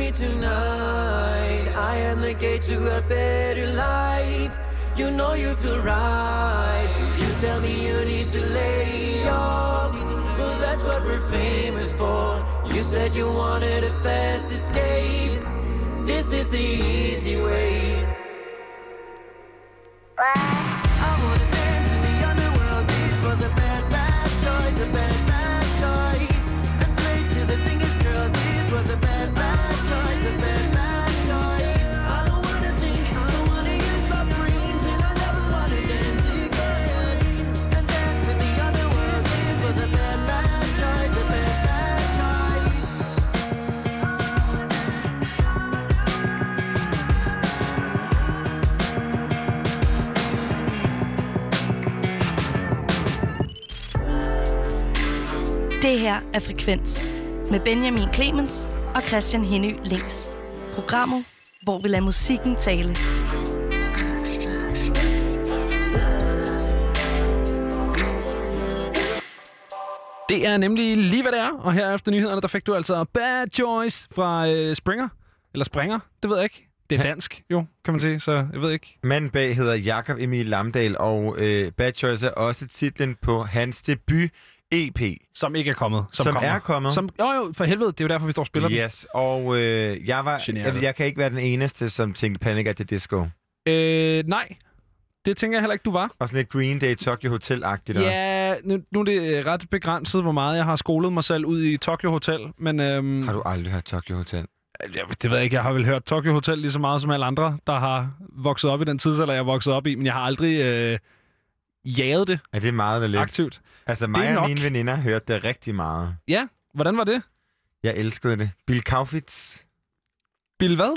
me tonight. I am the gate to a better life. You know you feel right. You tell me you need to lay off. Well, that's what we're famous for. You said you wanted a fast escape. This is the easy way. I wanna dance in the underworld. This was a bad, bad choice. A bad, bad choice. And play to the thing is, girl, this was a bad, bad choice. A bad, bad choice. I don't wanna think, I don't wanna use my brain till I never wanna dance again. And dance in the underworld. This was a bad, bad choice. A bad, bad choice. Det her er Frekvens med Benjamin Clemens og Christian Henny Links. Programmet, hvor vi lader musikken tale. Det er nemlig lige hvad det er, og her efter nyhederne, der fik du altså Bad Choice fra Springer. Eller Springer, det ved jeg ikke. Det er dansk, jo, kan man sige, så jeg ved ikke. Manden bag hedder Jakob Emil Lamdal, og Bad Choice er også titlen på hans debut EP. Som ikke er kommet. Som er kommet. Jo, for helvede, det er jo derfor, vi står og spiller den. Yes, og jeg kan ikke være den eneste, som tænkte Panic at the Disco. Nej, det tænker jeg heller ikke, du var. Og sådan lidt Green Day Tokyo Hotel-agtigt også. Ja, nu er det ret begrænset, hvor meget jeg har skolet mig selv ud i Tokyo Hotel, men... Har du aldrig hørt Tokyo Hotel? Det ved jeg ikke, jeg har vel hørt Tokyo Hotel lige så meget som alle andre, der har vokset op i den tidsalder, jeg er vokset op i, men jeg har aldrig jaget det. Er det meget lidt? Aktivt. Altså mig og mine veninder hørte det rigtig meget. Ja, hvordan var det? Jeg elskede det. Bill Kaufitz. Bill hvad?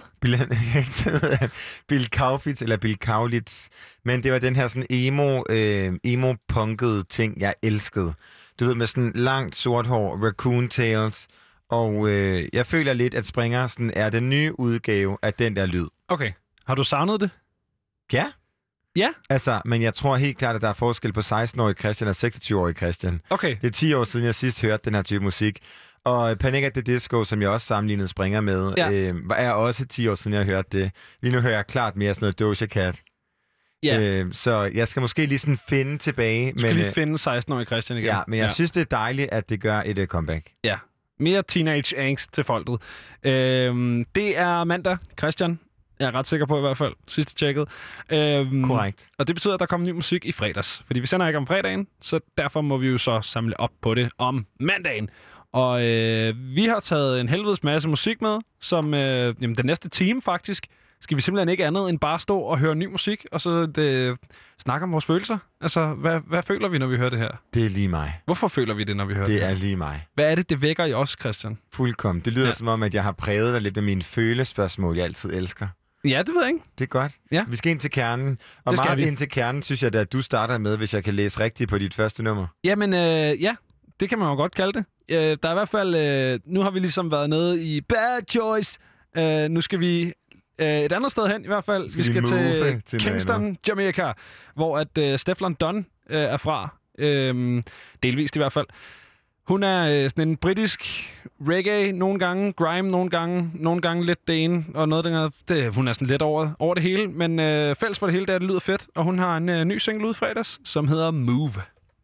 Bill Kaufitz eller Bill Kaulitz. Men det var den her sådan emo-punkede ting, jeg elskede. Du ved, med sådan langt sort hår, raccoon tails. Og jeg føler lidt, at Springer sådan er den nye udgave af den der lyd. Okay. Har du savnet det? Ja. Ja? Altså, men jeg tror helt klart, at der er forskel på 16-årig Christian og 26-årig Christian. Okay. Det er 10 år siden, jeg sidst hørte den her type musik. Og Panic at the Disco, som jeg også sammenlignede Springer med, er også 10 år siden, jeg hørte det. Lige nu hører jeg klart mere sådan noget Doja Cat. Ja. Så jeg skal måske lige sådan finde tilbage. Du skal lige finde 16-årig Christian igen. Ja, men jeg synes, det er dejligt, at det gør et comeback. Ja. Mere teenage angst til folket. Det er mandag, Christian. Jeg er ret sikker på i hvert fald. Sidste tjekket. Korrekt. Og det betyder, at der kommer ny musik i fredags. Fordi vi sender ikke om fredagen, så derfor må vi jo så samle op på det om mandagen. Og vi har taget en helvedes masse musik med, som den næste time faktisk, skal vi simpelthen ikke andet end bare stå og høre ny musik, og så snakke om vores følelser. Altså, hvad føler vi, når vi hører det her? Det er lige mig. Hvorfor føler vi det, når vi hører det Det her? er lige mig. Hvad er det vækker i os, Christian? Fuldkommen. Det lyder som om, at jeg har præget dig lidt med mine følespørgsmål, jeg altid elsker. Ja, det ved jeg ikke. Det er godt. Ja. Vi skal ind til kernen. Og meget ind til kernen, synes jeg, at du starter med, hvis jeg kan læse rigtigt på dit første nummer. Jamen, ja. Det kan man jo godt kalde det. Der er i hvert fald... nu har vi ligesom været nede i Bad Choice. Nu skal vi et andet sted hen i hvert fald. Vi skal til Kingston, Jamaica, hvor at Stefflon Don er fra. Delvist i hvert fald. Hun er sådan en britisk reggae nogle gange, grime nogle gange lidt det ene, og noget der, hun er sådan lidt over det hele, men fælles for det hele, det lyder fedt, og hun har en ny single ud fredags, som hedder Move.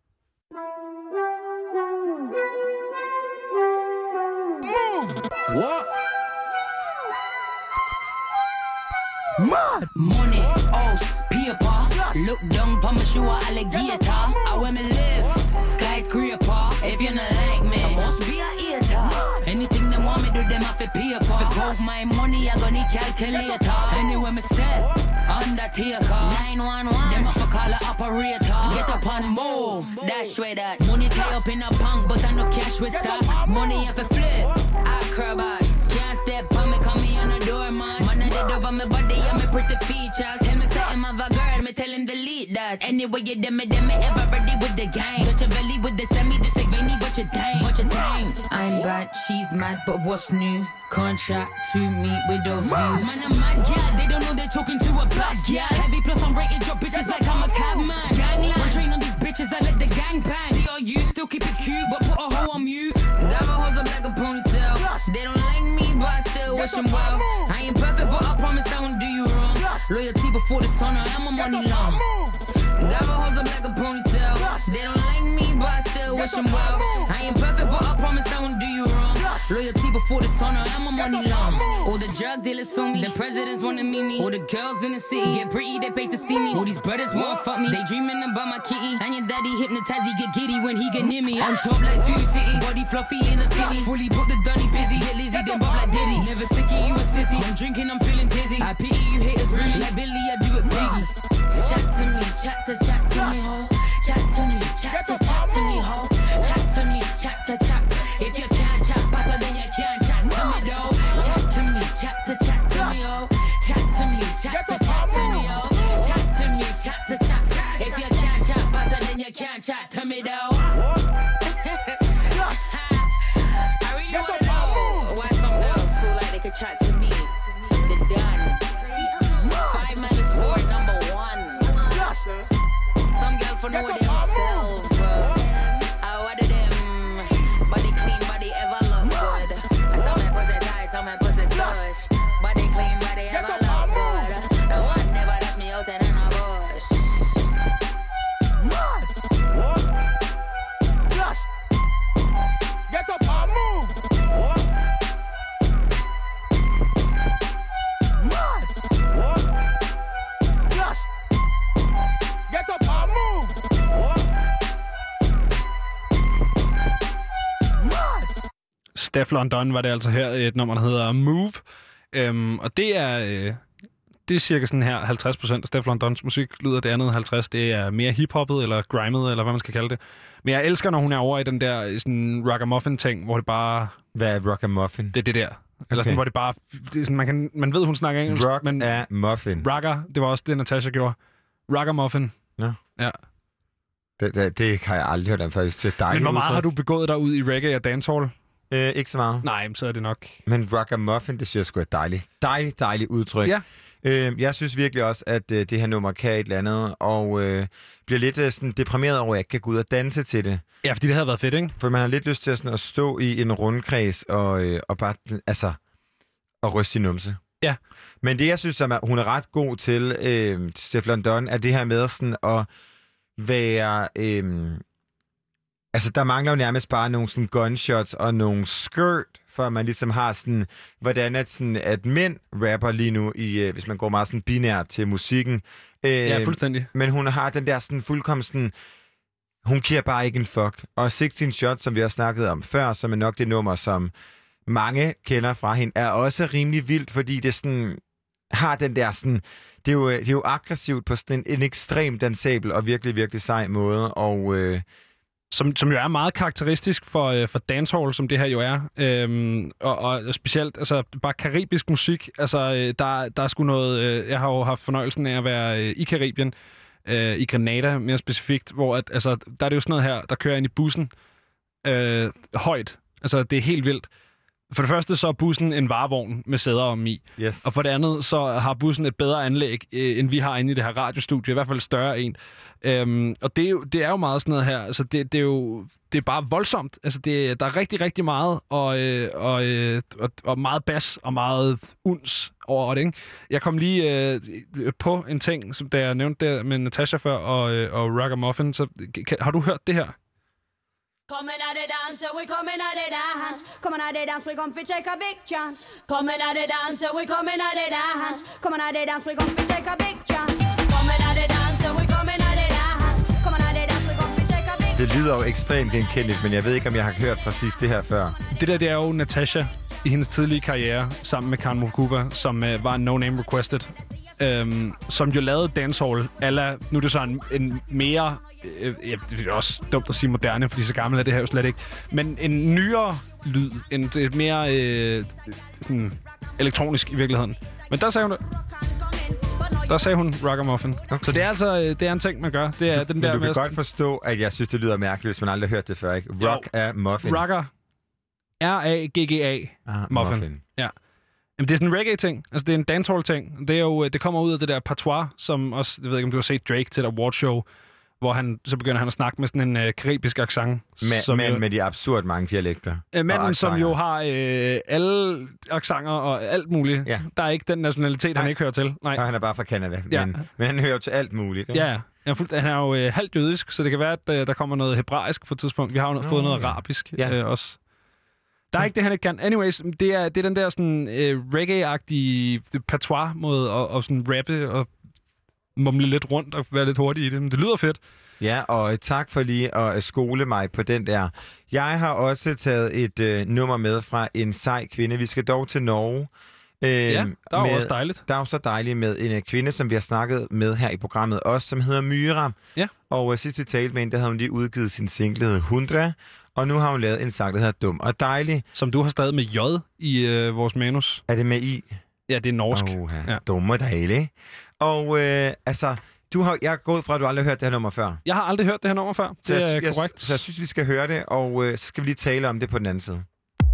What? Mad. Money, house, paper. Look down on my shoe, alligator. I want me live, skyscraper. If you not like me, I must be a hater. Anything they want me do, them have to pay for. If I my money, I gonna need calculator. Anyway, me step, undertaker. 911, them have to call an operator. Get up and move, dash way that. Money tie up in a bank, but enough cash with stock. Money have to flip, acrobat. Can't step on me, come me on the doormat. Man, I did over my body and my pretty features. Tell me something of a girl, me tell him delete that. Anyway, you them ever ready with the gang. Touch your belly with the semi, this like Vinny, what you think? I'm bad, she's mad, but what's new? Contract to meet with those views. Man, I'm mad, yeah, they don't know they're talking to a bad yeah. Heavy plus I'm rated, drop bitches like I'm a cabman. Gangland, one train on these bitches, I let the gang bang. See all you, still keep it cute, but put a hoe on mute. Got my hoes up like a ponytail. They don't like me, but I still wish them well. Loyalty before the sun, I am a money long. Got my hoes up like a ponytail. They don't like me, but I still wish them well. I ain't perfect, but I promise I won't do you wrong. Loyalty before the sun, I am a money long. All the drug dealers feel me. The presidents wanna meet me. All the girls in the city get pretty, they pay to see me. All these brothers wanna fuck me. They dreaming about my kitty. And your daddy hypnotized, he get giddy when he get near me. I'm top like two titties, body fluffy and a skinny. Fully booked the dunny busy, get lazy, then bob like Diddy. Never sticky, you a sissy. I'm drinking, I'm feeling dizzy. I pity you haters really. Like Billy, I do it Biggie. Chat to me, chat to me, ho. Chat to me, chat to me, ho. Chat to me, chat to chat. If you can't chat better, then you can't chat to me, though. Chat to me, chat to me, ho. Chat to me, chat to me, ho. Chat to me, chat to chat. If you can't chat better, then you can't chat to me, though. I really wanna know why some girls feel like they could chat to me. The done. 5 minutes for number 1. Some girl for know themselves. What of them? Body clean, body ever look good. I saw my pussy tight, saw my pussy slush. Body clean, body ever look good. No one never left me out in a bush. Just get up and move. Just get up and move. Steph London var det altså her, et nummer, der hedder Move. Og det er cirka sådan her 50% af Steph Londons musik lyder, det andet 50%, det er mere hiphoppet eller grimet, eller hvad man skal kalde det. Men jeg elsker, når hun er over i den der sådan ragamuffin-ting, hvor det bare... Hvad er ragamuffin? Det er det der. Eller sådan, hvor det bare... Det er sådan, man ved, hun snakker engelsk. Rock men er muffin. Ragga, det var også det, Natasha gjorde. Ragamuffin. Nå. Ja. Det har jeg aldrig hørt om faktisk. Det er dejligt. Men hvor meget udtryk. har du begået dig ud i reggae og dancehall? Ikke så meget. Nej, så er det nok. Men ragamuffin, det synes jeg sgu er dejligt. Dejligt udtryk. Ja. Jeg synes virkelig også, at det her nummer kan et eller andet, og bliver lidt sådan deprimeret over, at jeg ikke kan gå ud og danse til det. Ja, fordi det havde været fedt, ikke? For man har lidt lyst til sådan at stå i en rundkreds og bare, altså, og ryste sin numse. Ja. Men det, jeg synes, som hun er ret god til, Steph London, er det her med sådan at være... altså, der mangler jo nærmest bare nogle sådan gunshots og nogle skirt, for man ligesom har sådan, hvordan at mænd rapper lige nu, hvis man går meget sådan binært til musikken. Ja, fuldstændig. Men hun har den der sådan fuldkommen sådan, hun giver bare ikke en fuck. Og 16 Shots, som vi har snakket om før, som er nok det nummer, som mange kender fra hende, er også rimelig vildt, fordi det sådan har den der sådan, det er jo aggressivt på sådan en ekstrem dansabel og virkelig, virkelig sej måde, og... Som jo er meget karakteristisk for dancehall, som det her jo er. Og specielt altså, bare karibisk musik. Altså, der er sgu noget... jeg har jo haft fornøjelsen af at være i Karibien, i Grenada mere specifikt, hvor altså, der er det jo sådan noget her, der kører ind i bussen højt. Altså, det er helt vildt. For det første så er bussen en varevogn med sæder om i. Yes. Og for det andet så har bussen et bedre anlæg, end vi har inde i det her radiostudie. I hvert fald større en. Og det er jo meget sådan noget her. Altså det er bare voldsomt. Altså der er rigtig, rigtig meget og meget bas og meget uns over det, ikke? Jeg kom lige på en ting, som da jeg nævnte det med Natasha før og Ragamuffin. Så har du hørt det her? Coming out the dance, we coming out the dance. Coming out the dance, we gon' fi take a big chance. Coming out the dance, we coming out the dance. Coming out the dance, we gon' fi take a big chance. Coming out the dance, we coming out the dance. Coming out the dance, we gon' fi take a big chance. Det lyder jo ekstremt genkendeligt, men jeg ved ikke, om jeg har hørt præcis det her før. Det er jo Natasha i hendes tidlige karriere, sammen med Khan Mukuba, som var en No Name Requested. Som jo lavede dancehall alla, nu er det så en mere, det er også dumt at sige moderne, fordi så gammel er det her jo slet ikke, men en nyere lyd, et mere sådan elektronisk i virkeligheden. Men der sagde hun Ragamuffin. Okay. Så det er altså det er en ting, man gør. Det er den der men du kan godt forstå, at jeg synes, det lyder mærkeligt, hvis man aldrig har hørt det før, ikke? Rock er muffin. Rocker. R-A-G-G-A. Muffin. Ja. Jamen, det er sådan en reggae-ting. Altså, det er en dancehall-ting. Det kommer ud af det der patois, som også... Jeg ved ikke, om du har set Drake til et awardshow, hvor så begynder han at snakke med sådan en karibisk accent. Med de absurd mange dialekter. Manden, som jo har alle accenter og alt muligt. Ja. Der er ikke den nationalitet, han ikke hører til. Nej. Og han er bare fra Canada, men han hører jo til alt muligt. Ikke? Ja, han er jo halvt jødisk, så det kan være, at der kommer noget hebraisk på et tidspunkt. Vi har jo fået noget arabisk også. Der er ikke det, han ikke kan. Anyways, det er den der sådan reggae-agtige patois-måde at sådan rappe og mumle lidt rundt og være lidt hurtig i det. Men det lyder fedt. Ja, og tak for lige at skole mig på den der. Jeg har også taget et nummer med fra en sej kvinde. Vi skal dog til Norge. Der er også dejligt. Der er også dejligt med en kvinde, som vi har snakket med her i programmet også, som hedder Myra. Ja. Og sidst vi talte med hende, der havde hun lige udgivet sin single, der hedder Hundra. Og nu har hun lavet en sang, der hedder Dum og Dejlig. Som du har stadig med J i vores manus. Er det med I? Ja, det er norsk. Ja. Dum og Dejlig. Og jeg er gået fra, at du aldrig har hørt det her nummer før. Jeg har aldrig hørt det her nummer før. Det er korrekt. Så jeg synes, vi skal høre det, og så skal vi lige tale om det på den anden side.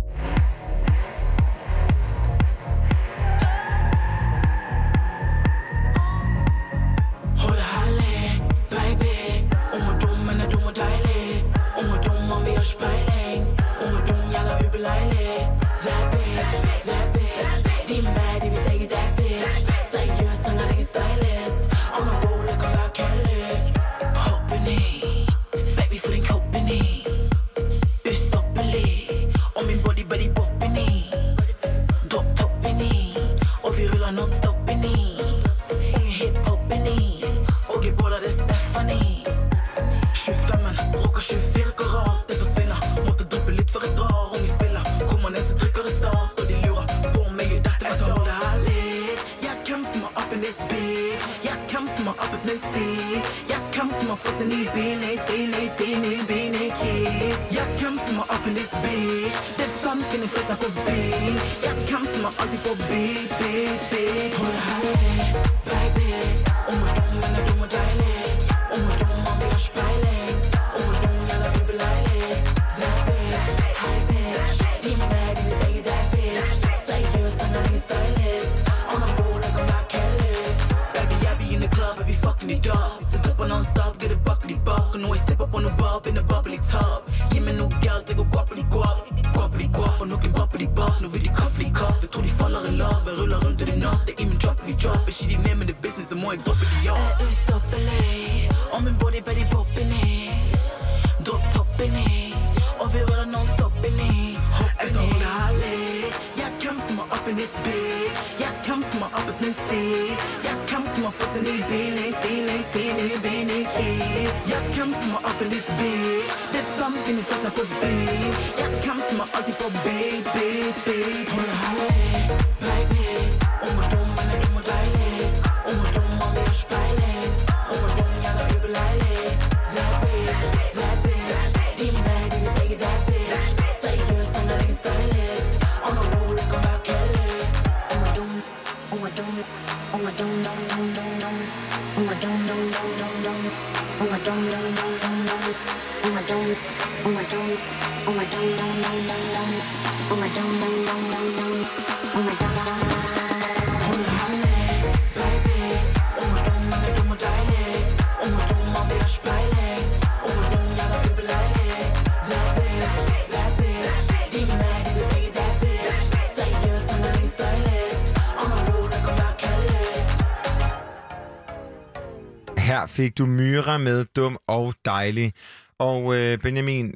Her fik du Myra med Dum og Dejlig. Og Benjamin,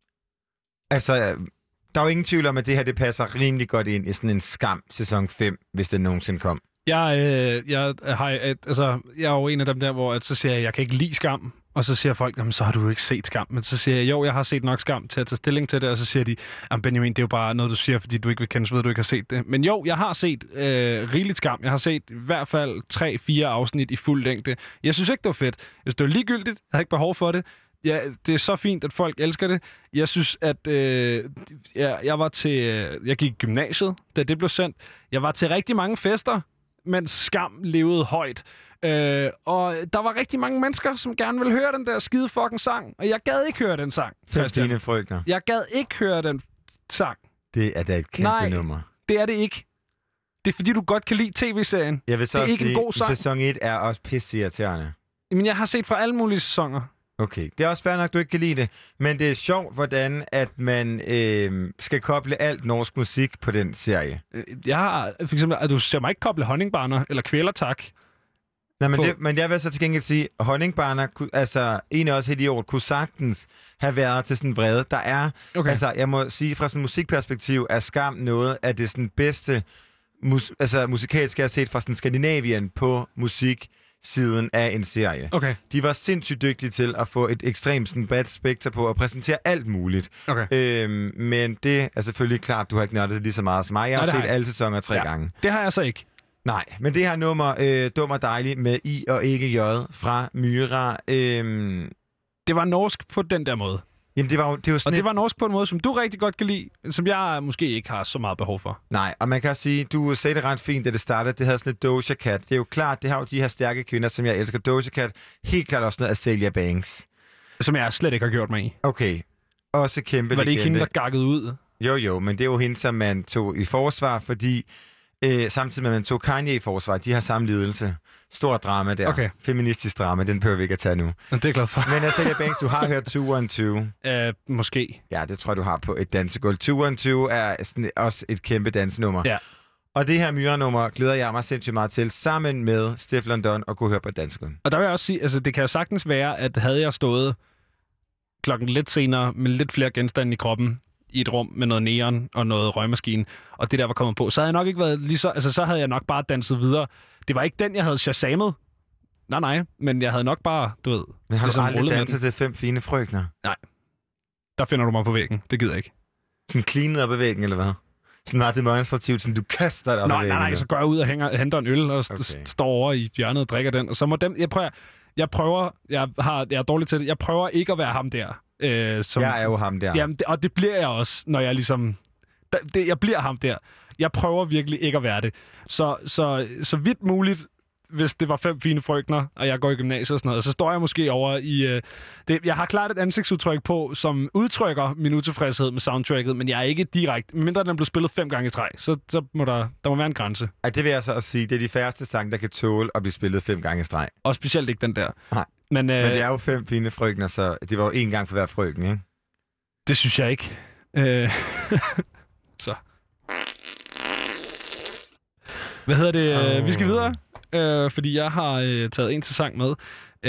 altså, der er jo ingen tvivl om, at det her det passer rimelig godt ind i sådan en Skam sæson 5, hvis det nogensinde kom. Jeg er jo en af dem der, hvor så siger jeg kan ikke lide Skam. Og så siger folk, jamen så har du jo ikke set Skam. Men så siger jeg, jo, jeg har set nok Skam til at tage stilling til det. Og så siger de, jamen Benjamin, det er jo bare noget, du siger, fordi du ikke vil kendes ved, at du ikke har set det. Men jo, jeg har set rigeligt Skam. Jeg har set i hvert fald 3-4 afsnit i fuld længde. Jeg synes ikke, det var fedt. Jeg synes, det var ligegyldigt. Jeg havde ikke behov for det. Ja, det er så fint, at folk elsker det. Jeg synes, at jeg gik i gymnasiet, da det blev sendt. Jeg var til rigtig mange fester, mens Skam levede højt. Og der var rigtig mange mennesker, som gerne ville høre den der skide fucking sang. Og jeg gad ikke høre den sang, Christian. Dine frygter. Jeg gad ikke høre den sang. Det er da et kæmpe nummer. Det er det ikke. Det er fordi, du godt kan lide tv-serien. Jeg vil så det er ikke sige, en god sang. Sæson 1 er også pisseirriterende. Men jeg har set fra alle mulige sæsoner. Okay, det er også fair nok, du ikke kan lide det. Men det er sjovt, hvordan at man skal koble alt norsk musik på den serie. Jeg har for eksempel, at du ser mig ikke koble Honningbarner eller Kvælertak. Nej, men jeg vil så til gengæld sige, at Honningbarner, altså en af os idiot, kunne sagtens have været til sådan en vrede. Der er, altså jeg må sige, fra sådan en musikperspektiv, er Skam noget af det sådan bedste musikalsk, jeg har set fra sådan Skandinavien på musiksiden af en serie. Okay. De var sindssygt dygtige til at få et ekstremt sådan bad spekter på og præsentere alt muligt. Okay. Men det er selvfølgelig klart, du har ikke nørdet det lige så meget som mig. Jeg har set alle sæsoner 3 gange. Det har jeg så ikke. Nej, men det her nummer, Dum og Dejlig med I og ikke J fra Myra. Det var norsk på den der måde. Jamen, det var sådan og det var norsk på en måde, som du rigtig godt kan lide, som jeg måske ikke har så meget behov for. Nej, og man kan sige, du sagde det ret fint, da det startede. Det havde sådan lidt Doja Cat. Det er jo klart, det har jo de her stærke kvinder, som jeg elsker. Doja Cat, helt klart også noget Azalea Banks. Som jeg slet ikke har gjort mig i. Okay, også kæmpe legende. Var det ikke hende, der gakkede ud? Jo, men det er jo hende, som man tog i forsvar, fordi samtidig med, at man tog Kanye i forsvar, de har samme lidelse. Stor drama der. Okay. Feministisk drama, den behøver vi ikke at tage nu. Det er glad for. Men Azalea Banks, du har hørt 212. Måske. Ja, det tror jeg, du har på et dansegulv. 212 er sådan også et kæmpe dansnummer. Ja. Og det her Myra-nummer glæder jeg mig sindssygt meget til, sammen med Stefflon Don og kunne høre på et dansegulv. Og der vil jeg også sige, altså det kan jo sagtens være, at havde jeg stået klokken lidt senere med lidt flere genstande i kroppen, i et rum med noget neon og noget røgmaskine, og det der var kommet på, så havde jeg nok ikke været lige så... Altså, så havde jeg nok bare danset videre. Det var ikke den, jeg havde shazamet. Nej, men jeg havde nok bare, du ved... Men har du aldrig danset til 5 fine frøkner? Nej. Der finder du mig på væggen. Det gider jeg ikke. Sådan cleanet op ad væggen, eller hvad? Sådan meget demonstrativt, sådan du kaster dig op ad væggen. Nej, så går jeg ud og henter en øl og står over i hjørnet og drikker den, og så må dem... Jeg er dårlig til det. Jeg prøver ikke at være ham der. Jeg er jo ham der. Jamen, og det bliver jeg også, når jeg ligesom... Jeg bliver ham der. Jeg prøver virkelig ikke at være det. Så vidt muligt, hvis det var 5 fine frøkner, og jeg går i gymnasiet og sådan noget, så står jeg måske over i... Jeg har klart et ansigtsudtryk på, som udtrykker min utilfredshed med soundtracket, men jeg er ikke direkte... Mindre den blev spillet 5 gange i træk, så må der må være en grænse. Ej, det vil jeg så også sige. Det er de færreste sange, der kan tåle at blive spillet 5 gange i streg. Og specielt ikke den der. Nej. Men det er jo 5 fine frøkner, så det var jo 1 gang for hver frøken, ikke? Det synes jeg ikke. Så. Hvad hedder det? Vi skal videre, fordi jeg har taget en til sang med.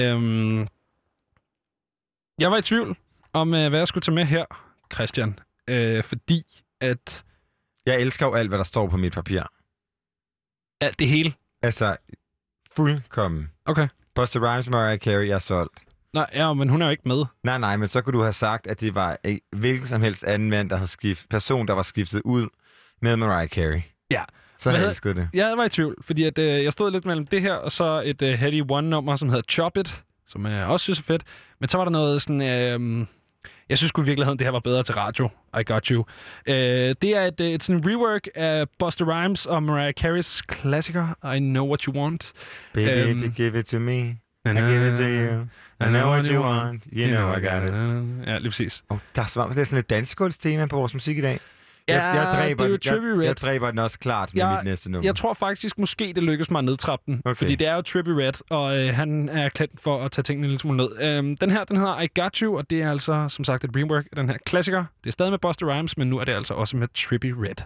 Jeg var i tvivl om, hvad jeg skulle tage med her, Christian. Fordi at... Jeg elsker jo alt, hvad der står på mit papir. Alt det hele? Altså, fuldkommen. Okay. Busta Rhymes, Mariah Carey, jeg er solgt. Nej, ja, men hun er jo ikke med. Nej, men så kunne du have sagt, at det var hvilken som helst anden mand, der havde person, der var skiftet ud med Mariah Carey. Ja. Så havde jeg elsket det. Jeg var i tvivl, fordi at, jeg stod lidt mellem det her, og så et Heady One-nummer, som hedder Chop It, som jeg også synes er fedt. Men så var der noget sådan... jeg synes sgu i virkeligheden, det her var bedre til radio. I Got You. Det er et sådan rework af Busta Rhymes og Mariah Careys klassiker, I Know What You Want. Baby, if you give it to me, I give it to you. I know what you want, you know I got it. Ja, lige præcis. Det er sådan et dansegulvstema på vores musik i dag. Jeg dræber den også klart med mit næste nummer. Jeg tror faktisk, måske det lykkes mig at nedtrappe den. Okay. Fordi det er jo Trippie Redd, og han er kendt for at tage tingene en lille smule ned. Den her, den hedder I Got You, og det er altså, som sagt, et rework af den her klassiker. Det er stadig med Busta Rhymes, men nu er det altså også med Trippie Redd.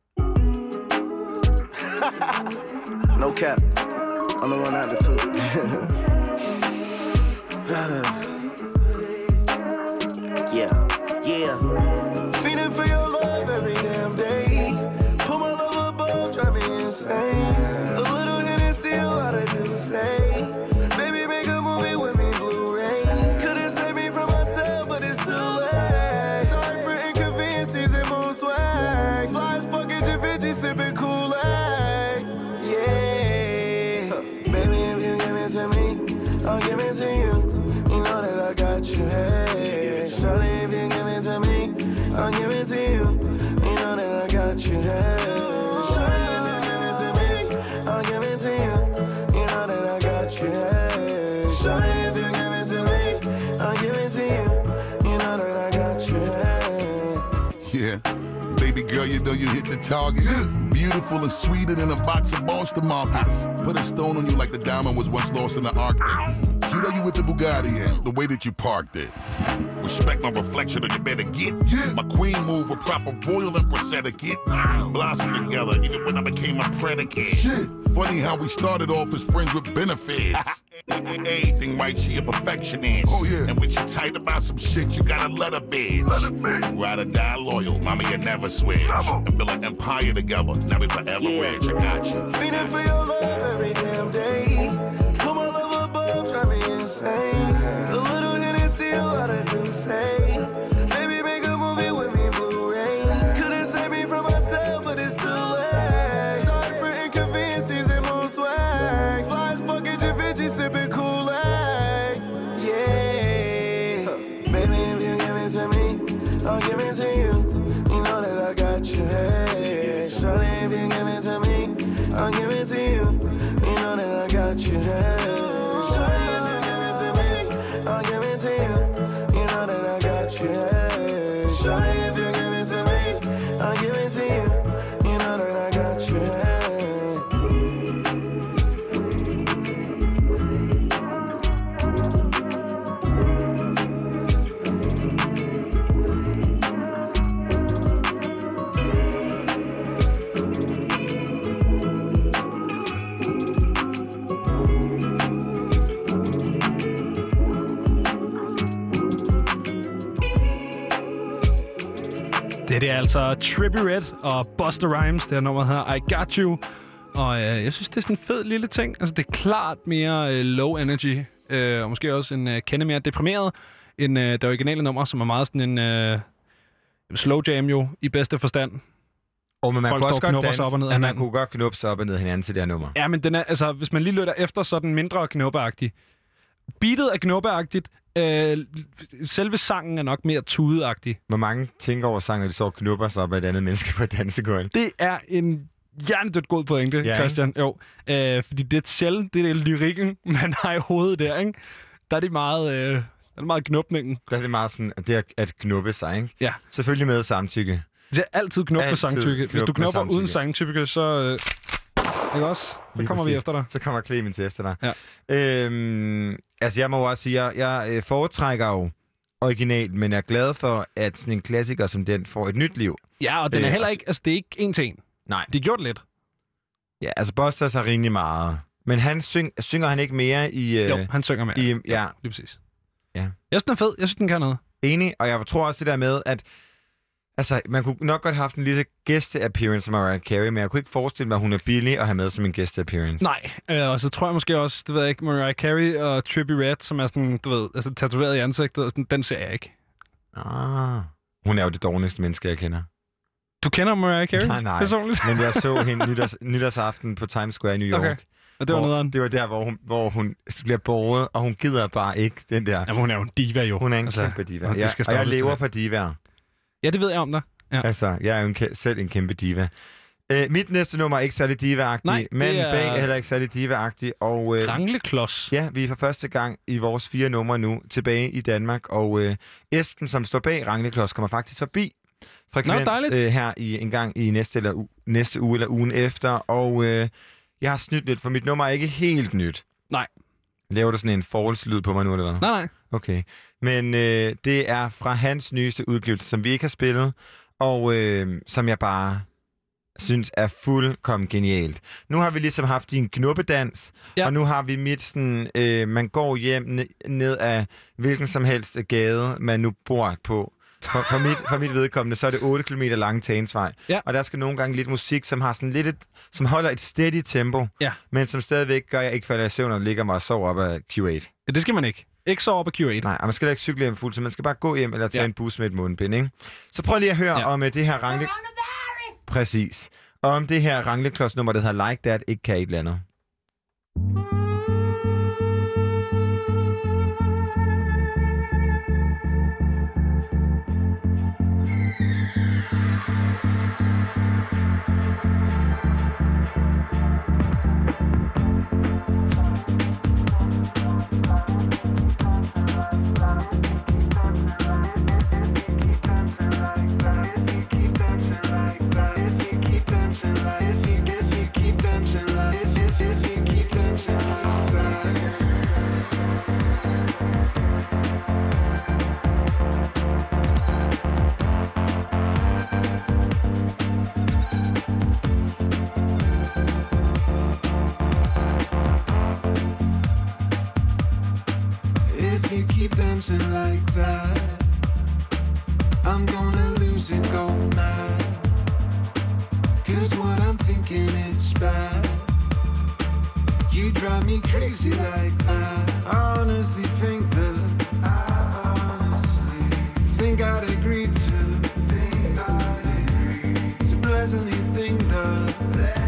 No cap. I'm the one out the two. Yeah. Feeding for your love every damn day. Put my love above, drive me insane. A little Hennessy, a lot I do say. Baby, make a movie with me, Blu-ray. Couldn't save me from myself, but it's too late. Sorry for inconveniences and mood swag. Slides fucking Da Vinci, sipping Kool-Aid. Yeah. Baby, if you give it to me, I'll give it to you. You know that I got you, hey. Shorty, if you give it to me, I'll give it to you. You know that I got you, hey. Shorty, if you give it to me, I'll give it to you. You know that I got you, hey. Shorty, if you give it to me, I'll give it to you. You know that I got you, hey. Yeah. Baby girl, you know you hit the target. Beautiful and sweeter than a box of Boston markers. Put a stone on you like the diamond was once lost in the Arctic. cute are you with the Bugatti and the way that you parked it? Respect my reflection or you better get. My queen move with proper royal empress etiquette. Blossom together even when I became a predicate. Shit. Funny how we started off as friends with benefits. Everything right, she a perfectionist. Oh yeah. And when she tight about some shit, you gotta let her bitch. Ride or die loyal, mommy, you never switch. And build an empire together, now we forever rich. I got you. Feeding for your love every damn day. Put my love above, drive me insane. A little Hennessy, a lot of do say. Baby, make a movie with me, Blu-ray. Couldn't save me from myself, but it's too late. Sorry for inconveniences and mood swag. Slides fucking Da Vinci, sipping Kool-Aid. Yeah. Baby, if you give it to me, I'll give it to you. You know that I got you, hey. Shorty, if you give it to me, I'll give it to you. You know that I got you, hey. Shorty, if you give it to me, I'll give it to you. You know that I got you, hey. Shorty, if you give it to me, I'll give it to you. You know that I got you, hey. Det er altså Trippie Redd og Busta Rhymes, det her nummer her, I Got You. Og jeg synes, det er sådan en fed lille ting. Altså, det er klart mere low energy, og måske også en kende mere deprimeret, end det originale nummer, som er meget sådan en slow jam jo, i bedste forstand. Og men man Folk kunne også godt danse, op og ned at man kunne godt knuppe sig op og ned hinanden til det her nummer. Ja, men den er, altså, hvis man lige lytter efter, så er den mindre knuppeagtig. Beatet er knuppeagtigt. Selve sangen er nok mere tudeagtig. Hvor mange tænker over sangen, når de så knupper sig op af et andet menneske på et dansegulv? Det er en hjernedødt god pointe, ja, Christian. Jo. Fordi det er sjældent, det er lyrikken, man har i hovedet der, ikke? Der er det meget knupningen. Der er det meget sådan, at knuppe sig, ikke? Ja. Selvfølgelig med samtykke. Det er altid knop med samtykke. Hvis du knupper uden samtykke, så... ikke også? Så kommer vi efter dig. Så kommer Clemens efter dig. Ja. Altså, jeg må også sige, jeg foretrækker jo original, men jeg er glad for, at sådan en klassiker som den får et nyt liv. Ja, og den er heller ikke... Altså, det er ikke en ting. Nej. Det er gjort lidt. Ja, altså, Busta sig rimelig meget. Men han synger han ikke mere i... Jo, han synger mere. Ja, lige præcis. Ja. Jeg synes, den er fed. Jeg synes, den kan noget. Enig, og jeg tror også det der med, at altså, man kunne nok godt have haft en lille gæste-appearance med Mariah Carey, men jeg kunne ikke forestille mig, at hun er billig at have med som en gæste-appearance. Nej, og så tror jeg måske også, det ved jeg ikke, Mariah Carey og Trippie Redd, som er sådan, du ved, altså tatoveret i ansigtet, og sådan, den ser jeg ikke. Hun er jo det dårligste menneske, jeg kender. Du kender Mariah Carey? Nej, personligt? Men jeg så hende nytårsaften på Times Square i New York. Okay. Og det var nederen. Det var der, hvor hun bliver båret, og hun gider bare ikke den der... Jamen, hun er jo en diva, jo. Hun er en kæmpe diva. Og jeg lever for divaer. Ja, det ved jeg om dig. Ja. Altså, jeg er jo selv en kæmpe diva. Mit næste nummer er ikke særlig diva-agtig. Manden bag er heller ikke særlig diva-agtig. Rangleklods. Ja, vi er for første gang i vores 4 numre nu tilbage i Danmark. Og Esben, som står bag Rangleklods, kommer faktisk forbi Frekvens her en gang i næste uge eller ugen efter. Og jeg har snydt lidt, for mit nummer er ikke helt nyt. Nej. Laver du sådan en forholdslyd på mig nu, eller hvad? Nej. Okay. Men det er fra hans nyeste udgivelse, som vi ikke har spillet, og som jeg bare synes er fuldkommen genialt. Nu har vi ligesom haft din knuppedans, og nu har vi mit sådan, man går hjem ned af hvilken som helst gade, man nu bor på. For mit vedkommende, så er det 8 km lange Tagensvej. Ja. Og der skal nogle gange lidt musik, som har sådan lidt som holder et steady tempo, men som stadigvæk gør, jeg ikke falder i søvn og ligger mig og sover op af Q8. Ja, det skal man ikke. Ikke sove op af Q8. Nej, og man skal da ikke cykle hjem fuldt, så man skal bare gå hjem eller tage en bus med et mundbind, ikke? Så prøv lige at høre om det her rangle... Præcis. Og om det her rangleklodsnummer, der hedder Like That, ikke kan et eller andet. If you keep dancing you keep dancing like that, I'm gonna lose it, go mad. 'Cause what I'm thinking, it's bad. You drive me crazy like that. I honestly think I'd agree to bless anything that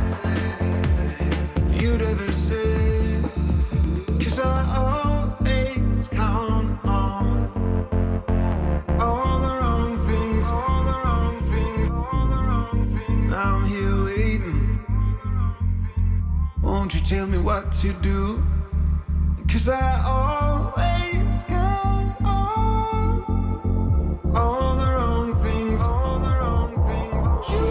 you'd ever said. 'Cause I always count on all the wrong things, all the wrong things, all the wrong things. Now I'm here waiting. Won't you tell me what to do? 'Cause I always count on all the wrong things, all the wrong things. You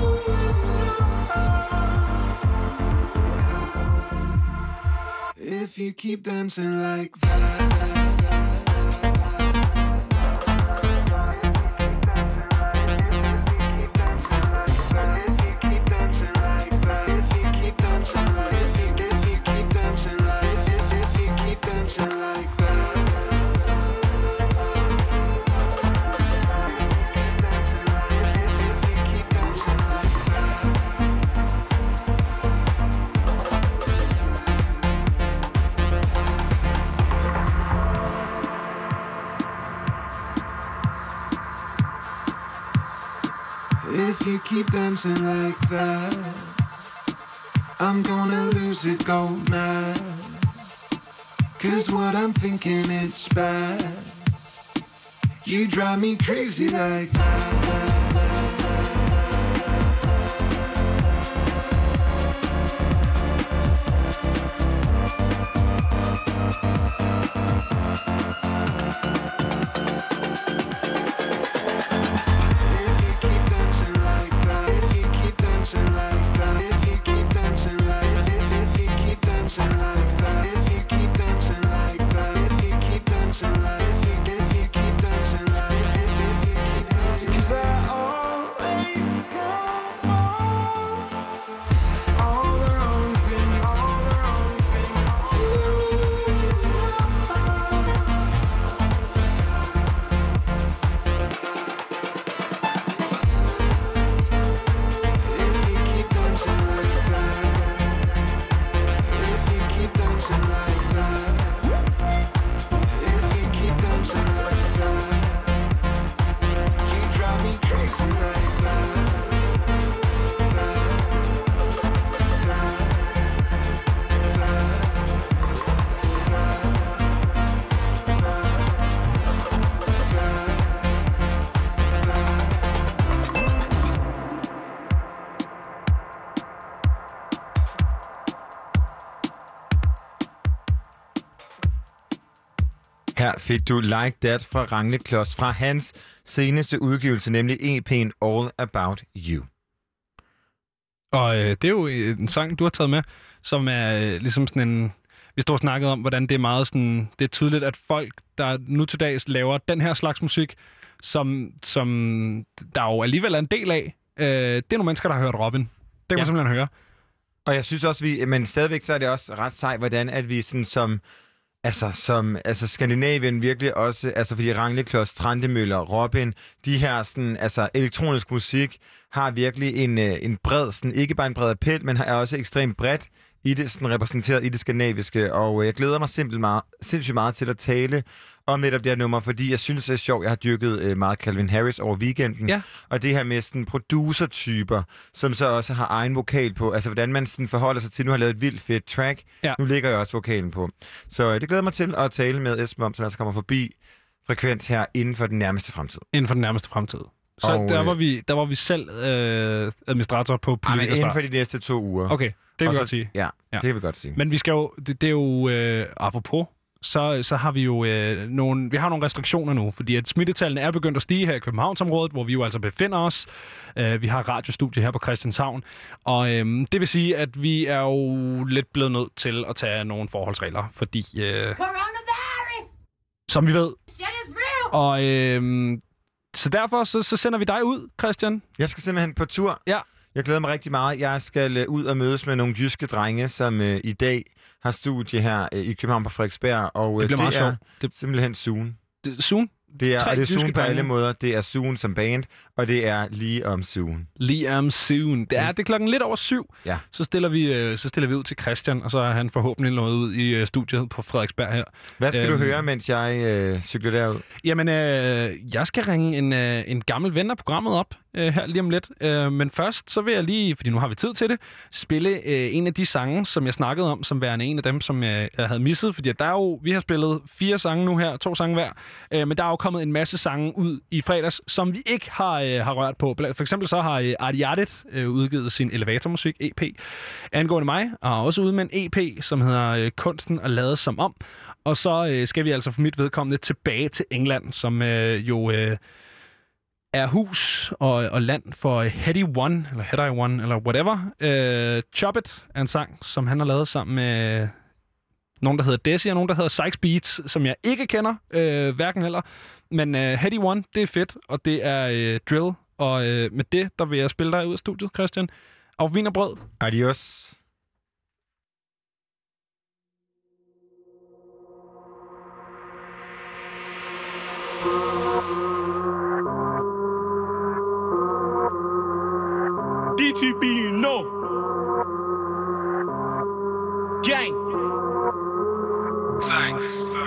know, if you keep dancing like that. If you keep dancing like that, I'm gonna lose it, go mad. 'Cause what I'm thinking, it's bad. You drive me crazy like that. Her fik du Like That fra Rangleklods fra hans seneste udgivelse, nemlig EP'en All About You. Og det er jo en sang, du har taget med, som er ligesom sådan en... Vi står og snakket om, hvordan det er meget sådan... Det er tydeligt, at folk, der nu til dags laver den her slags musik, som der jo alligevel er en del af, det er nogle mennesker, der har hørt Robin. Det kan man simpelthen høre. Og jeg synes også, men stadigvæk så er det også ret sejt, hvordan at vi sådan som Skandinavien virkelig også, fordi Rangleklods, Trandemøller, Robin, de her sådan, elektronisk musik har virkelig en bred, sådan, ikke bare en bred appel, men er også ekstremt bredt i det, sådan repræsenteret i det skandinaviske, og jeg glæder mig sindssygt meget til at tale om netop det her nummer, fordi jeg synes, det er sjovt. Jeg har dyrket meget Calvin Harris over weekenden, og det her med sådan producer-typer, som så også har egen vokal på, altså hvordan man sådan forholder sig til, nu har jeg lavet et vildt fedt track, nu ligger jeg også vokalen på. Så det glæder mig til at tale med Esben om, som altså kommer forbi Frekvens her inden for den nærmeste fremtid. Inden for den nærmeste fremtid. Så og, der var vi selv administrator på Politikersvar. Inden for de næste 2 uger. Okay, det kan vi godt sige. Ja, det kan vi godt sige. Men vi skal jo, det er jo apropos, så har vi jo nogle restriktioner nu, fordi at smittetallene er begyndt at stige her i Københavnsområdet, hvor vi jo altså befinder os. Vi har radiostudie her på Christianshavn, og det vil sige, at vi er jo lidt blevet nødt til at tage nogle forholdsregler, fordi... Coronavirus! Som vi ved. Shit is real! Og så derfor så sender vi dig ud, Christian. Jeg skal simpelthen på tur. Ja. Jeg glæder mig rigtig meget. Jeg skal ud og mødes med nogle jyske drenge, som i dag har studie her i København på Frederiksberg, og det bliver meget sjovt. Det er simpelthen Zoom. Zoom? Det er Zoom på alle måder. Det er Zoom som band, og det er lige om Zoom. Lige om Zoom. Det er klokken lidt over 7. Ja. Så stiller vi ud til Christian, og så er han forhåbentlig nået ud i studiet på Frederiksberg her. Hvad skal du høre, mens jeg cykler derud? Jamen, jeg skal ringe en gammel ven af programmet op her lige om lidt. Men først, så vil jeg lige, fordi nu har vi tid til det, spille en af de sange, som jeg snakkede om, som værende en af dem, som jeg havde misset. Fordi der er jo, vi har spillet 4 sange nu her, 2 sange hver. Men der er jo kommet en masse sange ud i fredags, som vi ikke har rørt på. For eksempel så har Artiadet udgivet sin Elevatormusik EP angående mig, og har også ude med en EP, som hedder Kunsten at lade som om. Og så skal vi altså for mit vedkommende tilbage til England, som er hus og land for Heady One, eller Heady One, eller whatever. Chop It er en sang, som han har lavet sammen med nogen, der hedder Desi, og nogen, der hedder Sykes Beats, som jeg ikke kender, hverken heller. Men Heady One, det er fedt, og det er drill. Og med det, der vil jeg spille dig ud af studiet, Christian. Auf wienerbrød. Adios. DTB, no. Gang. Thanks.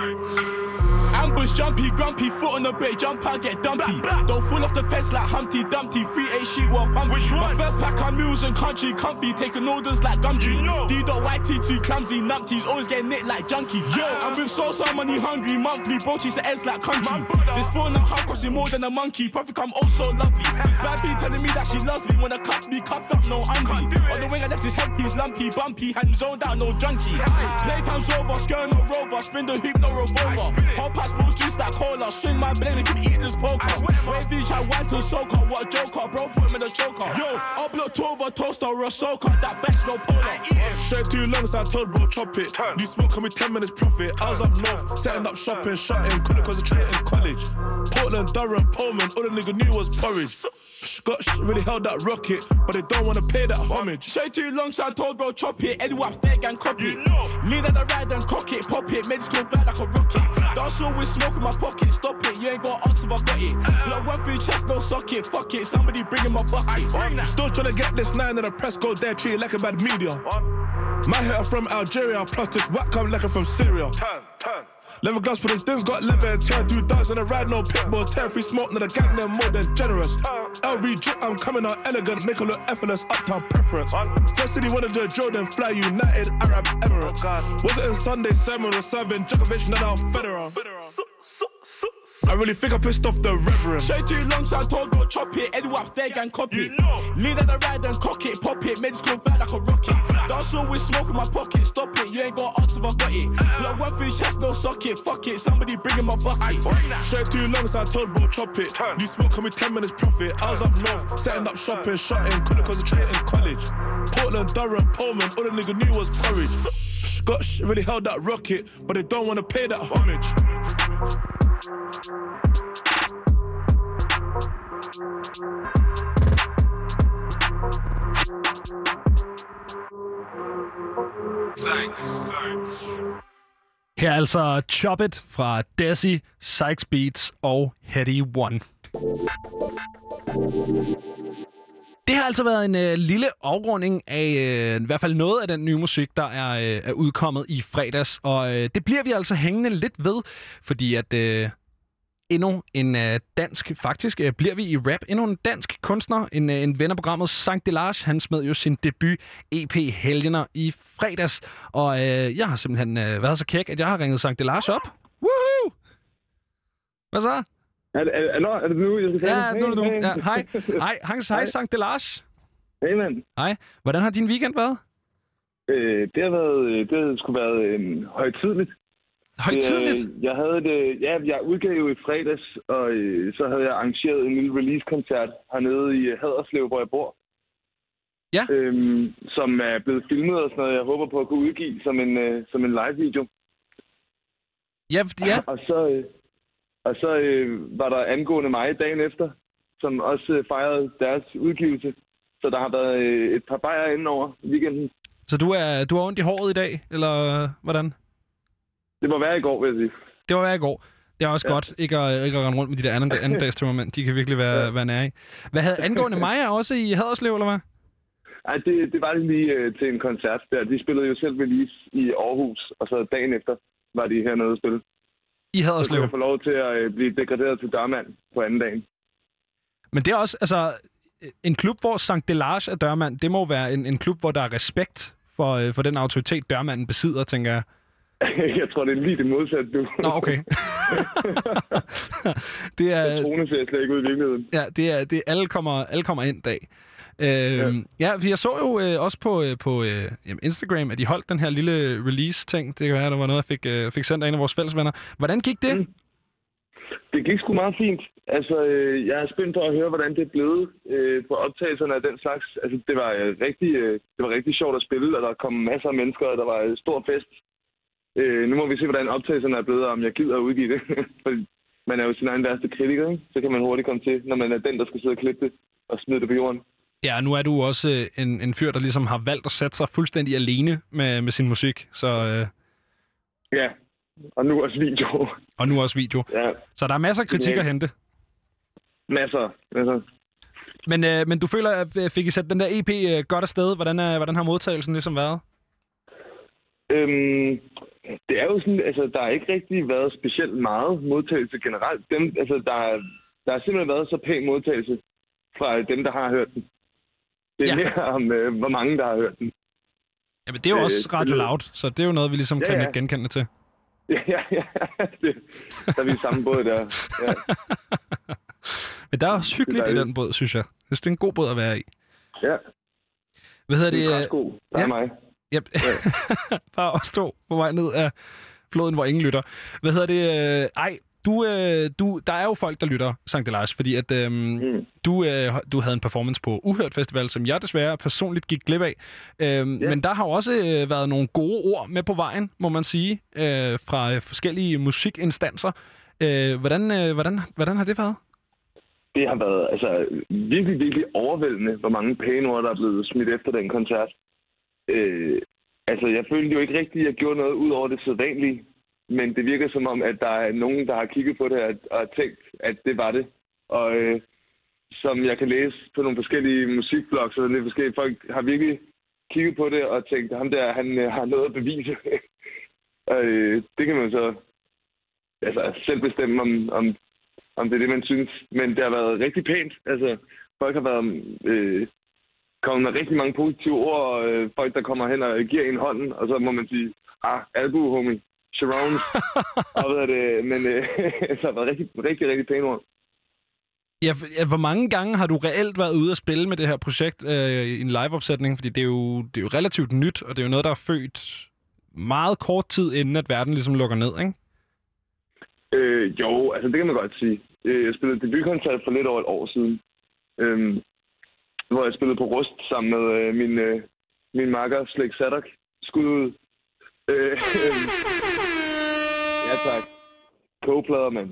Ambush, jumpy, grumpy, foot on the brake, jump out, get dumpy. Don't fall off the fence like Humpty Dumpty, 3A sheet, well pumpy. My first pack on mules and country, comfy, taking orders like Gumtree. D.YT2, clumsy, numpties, always getting nicked like junkies. Yo, I'm with so money hungry, monthly, bro, cheese the ends like country. This 4.5 costing more than a monkey, profit come oh so lovely. This bad B telling me that she loves me, when I cuff me, cuffed up, no undie. On the wing I left his headpiece, lumpy, bumpy, hadn't zoned out, no junkie. Playtime's over, skirt no rover, spin the hoop, no revolver. Whole passport juice like cola, swing my blade and keep eating this poker. Wave each I wine to soaker, what a joker, bro, put him in a choker. Yo, I'll block 2 of a toaster or a soaker, that bank's no polar. Straight too long, so I told bro, chop it. You smoke, come with 10 minutes profit. I was up north, setting up shopping, shutting, couldn't concentrate in college. Portland, Durham, Pullman, all the nigga knew was porridge. Scotch really held that rocket, but they don't wanna pay that homage. Straight too long, so I told bro, chop it. Eddie Waps, there, gang, copy it. Lean at the ride and cock it, pop it, made this go fly like a rocket. Dance all with smoke in my pocket, stop it, you ain't got answer if I got it. Blood went through chest, no socket, fuck it, somebody bring in my bucket. Still tryna get this 9 and the press go there, treat it like a bad media. My hitter from Algeria, plus this whack come like from Syria. Leather glass for this thing's got leather and tear. 2 dogs on the ride, no pitbull. Tear free smoke, now the gang them more than generous. LV drip, I'm coming out elegant, make it look effortless, uptown preference. First city wanted to Jordan, fly United Arab Emirates. Was it in Sunday, Simon or serving Djokovic, Nadal, Federer? I really think I pissed off the reverend. Straight too long, so I told bro, chop it. Eddie Waps, there, gang, copy it. Lean at the ride and cock it, pop it, made this go fly like a rocket. Dance all with smoke in my pocket, stop it, you ain't got answer if I got it. Blood went through chest, no socket, fuck it, somebody bring in my bucket. Straight too long, so I told bro, chop it. You smoke, come with 10 minutes profit. I was up north, setting up shopping, shutting, couldn't concentrate in college. Portland, Durham, Pullman, all the nigga knew was porridge. Scotch really held that rocket, but they don't wanna pay that homage. Her er altså Chop It fra Desi, Sykes Beats og Heady One. Det har altså været en lille afrunding af i hvert fald noget af den nye musik, der er udkommet i fredags. Og det bliver vi altså hængende lidt ved, fordi at endnu en dansk, faktisk bliver vi i rap, endnu en dansk kunstner, en ven af programmet, Sankt Delage, han smed jo sin debut EP Helgener i fredags. Og jeg har simpelthen været så kæk, at jeg har ringet Sankt Delage op. Woohoo! Hvad så? Er det nu, jeg skal sige? Ja, nu er det nu. Ja, hej, Sankt Delage. Hey, mand. Hej. Hvordan har din weekend været? Det har sgu været højtideligt. Højtideligt? Jeg udgav jo i fredags, og så havde jeg arrangeret en lille release-koncert hernede i Haderslev, hvor jeg bor. Ja. Som er blevet filmet og sådan noget, jeg håber på at kunne udgive som en live-video. Ja. Og så var der angående mig dagen efter, som også fejrede deres udgivelse. Så der har været et par bajer inden over weekenden. Så du har ondt i håret i dag, eller hvordan? Det var værre i går, vil jeg sige. Det var værre i går. Det er også godt ikke at rende rundt med de der anden dags tømmermænd. De kan virkelig være nære i. Hvad havde angående Maja også i Haderslev, eller hvad? Ej, det var det lige til en koncert der. De spillede jo selv release i Aarhus, og så dagen efter var de hernede at spille. I Haderslev? Så kunne jeg få lov til at blive degraderet til dørmand på anden dagen. Men det er også, altså, en klub, hvor Sankt Delage er dørmand, det må være en klub, hvor der er respekt for den autoritet, dørmanden besidder, tænker jeg. Jeg tror, det er lige det modsatte, du. Nå, okay. Det er... Trone ser slet ikke ud i virkeligheden. Ja, det er alle kommer ind dag. For jeg så jo også på Instagram, at de holdt den her lille release-ting. Det kan være, der var noget, jeg fik sendt af en af vores fællesvenner. Hvordan gik det? Det gik sgu meget fint. Altså, jeg er spændt på at høre, hvordan det er blevet på optagelserne af den slags. Altså, det var rigtig sjovt at spille, og der kom masser af mennesker, og der var en stor fest. Nu må vi se, hvordan optagelserne er blevet, og om jeg gider at udgive det. Fordi man er jo sin egen værste kritiker, ikke? Så kan man hurtigt komme til, når man er den, der skal sidde og klippe det og smide det på jorden. Ja, nu er du også en fyr, der ligesom har valgt at sætte sig fuldstændig alene med sin musik, så... Ja, og nu også video. Ja. Så der er masser af kritik at hente. Masser. Men du føler, at fik I sat den der EP godt afsted? Hvordan har modtagelsen ligesom været? Det er jo sådan, altså der har ikke rigtig været specielt meget modtagelse generelt. Der har simpelthen været så pæn modtagelse fra dem, der har hørt den. Det er mere om, hvor mange, der har hørt den. Jamen, det er jo også Radio Loud, så det er jo noget, vi ligesom kan genkende til. Ja. Der er vi i samme båd der. Ja. Men der er også hyggeligt i den båd, synes jeg. Jeg synes, det er en god båd at være i. Ja. Hvad hedder det? Der er mig. Yep. Bare os to på vej ned af floden, hvor ingen lytter. Hvad hedder det? Der er jo folk, der lytter, Sankt Delage, fordi at du havde en performance på Uhørt Festival, som jeg desværre personligt gik glip af. Men der har også været nogle gode ord med på vejen, må man sige, fra forskellige musikinstanser. Hvordan har det været? Det har været altså virkelig, virkelig overvældende, hvor mange pæne ord, der er blevet smidt efter den koncert. Jeg følte jo ikke rigtigt, at jeg gjorde noget ud over det sædvanlige. Men det virker som om, at der er nogen, der har kigget på det og tænkt, at det var det. Og som jeg kan læse på nogle forskellige musikblogs, og lidt forskellige folk har virkelig kigget på det og tænkt, at ham der, han har noget at bevise. Og det kan man så selv bestemme, om det er det, man synes. Men det har været rigtig pænt. Altså, folk har været kommet med rigtig mange positive ord, og folk, der kommer hen og giver en hånden, og så må man sige, albu, homie. Sharon, og ved det, men så har været rigtig, rigtig pæne ord. Ja, hvor mange gange har du reelt været ude at spille med det her projekt i en liveopsætning? Fordi det er jo relativt nyt, og det er jo noget, der er født meget kort tid inden, at verden ligesom lukker ned, ikke? Jo, altså det kan man godt sige. Jeg spillede debutkoncert for lidt over et år siden, hvor jeg spillede på Rust sammen med min makker, Slik Sadok. Skud ud. Ja, tak. Kogeplader, mand.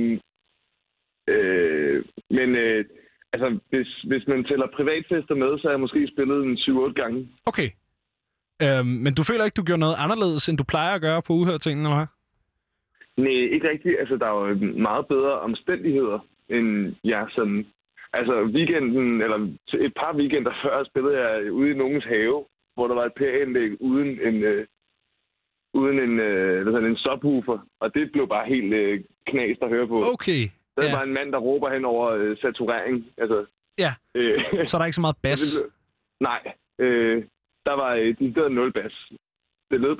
Hvis man tæller privatfester med, så har jeg måske spillet en 7-8 gange. Okay. Men du føler ikke, du gjorde noget anderledes, end du plejer at gøre på Uhørt-tingene, eller hvad? Nej, ikke rigtigt. Altså, der er jo meget bedre omstændigheder, end jeg sådan... Altså, weekenden, eller et par weekender før, spillede jeg ude i nogens have, hvor der var et PA-anlæg uden en subwoofer, og det blev bare helt knast at høre på. Okay. Der var en mand, der råber hen over saturering. Altså, ja, så er der ikke så meget bas. Nej, der var decideret 0 bas. Det lød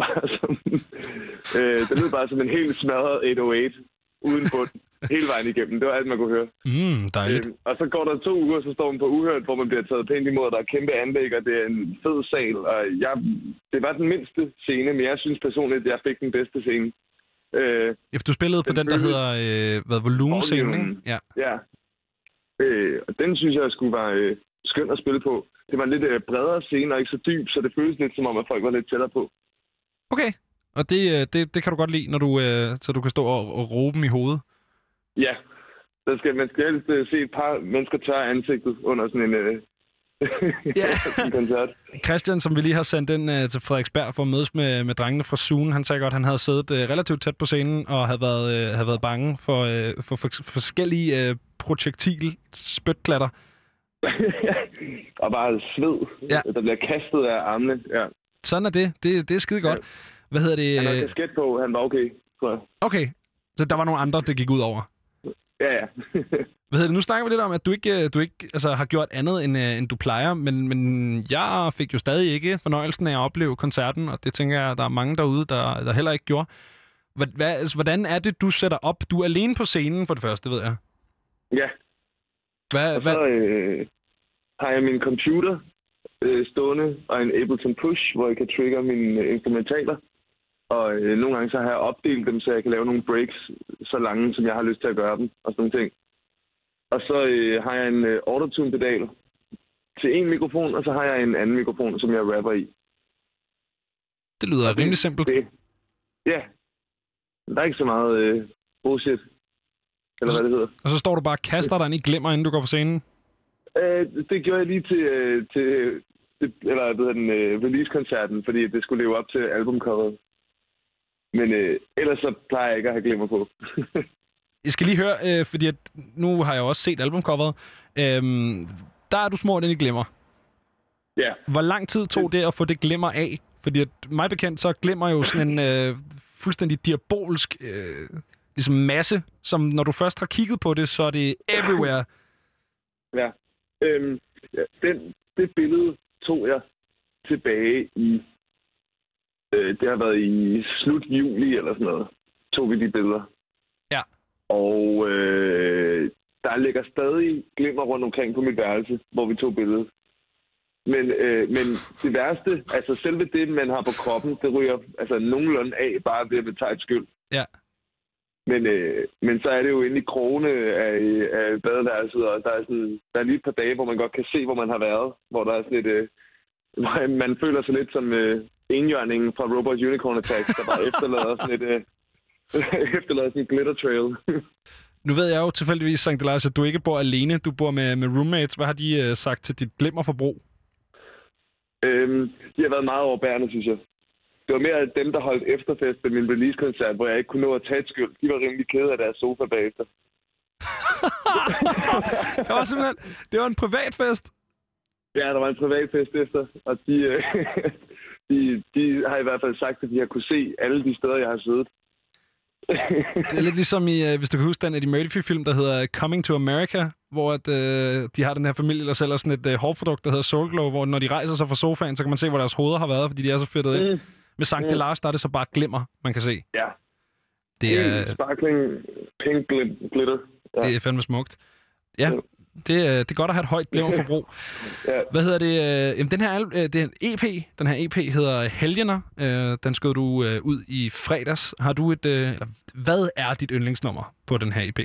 bare som en helt smadret 808 uden bund. Hele vejen igennem. Det var alt, man kunne høre. Dejligt. Og så går der 2 uger, så står man på Uhørt, hvor man bliver taget pænt imod, der er kæmpe anlæg, og det er en fed sal. Og det var den mindste scene, men jeg synes personligt, at jeg fik den bedste scene. Du spillede på den, der hedder Volumen-scenen, ikke? Ja. Og den synes jeg skulle være skøn at spille på. Det var en lidt bredere scene og ikke så dyb, så det føles lidt som om, at folk var lidt tættere på. Okay. Og det kan du godt lide, når så du kan stå og råbe dem i hovedet? Ja. Man skal helst se et par mennesker tørre ansigtet under sådan en koncert. Christian, som vi lige har sendt ind til Frederiksberg for at mødes med drengene fra Zoom, han sagde godt, at han havde siddet relativt tæt på scenen og havde været bange for forskellige projektil spytklatter. Og bare sved, der bliver kastet af armene. Ja. Sådan er det. Det er skide godt. Hvad hedder det? Han havde kasket på, han var okay, tror jeg. Okay, så der var nogle andre, det gik ud over? Ja. Hvad hedder det? Nu snakker vi lidt om, at du ikke har gjort andet, end du plejer, men jeg fik jo stadig ikke fornøjelsen af at opleve koncerten, og det tænker jeg, der er mange derude, der heller ikke gjorde. Hvordan er det, du sætter op? Du er alene på scenen for det første, ved jeg. Ja. Og så har jeg min computer stående og en Ableton Push, hvor jeg kan trigge mine instrumentaler. Og nogle gange så har jeg opdelt dem, så jeg kan lave nogle breaks så lange, som jeg har lyst til at gøre dem, og sådan nogle ting. Og så har jeg en autotune-pedal til en mikrofon, og så har jeg en anden mikrofon, som jeg rapper i. Det lyder rimelig simpelt. Ja. Der er ikke så meget bullshit, eller hvad det hedder. Og så står du bare og kaster dig ind i glimmer, inden du går på scenen? Det gjorde jeg lige til release-koncerten, fordi det skulle leve op til albumcoveret. Men ellers så plejer jeg ikke at have glimmer på. Jeg skal lige høre, fordi nu har jeg også set albumcoveret. Der er du smurt ind i glimmer. Ja. Hvor lang tid tog det at få det glimmer af? Fordi mig bekendt, så glimmer jo sådan en fuldstændig diabolsk ligesom masse, som når du først har kigget på det, så er det everywhere. Ja. Det billede tog jeg tilbage i... det har været i slut juli eller sådan noget. Tog vi de billeder. Ja. Og der ligger stadig glimmer rundt omkring på mit værelse, hvor vi tog billedet. Men det værste, altså selve det, man har på kroppen, det ryger altså nogenlunde af, bare ved at tage et skyld. Ja. Men så er det jo inde i krogene af badeværelset, og der er lige et par dage, hvor man godt kan se, hvor man har været. Hvor der er sådan et... man føler sig lidt som enhjørningen fra Robot Unicorn Attack, der bare efterlader sådan et glitter trail. Nu ved jeg jo tilfældigvis, Sankt Elias, at du ikke bor alene. Du bor med roommates. Hvad har de sagt til dit glimmerforbrug? De har været meget overbærende, synes jeg. Det var mere dem, der holdt efterfest ved min release-koncert, hvor jeg ikke kunne nå at tage et skyld. De var rimelig kede af deres sofa bagefter. Det var en privat fest? Ja, der var en privat fest efter, og de har i hvert fald sagt, at de har kunne se alle de steder, jeg har siddet. Det er lidt ligesom i, hvis du kan huske den Eddie Murphy-film, der hedder Coming to America, hvor de har den her familie, der sælger sådan et hårprodukt, der hedder Soul Glow, hvor når de rejser sig fra sofaen, så kan man se, hvor deres hoveder har været, fordi de er så fedtet ind. Med Sankt Elias, der er det så bare glimmer, man kan se. Ja. Det er sparkling pink glitter. Ja. Det er fandme smukt. Ja, det er godt at have et højt glimmerforbrug. Ja. Hvad hedder det? Jamen, den her EP, den her EP hedder Helgener. Den skød du ud i fredags. Har du hvad er dit yndlingsnummer på den her EP?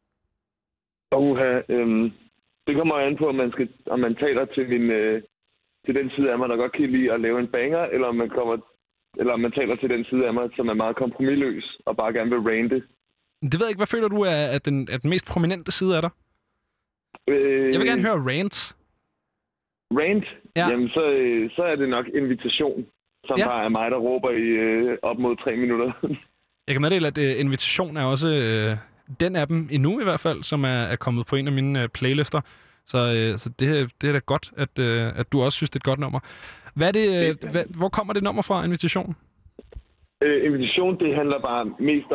Det kommer an på, om man taler til den side af mig, der godt kan lide at lave en banger, eller om man taler til den side af mig, som er meget kompromisløs og bare gerne vil rante. Det ved jeg ikke. Hvad føler du er den mest prominente side af dig? Jeg vil gerne høre rant. Rant? Ja. Jamen, så er det nok Invitation, som bare er mig, der råber i op mod 3 minutter. Jeg kan meddele, at Invitation er også den af dem endnu i hvert fald, som er kommet på en af mine playlister. Så det er da godt, at du også synes, det er et godt nummer. Hvad er det, hvor kommer det nummer fra, Invitation? Invitation, det handler bare mest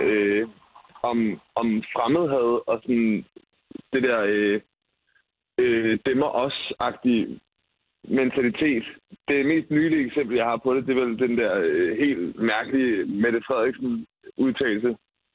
om fremmedhed og sådan det der dem og os-agtige mentalitet. Det mest nylige eksempel, jeg har på det, det er vel den der helt mærkelige Mette Frederiksen udtalelse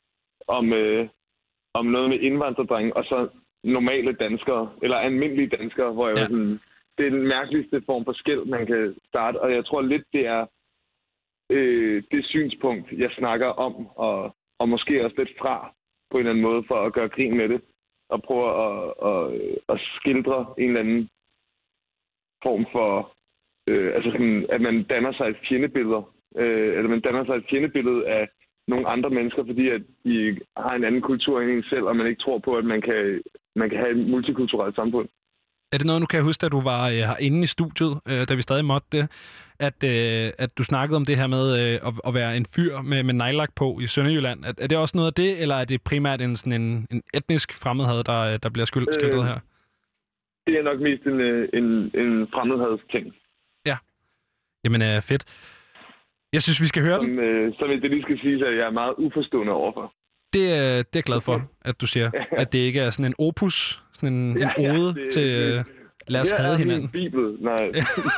om noget med indvandrerdrenge, og så normale danskere, eller almindelige danskere, hvor jeg var sådan, det er den mærkeligste form for skel, man kan starte, og jeg tror lidt, det er det synspunkt, jeg snakker om, og måske også lidt fra, på en eller anden måde, for at gøre grin med det, og prøve at skildre en eller anden form for, altså sådan, at man danner sig et fjendebillede, eller man danner sig et fjendebillede af nogle andre mennesker, fordi at de har en anden kultur end en selv, og man ikke tror på, at man kan have et multikulturelt samfund. Er det noget, nu kan jeg huske, at du var herinde i studiet, da vi stadig måtte det, at du snakkede om det her med at være en fyr med nejlak på i Sønderjylland. Er det også noget af det, eller er det primært en etnisk fremmedhad, der bliver skildret her? Det er nok mest en fremmedhadsting. Ja. Jamen, fedt. Jeg synes, vi skal høre den. Som det lige skal sige, at jeg er meget uforstående overfor. Det er jeg glad for, at du siger. At det ikke er sådan en opus, sådan en ode til lad os hade hinanden. Bibel, nej.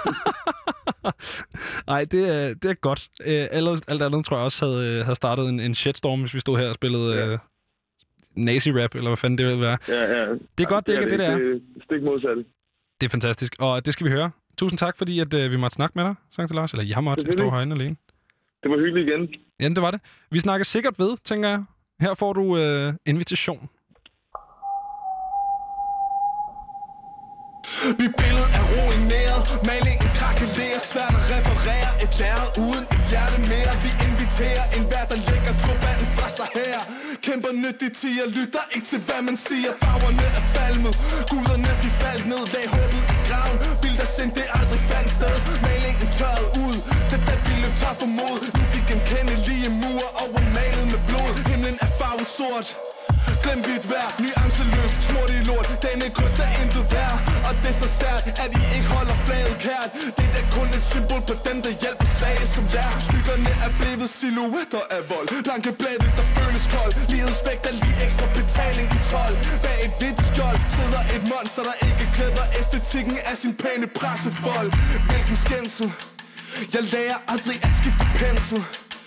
Nej, det er godt. Alt andet tror jeg også havde startet en shitstorm, hvis vi stod her og spillede nazi-rap, eller hvad fanden det ville være. Ja. Det er godt, det ikke er det, der er. Det er stik modsatte. Det er fantastisk, og det skal vi høre. Tusind tak, fordi at, vi måtte snakke med dig, Sankt Lars. Eller jeg måtte stå herinde alene. Det var hyggeligt igen. Ja, det var det. Vi snakker sikkert ved, tænker jeg. Her får du invitation. Mit billede er ruineret, malingen krakelerer, svært at reparere, et lærred uden et hjerte mere. Vi inviterer enhver, der lægger turbanen fra sig her. Kæmper nyttigt til at lytter ikke til hvad man siger. Farverne er falmet, guderne de faldt ned, lag håbet i graven. Bilder sind det aldrig fandt sted, malingen tørret ud, det der vi løb tør for mod. Nu de genkendelige mure overmalet med blod, himlen er farvet sort. Glem hvidt vejr, nuanceløst, smurt i lort. Denne kunst er intet værd, og det er så sært, at I ikke holder flaget kært. Det er da kun et symbol på dem, der hjælper svage som jer. Skyggerne er blevet silhuetter af vold. Blanke bladet, der føles kold. Livets vægt er lige ekstra betaling i 12. Bag et hvidt skjold sidder et monster, der ikke klæder æstetikken af sin pæne pressefold. Hvilken skændsel. Jeg lærer aldrig at skifte pensel.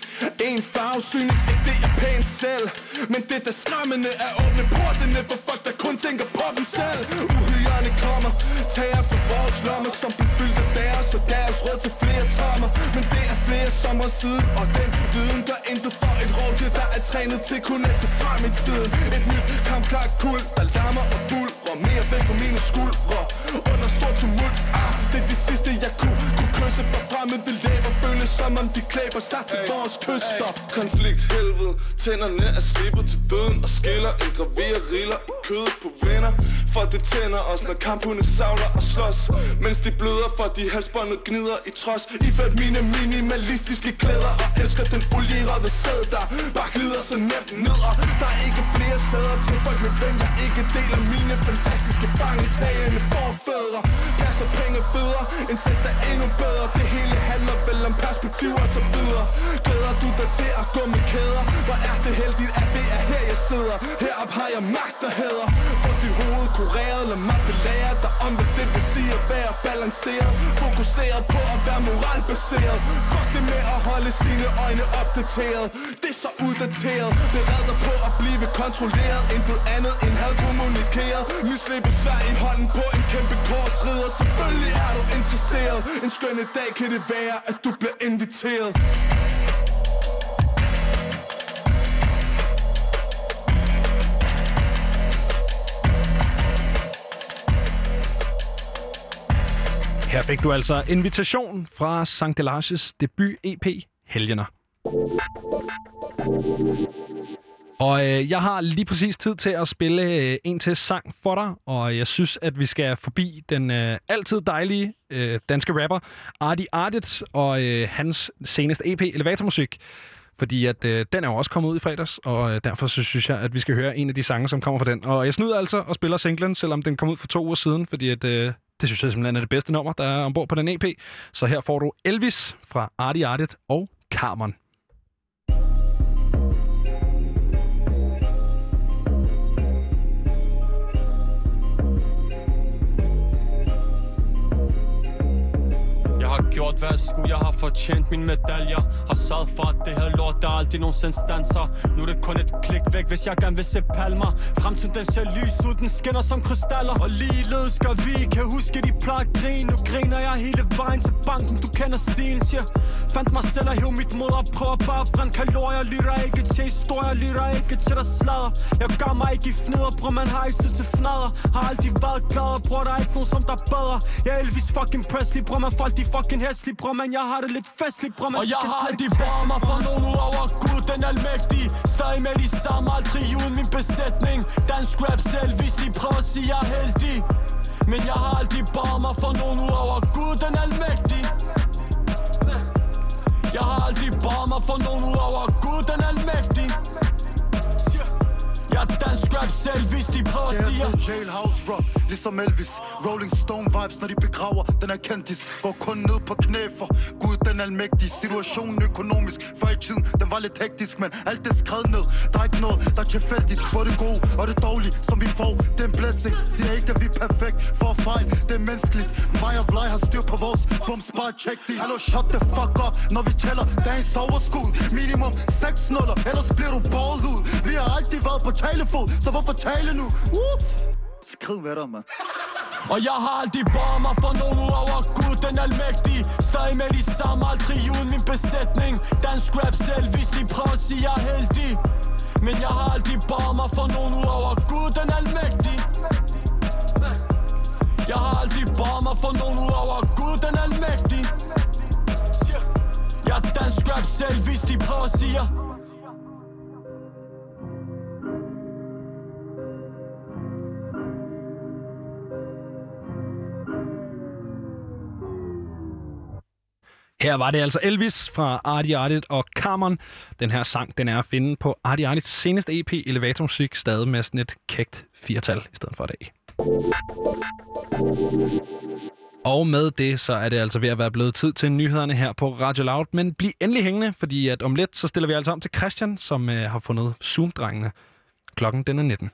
En farve synes ikke det er pænt selv, men det der skræmmende er åbne portene for folk der kun tænker på dem selv. Uhyrerne kommer, tager for vores lommer, som blev fyldt af deres og gav os råd til flere tommer. Men det er flere sommer siden, og den viden gør intet for et rovdyr, der er trænet til kun at se frem i tiden. Et nyt kampklart kuld, der larmer og bulrer mere væk på mine skuldre. Under stor tumult, det er det sidste jeg kunne kysse for fremmede læber. Føles som om de klæber sig til vores kyster. Konflikt helvede, tænderne er slibet til døden og skiller. En graverer riller i kødet på venner, for det tænder os når kamphunde savler og slås. Mens de bløder for de halsbåndet gnider i trods. Iført mine minimalistiske klæder og elsker den olierøde sæd der bare glider så nemt nedad. Der er ikke flere sæder til folk med hvem jeg ikke deler mine fantastiske fangetagende forfædre. Passer penge fødder, incest er endnu bedre. Det hele handler vel om perspektiv og så videre. Glæder du dig til at gå med kæder? Hvor er det heldigt at det er her jeg sidder. Herop har jeg magt og hæder. Få dit hoved kureret, lad mig belære dig om hvad det vil sige at være balanceret. Fokuseret på at være moralbaseret. Fuck det med at holde sine øjne opdateret. Det er så uddateret. Bered dig på at blive kontrolleret. Intet andet end had kommunikeret. Nyslipper svær i hånden på en kæmpe korsridder. Selvfølgelig er du interesseret. En skønne dag kan det være at du bliver inviteret. Her fik du altså invitation fra Sankt Lars' debut-EP Helgener. Og jeg har lige præcis tid til at spille en til sang for dig, og jeg synes, at vi skal forbi den altid dejlige danske rapper Artie Artit og hans seneste EP Elevatormusik. Fordi at den er jo også kommet ud i fredags, og derfor så synes jeg, at vi skal høre en af de sange, som kommer fra den. Og jeg snyder altså og spiller singlen, selvom den kom ud for 2 uger siden, fordi at, det synes jeg simpelthen er det bedste nummer, der er ombord på den EP. Så her får du Elvis fra Artie Artit og Carmen. Jeg har gjort hvad jeg skulle, jeg har fortjent mine medaljer. Har sørget for at det her lort, der aldrig nogensinde stanser. Nu er det kun et klik væk, hvis jeg gerne vil se palmer. Fremtiden den ser lys ud, den skinner som krystaller. Og ligeledes gør vi, kan huske de plejer at grine. Nu griner jeg hele vejen til banken, du kender stilen, siger. Fandt mig selv og hæv mit mod og prøver bare at brænde kalorier. Lytter ikke til historier, lytter ikke til der sladder. Jeg gør mig ikke i fnider, bror, man har ikke tid til fnader. Har aldrig været glad, bror, der er ikke nogen som der er bedre. Jeg er Elvis fucking Presley, bror, man folk de fucking hæslig, bror, men jeg har det lidt festlig, bror, man. Og jeg har aldrig været mig for nogen ud over Gud, den almægtige. Stadig med de samme, aldrig uden min besætning. Dansk rap selv, hvis de prøver at sige, jeg er heldig. Men jeg har aldrig bare mig for nogen ud over Gud den almægtige. Jeg har aldrig bare mig for nogen ud over Gud den almægtige. Jeg er dansk rap selv, hvis de prøver at sige. Det er jailhouse rock, ligesom Elvis. Rolling Stone vibes, når de begraver den er kendis. Går kun ned på knæ for Gud den almægtige. Situationen økonomisk, før i tiden, den var lidt hektisk. Men alt det skrevet ned, der er ikke noget, der er tilfældigt. Både det gode og det dårlige, som vi får, det er en blessing. Siger ikke, at vi er perfekt for fejl, det er menneskeligt. Mig og Vlaj har styr på vores bums, bare check det. Hallo, shut the fuck up, når vi tæller dagens overskud. Minimum 6 nuller, ellers bliver du båret ud. Vi har altid været på talefod, så hvorfor tale nu? Skriv med dig, man. Og jeg har aldrig bare mig for nogen ud over Gud den almægtige. Stadig med de samme, aldrig uden min besætning. Dansk rap selv, hvis de prøver at sige, jeg er heldig. Men jeg har aldrig bare mig for nogen ud over Gud den almægtige. Jeg har aldrig bare mig for nogen ud over Gud den almægtige. Jeg er dansk rap selv, hvis de prøver at sige. Her var det altså Elvis fra Artie Artie og Cameron. Den her sang, den er at finde på Artie Arties seneste EP, Elevatormusik, stadig med sådan et kægt 4-tal i stedet for et A. Og med det, så er det altså ved at være blevet tid til nyhederne her på Radio Loud. Men bliv endelig hængende, fordi at om lidt, så stiller vi altså om til Christian, som har fundet Zoom-drengene. Klokken, den er 19.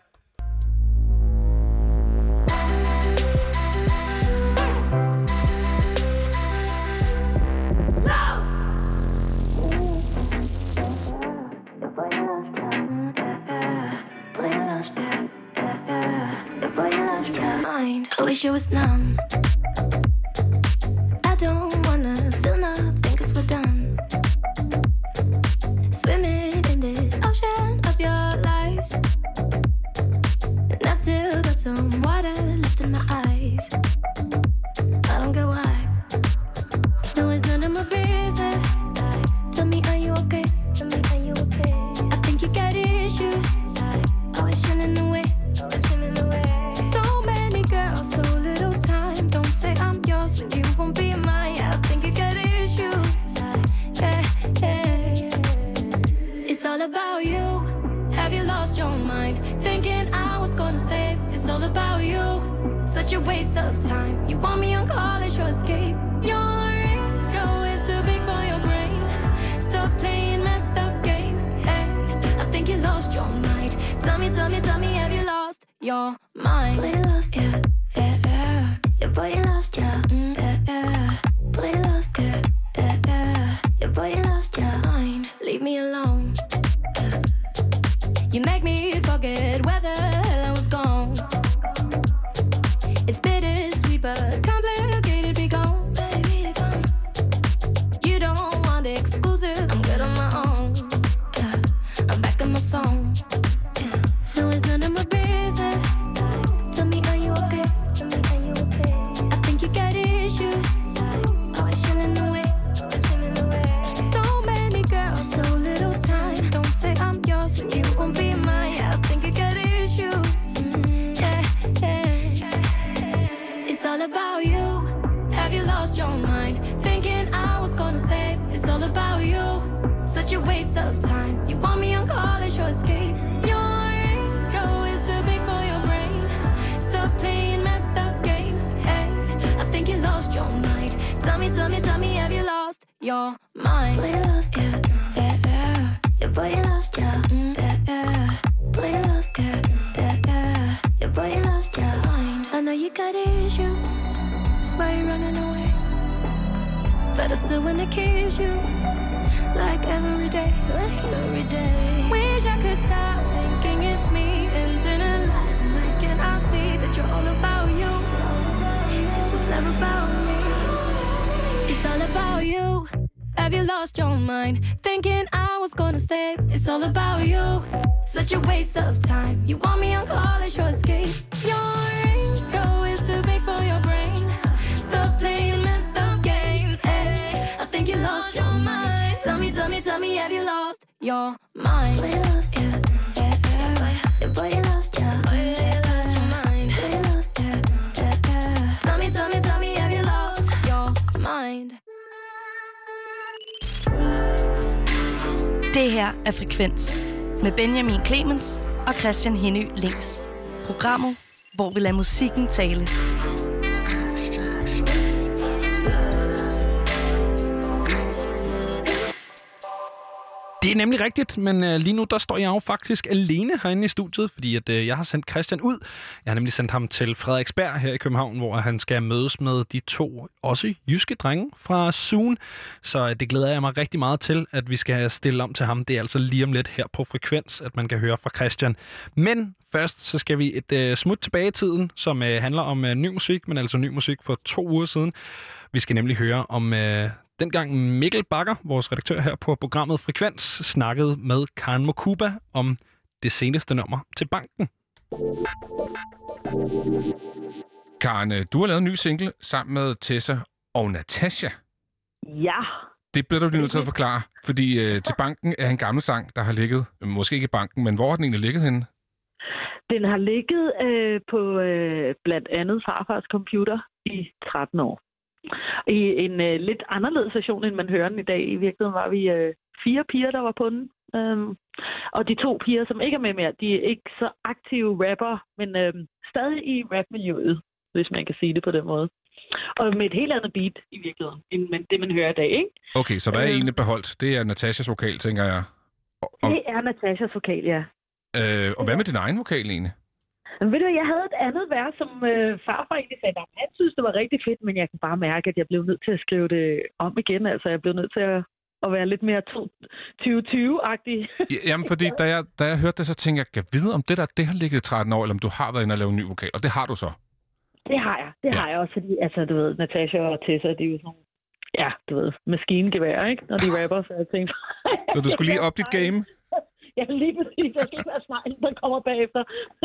I wish it was numb. I don't wanna feel nothing cause we're done. Swimming in this ocean of your lies. And I still got some water left in my eyes. I don't get why. No, it's none of my business. Tell me, are you okay? Tell me, are you okay? I think you got issues. Always running away. So many girls, so little time. Don't say I'm yours when you won't be mine. I think you got issues. Yeah, yeah. It's all about you. Have you lost your mind? Thinking I was gonna stay. It's all about you. Such a waste of time. You want me on college or escape? Your ego is too big for your brain. Stop playing messed up games. Hey, I think you lost your mind. Tell me, have you lost your mind? Boy, you lost, yeah, yeah, yeah. Yeah, boy, you lost, yeah, yeah, yeah. Boy, you lost, yeah, yeah, yeah. Yeah, boy, you lost your mind. Leave me alone. Yeah. You make me forget where the hell I was gone. It's bittersweet but complicated, be gone, baby, gone. You don't want exclusive, I'm good on my own. Yeah, I'm back in my zone. Yeah, no, it's none of my business. Tell me, are you okay? Tell me, are you okay? I think you got issues. Always running away. So many girls, so little time. Don't say I'm yours when you won't be mine. I think you got issues. Yeah, yeah. It's all about you. Have you lost your mind? Thinking I was gonna stay. It's all about you. Such a waste of time. You want me on college or escape? Your ego is too big for your brain. Stop playing messed up games. Hey, I think you lost your mind. Tell me, have you lost your mind? Boy, you lost, yeah, yeah, yeah. Yeah, boy, you lost, yeah, yeah, yeah. Boy, you lost, yeah, yeah, yeah. Yeah, boy, you lost your mind. I know you got issues. That's why you're running away. But I still wanna kiss you. Like every day. Wish I could stop thinking it's me. Internalizing, why can't I see that you're all about you? This was never about me. It's all about you. Have you lost your mind? Thinking I was gonna stay. It's all about you. Such a waste of time. You want me on college or escape? Your ego is too big for your brain. Stop playing messed up games. Hey, I think you lost your mind. Tell me, have you lost your mind? Boy, you lost, yeah, yeah, yeah. Boy, you lost, yeah, yeah, you lost your mind. Boy, you lost, yeah, yeah, yeah. Det her er Frekvens med Benjamin Clemens og Christian Henny Links. Programmet, hvor vi lader musikken tale. Det er nemlig rigtigt, men lige nu der står jeg jo faktisk alene herinde i studiet, fordi at, jeg har sendt Christian ud. Jeg har nemlig sendt ham til Frederiksberg her i København, hvor han skal mødes med de to også jyske drenge fra Zoom. Så det glæder jeg mig rigtig meget til, at vi skal stille om til ham. Det er altså lige om lidt her på Frekvens, at man kan høre fra Christian. Men først så skal vi et smut tilbage i tiden, som handler om ny musik, men altså ny musik for 2 uger siden. Vi skal nemlig høre om... dengang Mikkel Bakker, vores redaktør her på programmet Frekvens, snakkede med Karen Mokuba om det seneste nummer til banken. Karen, du har lavet en ny single sammen med Tessa og Natasha. Ja. Det bliver du lige nødt til at forklare, fordi til banken er en gammel sang, der har ligget, måske ikke i banken, men hvor har den egentlig ligget henne? Den har ligget på blandt andet farfars computer i 13 år. I en lidt anderledes version, end man hører den i dag. I virkeligheden var vi 4 piger, der var på den. Og de 2 piger, som ikke er med mere, de er ikke så aktive rapper, men stadig i rapmiljøet, hvis man kan sige det på den måde. Og med et helt andet beat i virkeligheden, end det man hører i dag, ikke? Okay, så hvad er egentlig beholdt? Det er Natashas vokal, tænker jeg. Det er Natashas vokal, ja. Og hvad med din egen vokal egentlig? Men ved du, jeg havde et andet vers, som farfar egentlig sagde, at han synes, det var rigtig fedt, men jeg kan bare mærke, at jeg blev nødt til at skrive det om igen. Altså, jeg blev nødt til at være lidt mere 2020-agtig. Jamen, fordi da jeg hørte det, så tænkte jeg, vide om det har ligget i 13 år, eller om du har været inde og lave en ny vokal, og det har du så? Det har jeg. Det har jeg også, fordi, altså, du ved, Natasha og Tessa, de er jo sådan, ja, du ved, maskingevær, ikke? Når de rapper, så jeg tænkte... Så du skulle lige op dit game? Ja, lige præcis. Jeg skal ikke være sneglen, der kommer bagefter.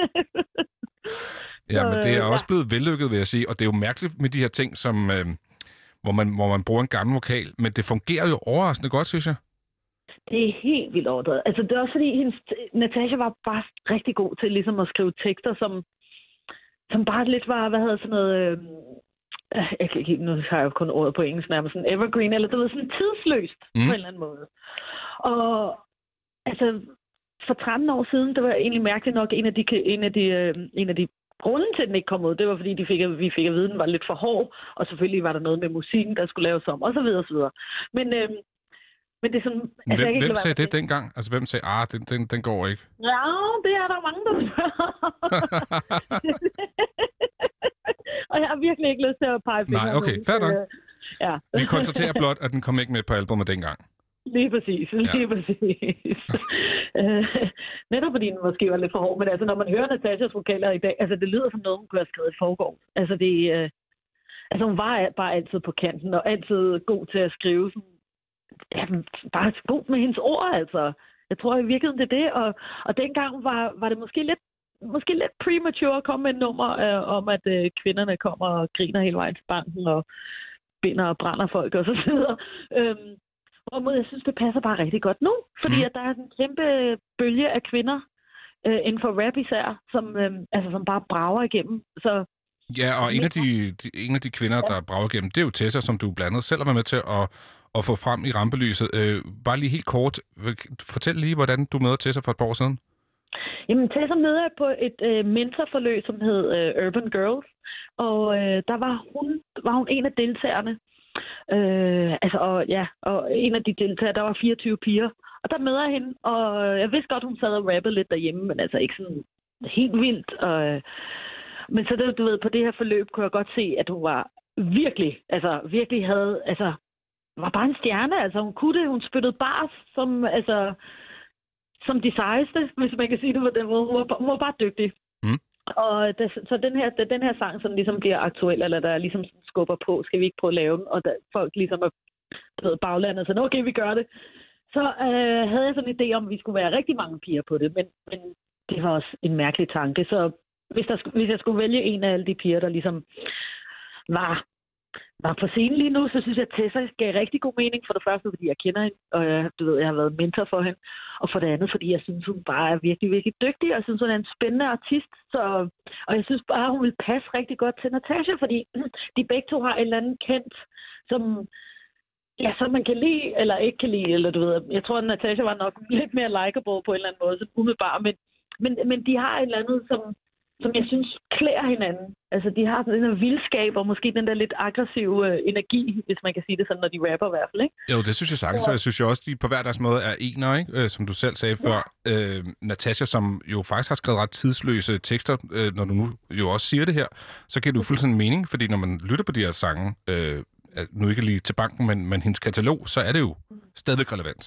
Ja, men det er også blevet vellykket, vil jeg sige. Og det er jo mærkeligt med de her ting, som, hvor man bruger en gammel vokal. Men det fungerer jo overraskende godt, synes jeg. Det er helt vildt overdrevet. Altså, det er også fordi, Natasha var bare rigtig god til ligesom at skrive tekster, som bare lidt var, hvad hedder sådan noget... jeg kan ikke, nu har jeg jo kun ordet på engelsk nærmest, sådan evergreen, eller det var sådan tidsløst på en eller anden måde. Og altså, for 13 år siden, det var egentlig mærkeligt nok, en af de grunde til, at den ikke kom ud, det var, fordi vi fik at vide, at den var lidt for hård, og selvfølgelig var der noget med musikken, der skulle laves om, og så videre, og så videre. Men det er sådan... Altså, hvem sagde det dengang? Altså, hvem sagde, den går ikke? Ja, det er der mange, der og jeg har virkelig ikke lyst til at pege fingre. Nej, okay, fair nok. Ja. Vi konstaterer blot, at den kom ikke med på albumet dengang. Lige præcis. Netop fordi den måske var lidt for hård, men altså, når man hører Natashas vokaler i dag, altså, det lyder som noget, hun kunne have skrevet i forgårs. Altså, altså, hun var bare altid på kanten, og altid god til at skrive sådan, ja, bare god med hendes ord, altså. Jeg tror i virkeligheden, det er det, og dengang var det måske lidt premature at komme med et nummer om, at kvinderne kommer og griner hele vejen til banken, og binder og brænder folk, og så videre. Og jeg synes, det passer bare rigtig godt nu, fordi at der er en kæmpe bølge af kvinder inden for rap især, som bare brager igennem. Så, ja, og en af de kvinder, der brager igennem, det er jo Tessa, som du blandt andet selv har været med til at få frem i rampelyset. Bare lige helt kort, fortæl lige, hvordan du møder Tessa for et par år siden. Jamen, Tessa møder jeg på et mentorforløb, som hed Urban Girls, og der var hun en af deltagerne. Og en af de deltagere, der var 24 piger. Og der møder jeg hende, og jeg vidste godt, hun sad og rappede lidt derhjemme, men altså ikke sådan helt vildt. Men så du ved, på det her forløb kunne jeg godt se, at hun var virkelig havde, altså, var bare en stjerne. Altså, hun kunne det, hun spyttede bars, som de sejeste, hvis man kan sige det på den måde. Hun var bare dygtig. Og så den her sang, som ligesom bliver aktuel, eller der ligesom skubber på, skal vi ikke prøve at lave den, og folk ligesom er baglandet, så okay, vi gør det. Så havde jeg sådan en idé om, at vi skulle være rigtig mange piger på det, men det var også en mærkelig tanke. Så hvis jeg skulle vælge en af alle de piger, der ligesom var på scenen lige nu, så synes jeg, at Tessa gav rigtig god mening. For det første, fordi jeg kender hende, og jeg har været mentor for hende. Og for det andet, fordi jeg synes, hun bare er virkelig, virkelig dygtig, og jeg synes, hun er en spændende artist. Og jeg synes bare, hun vil passe rigtig godt til Natasha, fordi de begge to har en eller anden kendt, som Ja, så man kan lide, eller ikke kan lide, eller du ved. Jeg tror, at Natasha var nok lidt mere likeable på en eller anden måde, så umiddelbart. Men de har et eller andet, som jeg synes klæder hinanden. Altså, de har sådan en vildskab, og måske den der lidt aggressive energi, hvis man kan sige det sådan, når de rapper i hvert fald, ikke? Jo, det synes jeg sagtens, og jeg synes jo også, de på hver deres måde er ener, ikke? Som du selv sagde før. Natasha, som jo faktisk har skrevet ret tidsløse tekster, når du nu jo også siger det her, så giver du fuldstændig mening, fordi når man lytter på de her sange, nu ikke lige til banken, men hendes katalog, så er det jo stadig relevant.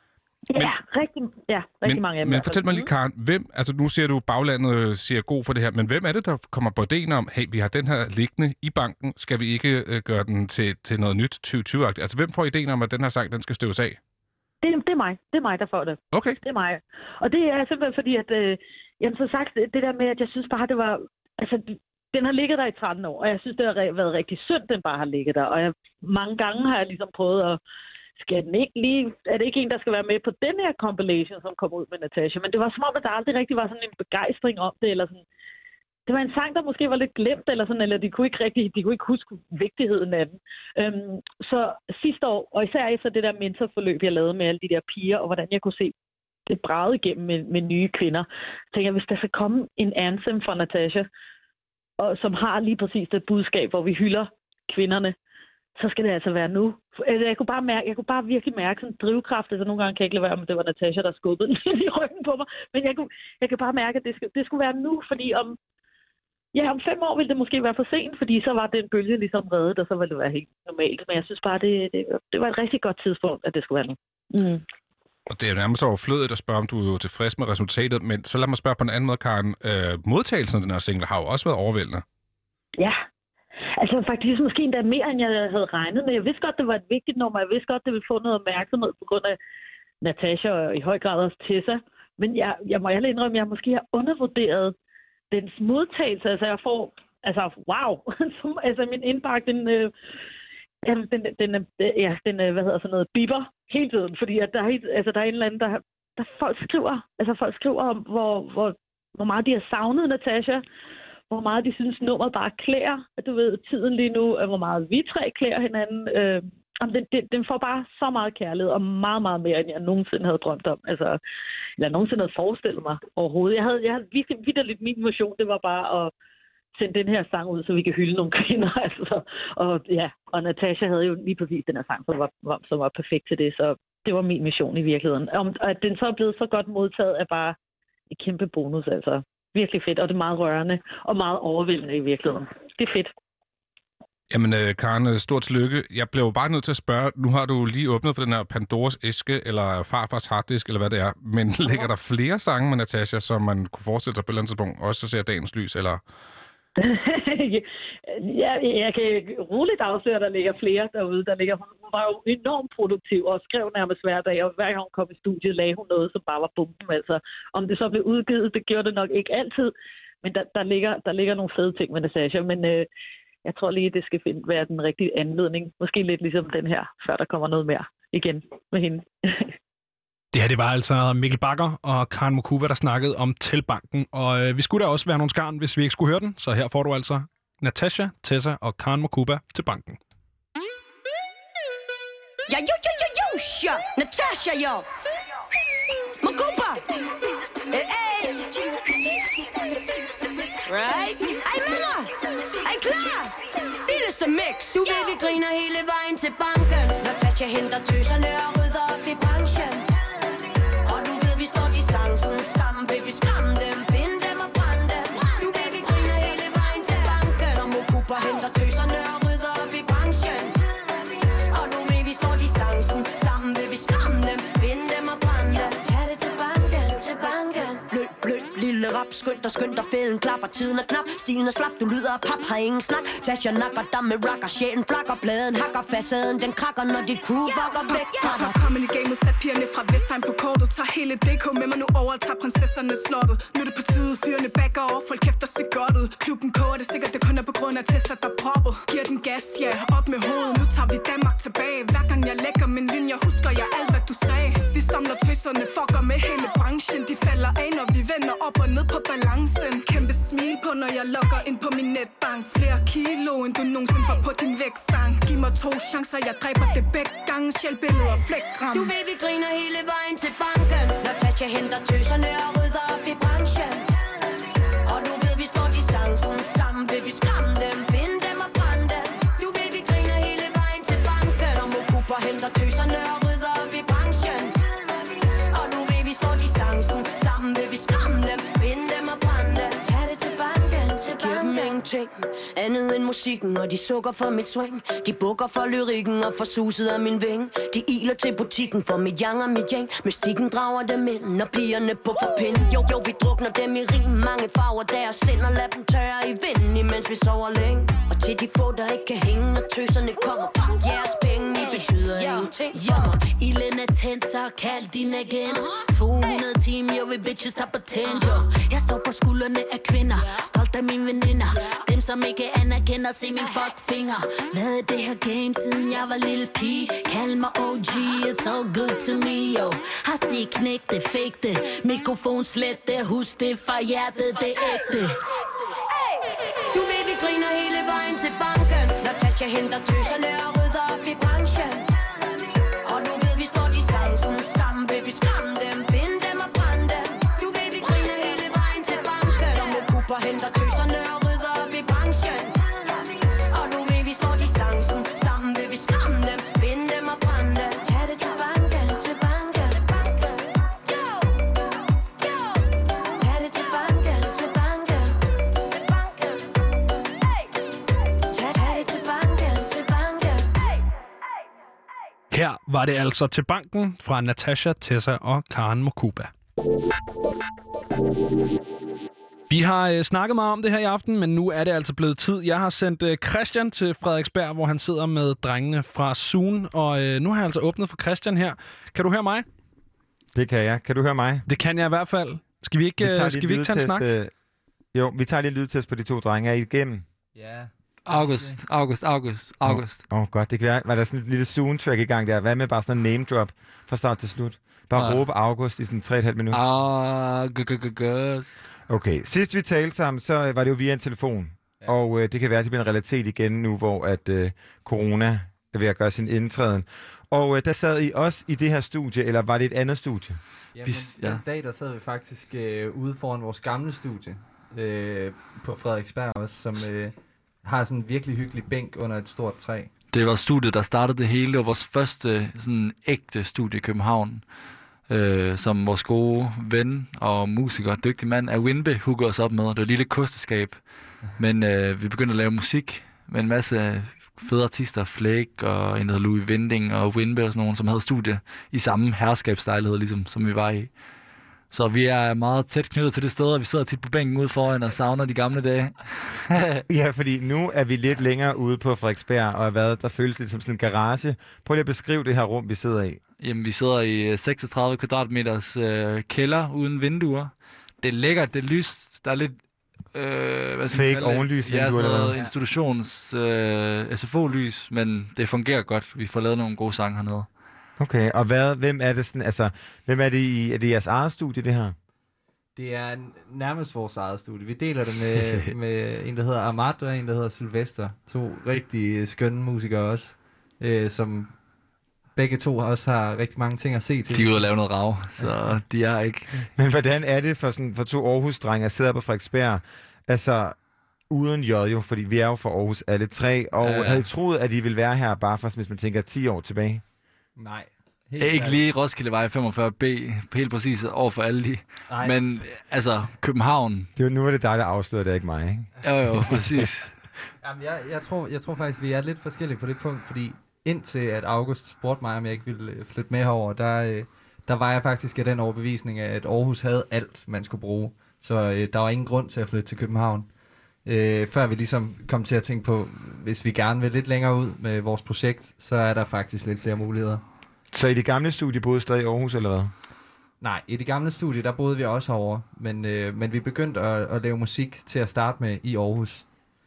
Rigtig mange af dem. Men fortæl mig lige, Karen, nu siger du, baglandet siger god for det her, men hvem er det, der kommer på ideen om, hey, vi har den her liggende i banken, skal vi ikke gøre den til noget nyt 2020-agtigt? Altså, hvem får ideen om, at den her sang, den skal støves af? Det er mig. Det er mig, der får det. Okay. Det er mig. Og det er simpelthen fordi, at så sagt, det der med, at jeg synes bare, det var... Altså, den har ligget der i 13 år, og jeg synes, det har været rigtig synd, den bare har ligget der. Og mange gange har jeg ligesom prøvet at... Er det ikke en, der skal være med på den her compilation, som kom ud med Natasha? Men det var som om, at der aldrig rigtig var sådan en begejstring om det, eller sådan. Det var en sang, der måske var lidt glemt, eller sådan, eller de kunne ikke huske vigtigheden af den. Så sidste år, og især efter det der mentorforløb, jeg lavede med alle de der piger, og hvordan jeg kunne se det bragede igennem med nye kvinder, tænkte jeg, hvis der skal komme en anthem fra Natasha, og som har lige præcis det budskab, hvor vi hylder kvinderne, så skal det altså være nu. Jeg kunne bare virkelig mærke sådan en drivkraft. Altså nogle gange kan jeg ikke lade være, om det var Natasha, der skubbede den i ryggen på mig. Men jeg kan bare mærke, at det skulle være nu, fordi om 5 år ville det måske være for sent, fordi så var den bølge ligesom reddet, og så ville det være helt normalt. Men jeg synes bare, det var et rigtig godt tidspunkt, at det skulle være nu. Mm. Og det er nærmest overflødigt at spørge, om du er tilfreds med resultatet, men så lad mig spørge på en anden måde, Karen. Modtagelsen af den her single har jo også været overvældende. Ja. Altså faktisk måske endda mere, end jeg havde regnet med. Jeg vidste godt, det var et vigtigt nummer. Jeg vidste godt, det ville få noget opmærksomhed på grund af Natasha og i høj grad også Tessa. Men jeg må ærligt indrømme, at jeg måske har undervurderet dens modtagelse. Altså jeg får... Altså wow! Altså min indbakke, den hvad hedder sådan noget, bipper hele tiden. Fordi at der er en eller anden, der folk skriver om, hvor meget de har savnet Natasha. Hvor meget de synes, nummeret bare klæder, at du ved, tiden lige nu, hvor meget vi tre klæder hinanden. Den får bare så meget kærlighed, og meget, meget mere, end jeg nogensinde havde drømt om. Altså, eller nogensinde havde forestillet mig overhovedet. Jeg havde vitterligt min motion, det var bare at sende den her sang ud, så vi kan hylde nogle kvinder. Altså. Og Natasha havde jo lige præcis den her sang, som var perfekt til det, så det var min mission i virkeligheden. Og at den så er blevet så godt modtaget, er bare et kæmpe bonus, altså. Virkelig fedt, og det er meget rørende og meget overvældende i virkeligheden. Det er fedt. Jamen, Karen, stort tillykke. Jeg blev bare nødt til at spørge, nu har du lige åbnet for den her Pandoras æske, eller farfars harddisk, eller hvad det er, men ligger der flere sange med Natasha, som man kunne forestille sig på et eller andet tidspunkt, også så ser dagens lys, eller... Jeg kan roligt afsløre, at der ligger flere derude. Hun var jo enormt produktiv og skrev nærmest hver dag, og hver gang hun kom i studiet, lagde hun noget, som bare var bomben. Altså, om det så blev udgivet, det gjorde det nok ikke altid, men der ligger nogle fede ting med Natasha, men jeg tror lige, det skal være den rigtige anledning. Måske lidt ligesom den her, før der kommer noget mere igen med hende. Det her, det var altså Mikkel Bagger og Karen Mokuba, der snakkede om Telbanken. Og vi skulle da også være nogle skarn, hvis vi ikke skulle høre den. Så her får du altså Natasha, Tessa og Karen Mokuba til banken. Ja, ja, Natasha, yo. Mokuba. Hey. Right? Ej, venner. Er I klar? Vildeste mix. Du ved, vi griner hele vejen til banken. Natasha henter tøserne og rydder op i branchen. Sammen vil vi skræmme dem, binde dem og brænde dem. Du ved, vi griner hele vejen til banken. Og Mokuba henter tøserne og rydder op i branchen. Og nu ved vi står distancen. Sammen vil vi skræmme dem, binde dem og brænde dem. Tag det til banken, til banken. Blød, lille rap, skynd dig fælden klapper. Tiden er knap, stilen er slap, du lyder af pap, har ingen snak. Tasha nakker dig med rocker, sjælen flakker, bladen hakker, facaden den krakker, når dit crew bakker væk fra dig. Kommen i gamet, sat pigerne fra Vestheim på kortet. Tager hele DK med mig nu over og tager prinsesserne slottet. Nu er det på tide, fyrene backer over, folk kæfter sig godt ud. Klubben koger det sikkert, det kun er på grund af Tessa, der proppet. Giver den gas, ja, op med hovedet, nu tager vi Danmark tilbage. Hver gang jeg lægger min linje, husker jeg alt, hvad du sagde. Vi samler tøserne, fucker med hele branchen. De falder af, når vi vender op og ned på balancen. Kæmpe smil på, når jeg logger ind på min netbank. Flere kilo, end du nogensinde får på din vægtstang. Giv mig 2 chancer, jeg dræber det begge gange. Sjælbilleder og flækgram. Du ved, vi griner hele vejen til banken. Når Tatja henter tøserne og rydder op i branchen. Og du ved, vi står distancen. Sammen vil vi skræmme dem, binde dem og brænde dem. Du ved, vi griner hele vejen til banken. Og Mokuber henter tøserne og rydder op i branchen. Og du ved, vi står distancen. Sammen vil vi skræmme dem, binde dem og brænde dem. Tag det til banken, til banken. Giv dem ingenting andet end musikken, og de sukker for mit swing. De bukker for lyrikken og for suset af min vinge. De iler til butikken for mit yang og mit yang. Mystikken drager dem ind, når pigerne på for pind. Jo, vi drukner dem i rim, mange farver deres sind. Og lad dem tørre i vinden, imens vi sover længe. Og til de få, der ikke kan hænge, når tøserne kommer. Fuck jeres penge, I betyder ingenting for mig. Ilden er tændt, så kald din agent. 200 timer, jo, vi bitches tager patent, jo. Jeg står på skuldrene af kvinder, stolt af mine veninder. Dem, som ikke anerkender, se min fuckfinger. Hvad er det her game, siden jeg var lille pige? Kald mig OG, it's all good to me, yo. Har set knæk det, fake det. Mikrofon slet det, husk det fra hjertet, det er ægte. Du ved, vi griner hele vejen til banken. Når Tatja henter tøserne og rydder op i branchen. Og du ved, vi står distancen. Sammen vil vi skræmme dem, binde dem og brænde dem. Du ved, vi griner hele vejen til banken. Og Mokuber henter tøserne og rydder op i branchen. Og du ved, vi står distancen. Sammen vil vi skræmme dem, binde dem og brænde dem. Tag det til banken, til banken. Tag det til banken, til banken. Her var det altså til banken fra Natasha, Tessa og Karen Mokuba. Vi har snakket meget om det her i aften, men nu er det altså blevet tid. Jeg har sendt Christian til Frederiksberg, hvor han sidder med drengene fra Zoom. Og nu har jeg altså åbnet for Christian her. Kan du høre mig? Det kan jeg. Kan du høre mig? Det kan jeg i hvert fald. Skal vi ikke tage en snak? Jo, vi tager lige en lydtest på de 2 drenge. Er I igennem? Ja. August. Godt. Det kan være, var der sådan et lille Zoom-track i gang der. Hvad med bare sådan en name-drop fra start til slut? Bare råbe August i sådan 3,5 minutter. August. Okay. Sidst vi talte sammen, så var det jo via en telefon. Ja. Og det kan være, at det bliver en realitet igen nu, hvor at corona er ved at gøre sin indtræden. Og der sad I også i det her studie, eller var det et andet studie? Jamen, den dag, der sad vi faktisk ude foran vores gamle studie på Frederiksberg også, som har sådan en virkelig hyggelig bænk under et stort træ. Det var studiet, der startede det hele. Det var vores første sådan ægte studie i København, som vores gode ven og musiker, dygtig mand af Winbe, huggede os op med. Det var et lille kosteskab. Men vi begyndte at lave musik med en masse fede artister, Flake og en, der hedder Louis Winding og Winbe og sådan nogen, som havde studie i samme herskabslejlighed, ligesom som vi var i. Så vi er meget tæt knyttet til det sted, og vi sidder tit på bænken ude foran og savner de gamle dage. Ja, fordi nu er vi lidt længere ude på Frederiksberg, og der føles lidt som sådan en garage. Prøv lige at beskrive det her rum, vi sidder i. Jamen, vi sidder i 36 kvadratmeters kælder uden vinduer. Det er lækkert, det er lyst, der er lidt... fake ovenlys. Ja, sådan noget institutions SFO-lys, men det fungerer godt. Vi får lavet nogle gode sange hernede. Okay, og hvem er det sådan, altså, hvem er det er det jeres eget studie, det her? Det er nærmest vores eget studie. Vi deler det med en, der hedder Ahmad, og en, der hedder Sylvester. 2 rigtig skønne musikere også, som begge 2 også har rigtig mange ting at se til. De er ude og lave noget rav, så de er ikke... Men hvordan er det for 2 Aarhus-drenge at sidde på Frederiksberg, altså uden J jo, fordi vi er jo fra Aarhus alle 3, og havde I troet, at I ville være her bare for, hvis man tænker 10 år tilbage? Nej. Ikke lige Roskildevej 45B, helt præcis over for alle de. Men altså, København... Det er jo nu, det dig, der afslører det, ikke mig, ikke? Jo, præcis. Jamen, jeg tror faktisk, vi er lidt forskellige på det punkt, fordi indtil at August spurgte mig, om jeg ikke ville flytte med herover, der var jeg faktisk af den overbevisning af, at Aarhus havde alt, man skulle bruge. Så der var ingen grund til at flytte til København. Før vi ligesom kom til at tænke på, hvis vi gerne vil lidt længere ud med vores projekt, så er der faktisk lidt flere muligheder. Så i det gamle studie boede stadig i Aarhus, eller hvad? Nej, i det gamle studie, der boede vi også herovre, men vi begyndte at lave musik til at starte med i Aarhus.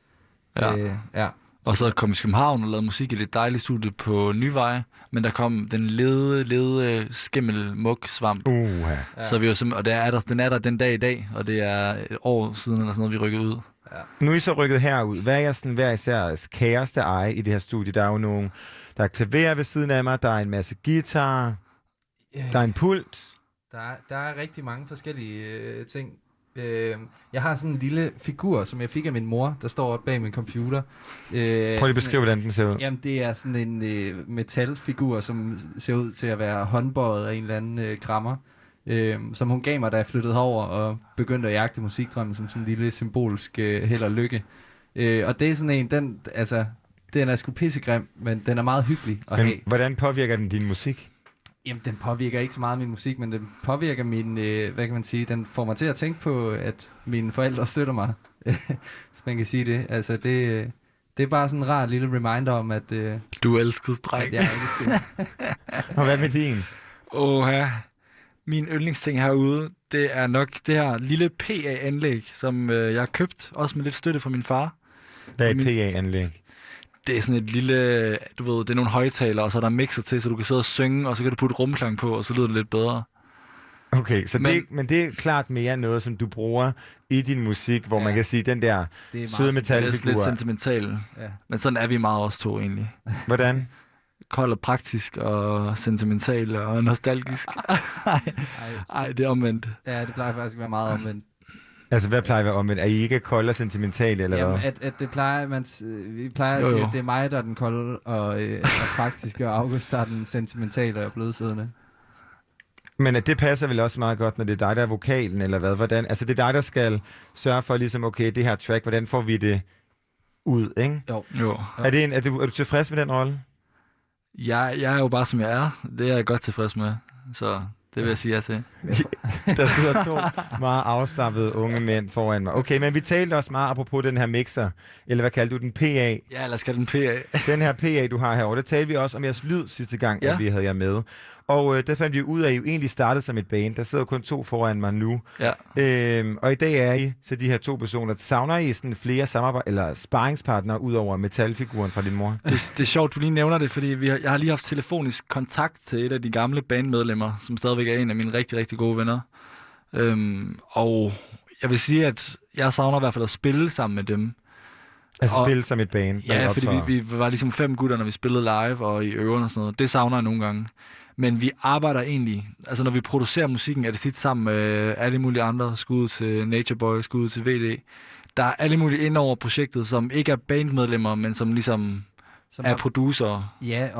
Ja. Og så kom vi til København og lavede musik i det dejlige studie på Nyvej, men der kom den lede skimmelmuk-svamp. Ja. Så vi var og den er der den dag i dag, og det er et år siden eller sådan noget, vi rykkede ud. Ja. Nu er I så rykket herud. Hvad er jeg sådan hver især kæreste eje i det her studie? Der er jo nogle... Der er klaver ved siden af mig, der er en masse guitar, der er en pult. Der er rigtig mange forskellige ting. Jeg har sådan en lille figur, som jeg fik af min mor, der står oppe bag min computer. Prøv lige at beskrive, hvordan den ser ud. Jamen, det er sådan en metalfigur, som ser ud til at være håndbøjet af en eller anden krammer. Som hun gav mig, da jeg flyttede herover og begyndte at jagte musikdrømmen som sådan en lille symbolsk held og lykke. Og det er sådan en, den er sgu pissegrim, men den er meget hyggelig at have. Hvordan påvirker den din musik? Jamen, den påvirker ikke så meget min musik, men den påvirker min, hvad kan man sige, den får mig til at tænke på, at mine forældre støtter mig, hvis man kan sige det. Altså, det er bare sådan en rar lille reminder om, at... Du er elsket, dreng. Jeg er elsket. Og hvad med din? Min yndlingsting herude, det er nok det her lille PA-anlæg, som jeg har købt, også med lidt støtte fra min far. Hvad er et PA-anlæg? Det er sådan et lille, du ved, det er nogle højtalere, og så er der mixer til, så du kan sidde og synge, og så kan du putte rumklang på, og så lyder det lidt bedre. Okay, så men det er klart mere noget, som du bruger i din musik, hvor man kan sige, den der søde metalfigur. Det er lidt sentimental, men sådan er vi meget også to egentlig. Hvordan? Kold og praktisk og sentimental og nostalgisk. Ej, det er omvendt. Ja, det plejer faktisk at være meget omvendt. Altså, hvad plejer at være omvendt? Er I ikke kolde og sentimentale, eller hvad? At det plejer, vi plejer at sige, at det er mig, der er den kolde og praktiske, og August, der er den sentimentale og blødsødende. Men at det passer vel også meget godt, når det er dig, der er vokalen, eller hvad? Hvordan? Altså, det er dig, der skal sørge for, ligesom, okay, det her track, hvordan får vi det ud, ikke? Jo. Er du tilfreds med den rolle? Jeg er jo bare, som jeg er. Det er jeg godt tilfreds med, så... Det vil jeg sige ja til. Der sidder 2 meget afslappede unge mænd foran mig. Okay, men vi talte også meget apropos den her mixer, eller hvad kaldte du den? PA? Ja, lad os kalde den PA. Den her PA, du har herovre, der talte vi også om jeres lyd sidste gang, at vi havde jer med. Og der fandt vi ud af, at I jo egentlig startede som et band. Der sidder kun 2 foran mig nu. Ja. Og i dag er I så de her 2 personer. Savner I sådan flere samarbejde eller sparringspartnere ud over metalfiguren fra din mor? Det er sjovt, du lige nævner det, fordi jeg har lige haft telefonisk kontakt til et af de gamle bandmedlemmer, som stadigvæk er en af mine rigtig, rigtig gode venner. Og jeg vil sige, at jeg savner i hvert fald at spille sammen med dem. Altså spille som et band? Ja, fordi vi var ligesom 5 gutter, når vi spillede live og i øverne og sådan noget. Det savner jeg nogle gange. Men vi arbejder egentlig, altså når vi producerer musikken, er det tit sammen med alle mulige andre, skud til Nature Boy, skud til VD. Der er alle mulige ind over projektet, som ikke er bandmedlemmer, men som ligesom er producer.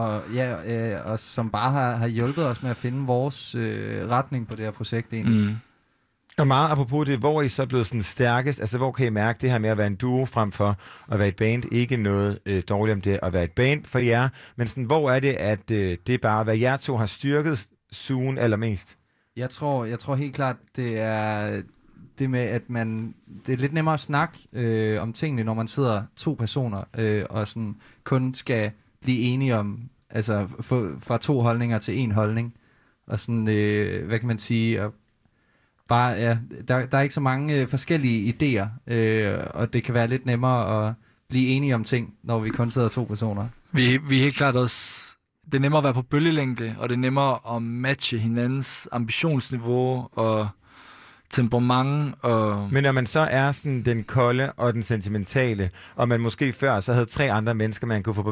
Ja, og som bare har hjulpet os med at finde vores retning på det her projekt egentlig. Mm. Og meget apropos det, hvor er I så blevet sådan stærkest? Altså, hvor kan I mærke det her med at være en duo frem for at være et band? Ikke noget dårligt om det at være et band for jer, men sådan, hvor er det, at det er bare, hvad jer 2 har styrket sugen allermest? Jeg tror helt klart, det er det med, at det er lidt nemmere at snakke om tingene, når man sidder 2 personer og sådan kun skal blive enige om, altså fra 2 holdninger til 1 holdning. Og sådan, hvad kan man sige, og bare, ja, der er ikke så mange forskellige idéer, og det kan være lidt nemmere at blive enige om ting, når vi kun sidder 2 personer. Vi er helt klart også... Det er nemmere at være på bølgelængde, og det er nemmere at matche hinandens ambitionsniveau og temperament. Men når man så er sådan den kolde og den sentimentale, og man måske før så havde 3 andre mennesker, man kunne få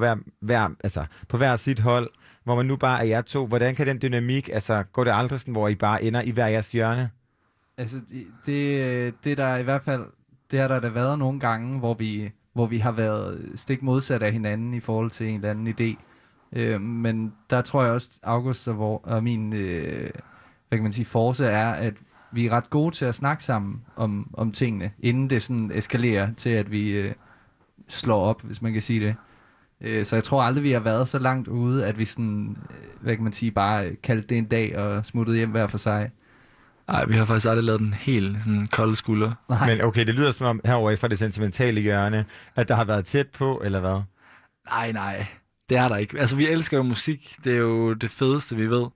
på hver sit hold, hvor man nu bare er jer 2, hvordan kan den dynamik, altså går det aldrig sådan, hvor I bare ender i hver jeres hjørne? Altså, det der i hvert fald, det har der været nogle gange, hvor vi har været stik modsat af hinanden i forhold til en eller anden idé. Men der tror jeg også, August og min, hvad kan man sige, force er, at vi er ret gode til at snakke sammen om tingene, inden det sådan eskalerer til, at vi slår op, hvis man kan sige det. Så jeg tror aldrig, vi har været så langt ude, at vi sådan, hvad kan man sige, bare kaldte det en dag og smuttede hjem hver for sig. Nej, vi har faktisk aldrig lavet den helt sådan kolde skulder. Men okay, det lyder som om herovre fra det sentimentale hjørne, at der har været tæt på, eller hvad? Nej, det er der ikke. Altså, vi elsker jo musik. Det er jo det fedeste, vi ved.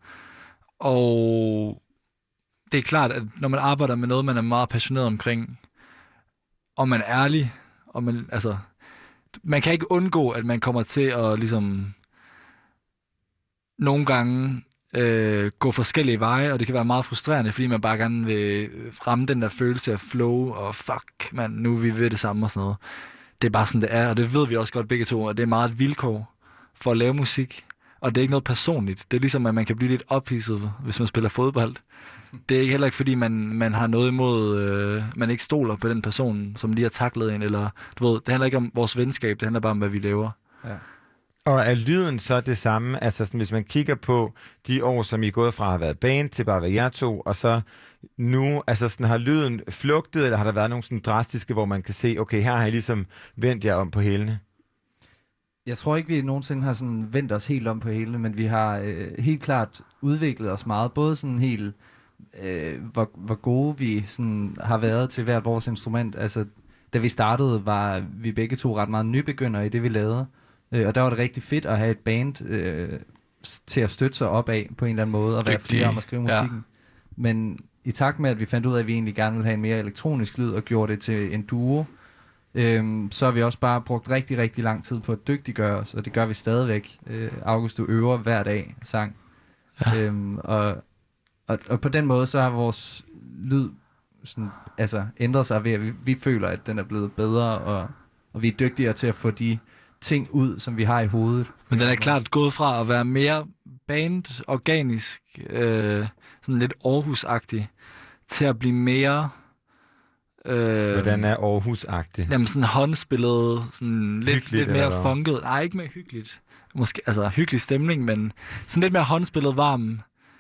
Og det er klart, at når man arbejder med noget, man er meget passioneret omkring, og man er ærlig, og man kan ikke undgå, at man kommer til at ligesom nogle gange gå forskellige veje, og det kan være meget frustrerende, fordi man bare gerne vil ramme den der følelse af flow, og fuck, man, nu er vi ved det samme og sådan noget. Det er bare sådan, det er, og det ved vi også godt begge to, og det er meget et vilkår for at lave musik, og det er ikke noget personligt. Det er ligesom, at man kan blive lidt ophidset, hvis man spiller fodbold. Det er ikke heller ikke, fordi man har noget imod, man ikke stoler på den person, som lige har taklet en, eller du ved, det handler ikke om vores venskab, det handler bare om, hvad vi laver. Ja. Og er lyden så det samme? Altså sådan, hvis man kigger på de år, som I er gået fra at have været band til bare at være jer to, og så nu, altså sådan, har lyden flugtet, eller har der været nogle sådan drastiske, hvor man kan se, okay, her har I ligesom vendt jer om på hælene? Jeg tror ikke, vi nogensinde har sådan vendt os helt om på hælene, men vi har helt klart udviklet os meget, både sådan helt, hvor gode vi sådan har været til hvert vores instrument. Altså, da vi startede, var vi begge to ret meget nybegyndere i det, vi lavede. Og der var det rigtig fedt at have et band til at støtte sig op af på en eller anden måde, og være flere om at skrive musikken. Ja. Men i takt med, at vi fandt ud af, at vi egentlig gerne ville have en mere elektronisk lyd, og gjorde det til en duo, så har vi også bare brugt rigtig, rigtig lang tid på at dygtiggøre os, og det gør vi stadigvæk. August, du øver hver dag sang. Ja. Og på den måde, så har vores lyd sådan, altså, ændret sig ved, at vi føler, at den er blevet bedre, og vi er dygtigere til at få de ting ud, som vi har i hovedet. Men den er klart gået fra at være mere band-organisk, sådan lidt Aarhus-agtig, til at blive mere... Hvordan er Aarhus-agtig? Jamen sådan håndspillet, sådan lidt mere funket. Nej, ikke mere hyggeligt. Måske, altså hyggelig stemning, men sådan lidt mere håndspillet varm.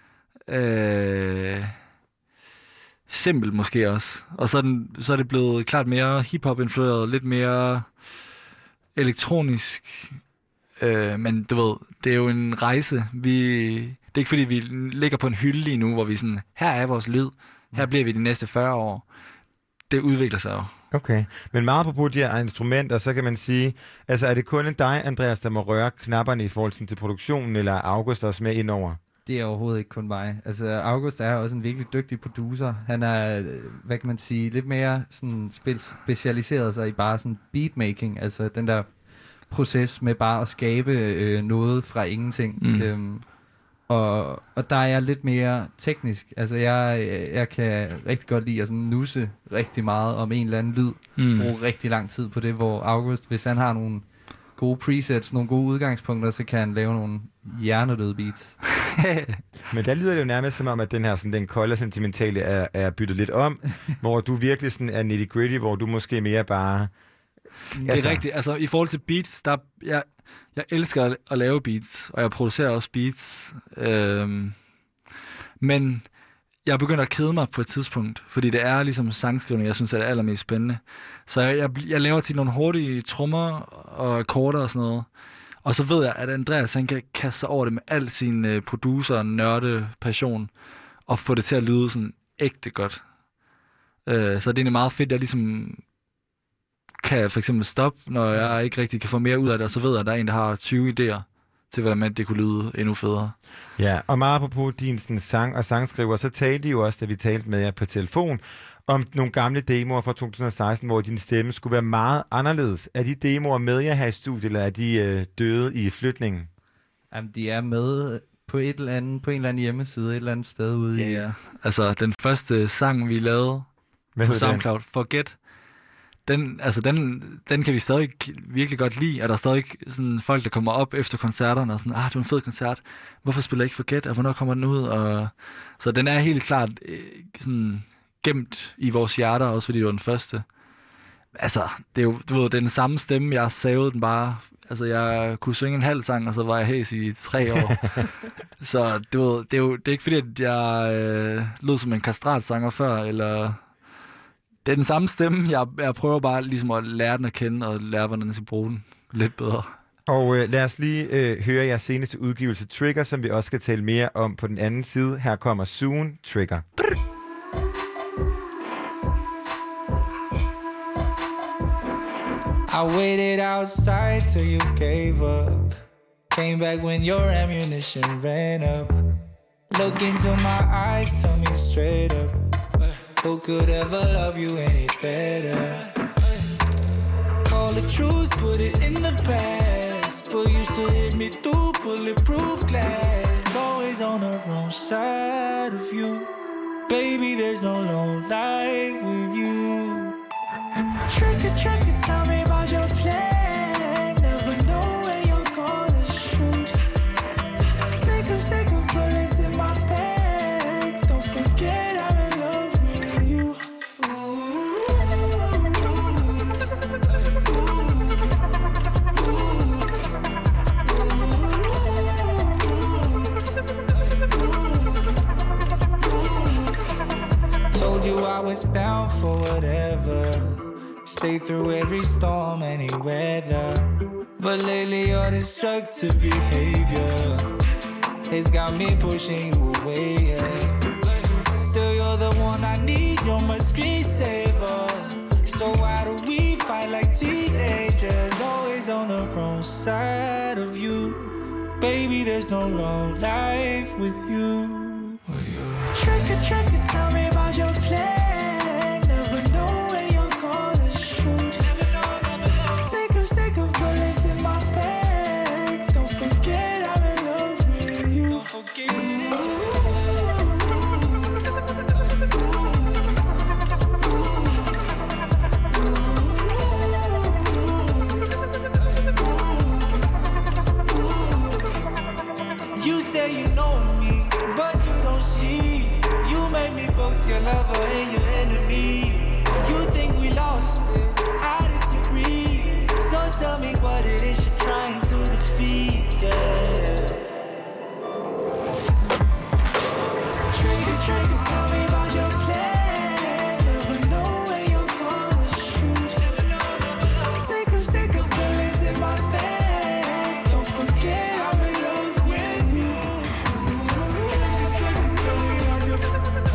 Simpel måske også. Og så er det blevet klart mere hip-hop-influeret, lidt mere elektronisk. Men du ved, det er jo en rejse. Det er ikke fordi, vi ligger på en hylde lige nu, hvor vi sådan, her er vores lyd, her bliver vi de næste 40 år. Det udvikler sig jo. Okay, men meget på de her instrumenter, så kan man sige, altså er det kun dig, Andreas, der må røre knapperne i forhold til produktionen, eller er August også med indover? Det er overhovedet ikke kun mig. Altså, August er også en virkelig dygtig producer. Han er, hvad kan man sige, lidt mere sådan specialiseret sig i bare sådan beatmaking, altså den der proces med bare at skabe noget fra ingenting. Og der er jeg lidt mere teknisk. Altså, jeg kan rigtig godt lide at sådan nusse rigtig meget om en eller anden lyd. Bruge rigtig lang tid på det, hvor August, hvis han har nogle gode presets, nogle gode udgangspunkter, så kan han lave nogle hjernedøde beats. Men der lyder det jo nærmest som om, at den her sådan, den kolde sentimentale er byttet lidt om, hvor du virkelig sådan er nitty-gritty, hvor du måske mere bare... Det er rigtigt. Altså, i forhold til beats, jeg elsker at lave beats, og jeg producerer også beats. Men jeg begynder at kede mig på et tidspunkt, fordi det er ligesom sangskrivning, jeg synes er det allermest spændende. Så jeg laver til nogle hurtige trommer og akkorder og sådan noget. Og så ved jeg, at Andreas han kan kaste sig over det med al sin producer-nørde passion og få det til at lyde sådan ægte godt. Så det er meget fedt, at jeg ligesom kan for eksempel stoppe, når jeg ikke rigtig kan få mere ud af det, og så ved jeg, at der er en, der har 20 idéer til, hvordan det kunne lyde endnu federe. Ja, og meget apropos din sådan, sang og sangskriver, så talte de jo også, da vi talte med jer på telefon, om nogle gamle demoer fra 2016, hvor din stemme skulle være meget anderledes. Er de demoer med jer her i studiet, eller er de døde i flytningen? Jamen, de er med på en eller anden hjemmeside, et eller andet sted ude i... Ja. Altså, den første sang, vi lavede på SoundCloud, Forget, den kan vi stadig virkelig godt lide, og der er stadig sådan folk, der kommer op efter koncerterne og sådan, det var en fed koncert, hvorfor spiller jeg ikke Forget, og hvornår kommer den ud? Og så den er helt klart sådan gemt i vores hjerter, også fordi det var den første. Altså, det er jo, du ved, det er den samme stemme, jeg savede den bare. Altså, jeg kunne synge en halv sang, og så var jeg hæs i 3 år. Så du ved, det er ikke fordi, at jeg lød som en kastratsanger før, eller... Det er den samme stemme. Jeg prøver bare ligesom at lære den at kende, og lære, hvordan jeg skal bruge den lidt bedre. Og lad os lige høre jeres seneste udgivelse, Trigger, som vi også skal tale mere om på den anden side. Her kommer Soon, Trigger. I waited outside till you gave up. Came back when your ammunition ran up. Look into my eyes, tell me straight up. Who could ever love you any better? Call the truth, put it in the past. People used to hit me through bulletproof glass. Always on the wrong side of you. Baby, there's no long life with you. Trick or tell me about your plan. Never know where you're gonna shoot. Sick of bullets in my head. Don't forget I'm in love with you. Told you I was down for whatever. Stay through every storm, any weather. But lately your destructive behavior has got me pushing you away, yeah. Still you're the one I need, you're my screensaver. So why do we fight like teenagers? Always on the wrong side of you. Baby, there's no long life with you. Trick or tell me about your plan. Never know where you're gonna shoot. Sick of bullets in my head. Don't forget I'm in love with you. Don't forget. You say you know me, but you don't see. You made me both your lover and your enemy. You think we lost it, I disagree. So tell me what it is you're trying to defeat, yeah. Trick or tell me about your plan. Never know where you're gonna shoot. Sick of bullets in my bag. Don't forget I'm in love with you. Trick or tell me about your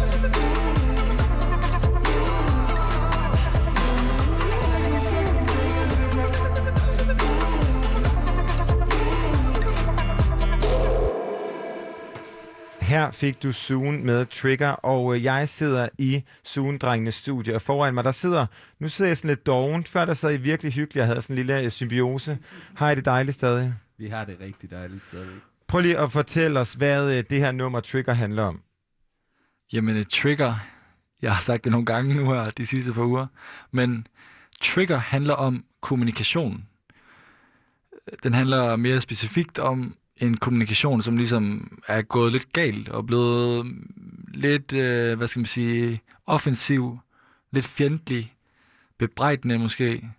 Her fik du Zoom med Trigger, og jeg sidder i Zoom-drengenes studie, og foran mig, nu sidder jeg sådan lidt dovent. Før der sad I virkelig hyggeligt, jeg havde sådan en lille symbiose. Har I det dejligt stadig? Vi har det rigtig dejligt stadig. Prøv lige at fortælle os, hvad det her nummer Trigger handler om. Jamen, Trigger, jeg har sagt det nogle gange nu her, de sidste par uger, men Trigger handler om kommunikation. Den handler mere specifikt om en kommunikation, som ligesom er gået lidt galt og blevet lidt, offensiv, lidt fjendtlig, bebrejdende måske.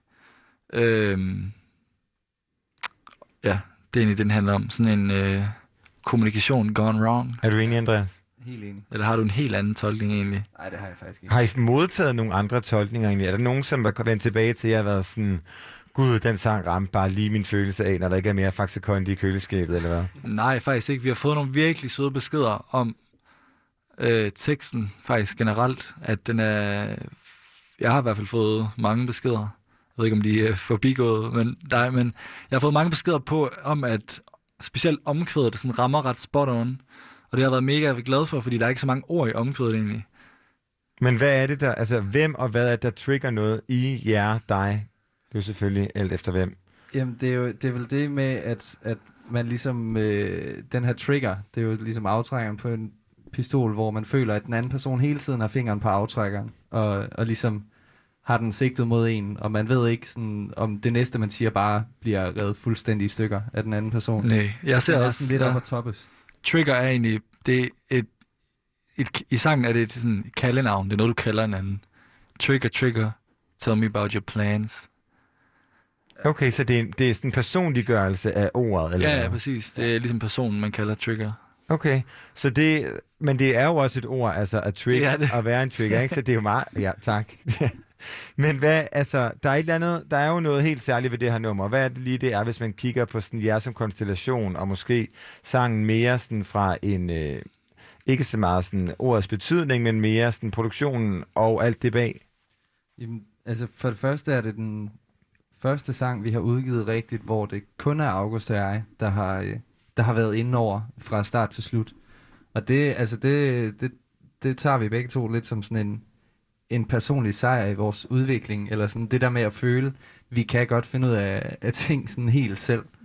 Ja, det er egentlig, den handler om. Sådan en kommunikation gone wrong. Er du enig, Andreas? Helt enig. Eller har du en helt anden tolkning egentlig? Nej, det har jeg faktisk ikke. Har I modtaget nogle andre tolkninger egentlig? Er der nogen, som er vendt tilbage til, at jeg har været sådan... Gud, den sang ramte bare lige min følelse af, når der ikke er mere Faxe Kondi i køleskabet, eller hvad? Nej, faktisk ikke. Vi har fået nogle virkelig søde beskeder om teksten, faktisk generelt, at den er... Jeg har i hvert fald fået mange beskeder. Jeg ved ikke, om de er forbigået, men jeg har fået mange beskeder på, om at specielt omkvædet sådan rammer ret spot on. Og det har jeg været mega glad for, fordi der er ikke så mange ord i omkvædet egentlig. Men hvad er det der... Altså, hvem og hvad er det, der trigger noget i jer, dig? Det er jo selvfølgelig alt efter hvem. Jamen, det er vel det med, at man ligesom... den her trigger, det er jo ligesom aftrækkeren på en pistol, hvor man føler, at den anden person hele tiden har fingeren på aftrækkeren, og ligesom har den sigtet mod en, og man ved ikke, sådan, om det næste, man siger, bare bliver revet fuldstændig i stykker af den anden person. Nej, jeg ser også... Lidt op at toppes. Trigger er egentlig... I sangen er det sådan et kaldenavn. Det er noget, du kalder en anden. Trigger, tell me about your plans. Okay, så det er sådan en personliggørelse af ordet, eller Ja, præcis. Det er ligesom personen, man kalder trigger. Okay, så men det er jo også et ord, altså at trigger, at være en trigger, ikke? Så det er jo meget... Ja, tak. Men hvad, altså, der er jo noget helt særligt ved det her nummer. Hvad er det lige, det er, hvis man kigger på sådan jer som konstellation, og måske sangen mere sådan fra en... ikke så meget sådan ordets betydning, men mere sådan produktionen og alt det bag? Jamen, altså for det første er det den første sang, vi har udgivet rigtigt, hvor det kun er August og jeg, der har været inde over fra start til slut. Og det tager vi begge to lidt som sådan en personlig sejr i vores udvikling, eller sådan det der med at føle, vi kan godt finde ud af ting sådan helt selv.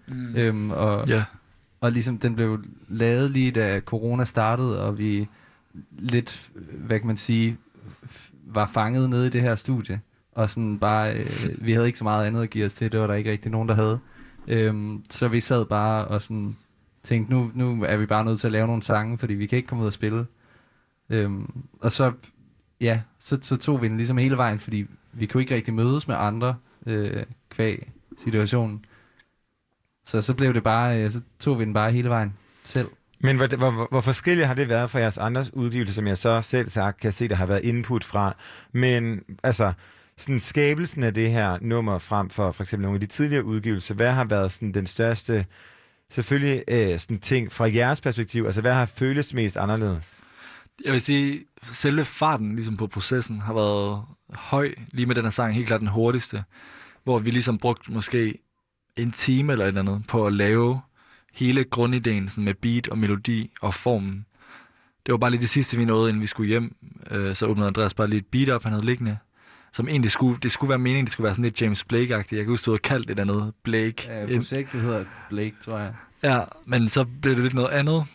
Og ligesom den blev lavet lige da corona startede, og vi lidt, hvad kan man sige, var fanget nede i det her studie. Og sådan bare, vi havde ikke så meget andet at give os til, det var der ikke rigtig nogen, der havde. Så vi sad bare og sådan tænkte, nu er vi bare nødt til at lave nogle sange, fordi vi kan ikke komme ud og spille. Og så tog vi den ligesom hele vejen, fordi vi kunne ikke rigtig mødes med andre kvæg situationen. Så blev det bare, så tog vi den bare hele vejen selv. Men hvor forskelligt har det været fra jeres andres udgivelse, som jeg så selv sagt kan se, der har været input fra. Men altså, sådan skabelsen af det her nummer frem for eksempel nogle af de tidligere udgivelser, hvad har været sådan den største, selvfølgelig sådan ting fra jeres perspektiv, altså hvad har føles mest anderledes? Jeg vil sige, selve farten ligesom på processen har været høj, lige med den her sang, helt klart den hurtigste, hvor vi ligesom brugte måske en time eller et eller andet på at lave hele grundideen sådan med beat og melodi og formen. Det var bare lige det sidste, vi nåede, inden vi skulle hjem. Så åbnede Andreas bare lige et beat op, han havde liggende, som egentlig skulle være meningen, det skulle være sådan lidt James Blake-agtigt. Jeg kan huske, du havde kaldt et andet Blake. Ja, projektet hedder Blake, tror jeg. Ja, men så blev det lidt noget andet.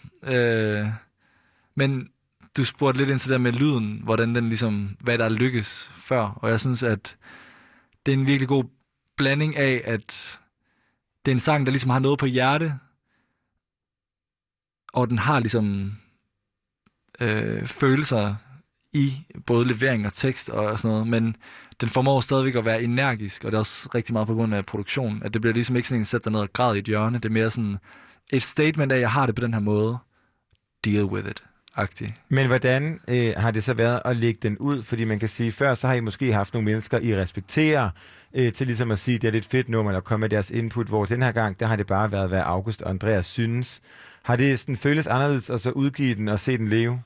Men du spurgte lidt ind til det med lyden, hvordan den ligesom, hvad der lykkes før. Og jeg synes, at det er en virkelig god blanding af, at det er en sang, der ligesom har noget på hjerte, og den har ligesom følelser i både levering og tekst og sådan noget, men den formår stadigvæk at være energisk, og det er også rigtig meget på grund af produktionen, at det bliver ligesom ikke sådan en sæt dig ned og græd i et hjørne, det er mere sådan et statement af, at jeg har det på den her måde, deal with it. Men hvordan har det så været at lægge den ud? Fordi man kan sige, før så har I måske haft nogle mennesker, I respekterer, til ligesom at sige, det er lidt fedt nummer, eller komme med deres input, hvor den her gang, der har det bare været, hvad August og Andreas synes. Har det sådan føles anderledes at så udgive den og se den leve?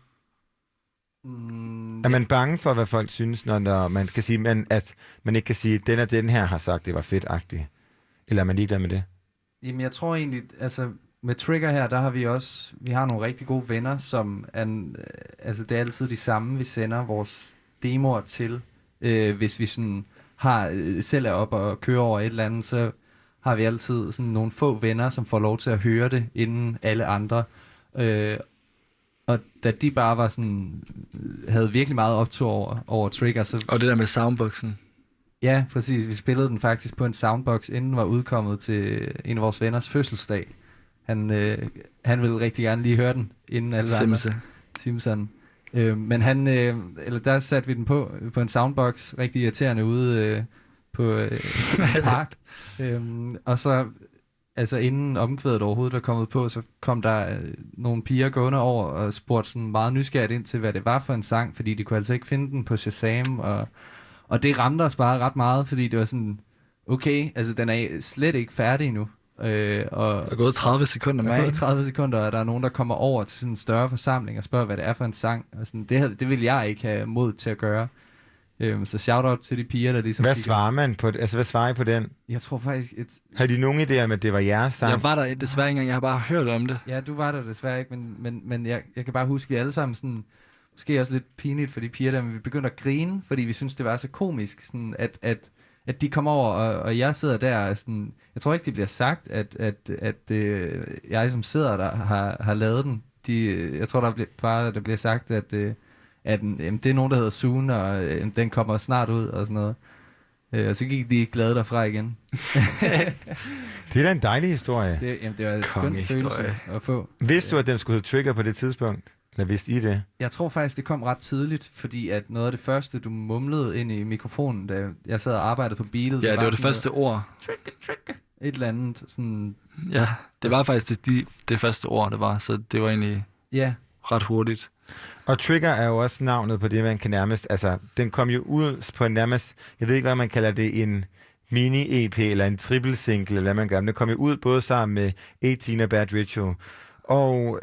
Er man bange for, hvad folk synes, når man kan sige, at man ikke kan sige, at den her har sagt, det var fedt-agtigt? Eller er man ligeglad med det? Jamen, jeg tror egentlig, altså med Trigger her, der har vi har nogle rigtig gode venner, som altså det er altid de samme, vi sender vores demoer til. Hvis vi sådan selv er op og kører over et eller andet, så har vi altid sådan nogle få venner, som får lov til at høre det, inden alle andre. Og da de bare var sådan, havde virkelig meget optur over Trigger. Så og det der med soundboxen. Ja, præcis. Vi spillede den faktisk på en soundbox, inden den var udkommet til en af vores venners fødselsdag. Han ville rigtig gerne lige høre den, inden alle andre. Simpson. Men der satte vi den på en soundbox, rigtig irriterende ude på park. Og så, altså inden omkvædet overhovedet var kommet på, så kom der nogle piger gående over og spurgte sådan meget nysgerrigt ind til, hvad det var for en sang, fordi de kunne altså ikke finde den på Shazam, og det ramte os bare ret meget, fordi det var sådan, okay, altså den er slet ikke færdig endnu. Og der er gået 30 sekunder med. Der er gået 30 sekunder, og der er nogen, der kommer over til sådan en større forsamling og spørger, hvad det er for en sang. Og sådan, det vil jeg ikke have mod til at gøre. Så shout-out til de piger, der ligesom... Hvad svarer man på det? Altså, hvad svarer I på den? Jeg tror faktisk... Har de nogen idéer med, at det var jeres sang? Jeg var der desværre ikke engang, jeg har bare hørt om det. Ja, du var der desværre ikke, men jeg kan bare huske, at vi alle sammen sådan... Måske også lidt pinligt for de piger der, men vi begyndte at grine, fordi vi synes det var så komisk, sådan at de kom over, og jeg sidder der, og sådan, jeg tror ikke, det bliver sagt, at jeg som sidder der har lavet den. Jeg tror, der bliver sagt, at det er nogen, der hedder Soon, og den kommer snart ud, og sådan noget. Og så gik de glade derfra igen. Det er da en dejlig historie. Det var en skøn følelse at få. Vidste du, at den skulle hedde Trigger på det tidspunkt? Eller vidste I det? Jeg tror faktisk, det kom ret tidligt, fordi at noget af det første, du mumlede ind i mikrofonen, da jeg sad og arbejdede på beatet... Ja, det var det første ord. Trigger. Et eller andet sådan... Ja, det var faktisk det første ord, det var, så det var egentlig ret hurtigt. Og Trigger er jo også navnet på det, man kan nærmest... Altså, den kom jo ud på en nærmest... Jeg ved ikke, hvad man kalder det, en mini-EP eller en triple-single, eller hvad man gør. Men den kom jo ud både sammen med 18 og Bad Ritual. Og...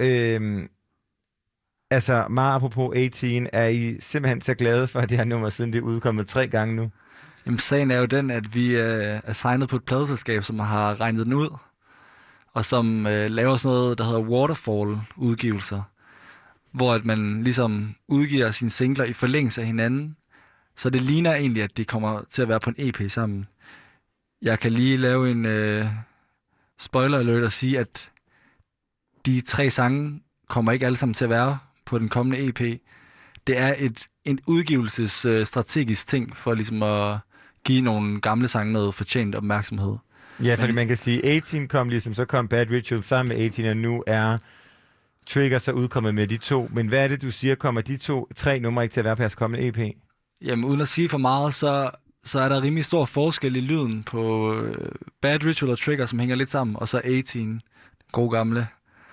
Altså, meget apropos 18, er I simpelthen så glade for det her nummer, siden det er udkommet 3 gange nu? Jamen, sagen er jo den, at vi er signet på et pladeselskab, som har regnet den ud, og som laver sådan noget, der hedder Waterfall-udgivelser, hvor at man ligesom udgiver sine singler i forlængelse af hinanden, så det ligner egentlig, at de kommer til at være på en EP sammen. Jeg kan lige lave en spoiler alert at sige, at de 3 sange kommer ikke alle sammen til at være på den kommende EP. Det er en udgivelsesstrategisk ting for ligesom at give nogle gamle sange noget fortjent opmærksomhed. Ja, fordi man kan sige, 18 kom ligesom, så kom Bad Ritual sammen med 18, og nu er Trigger så udkommet med de 2. Men hvad er det, du siger, kommer de 3 numre ikke til at være på jeres kommende EP? Jamen, uden at sige for meget, så er der rimelig stor forskel i lyden på Bad Ritual og Trigger, som hænger lidt sammen, og så 18, gode gamle.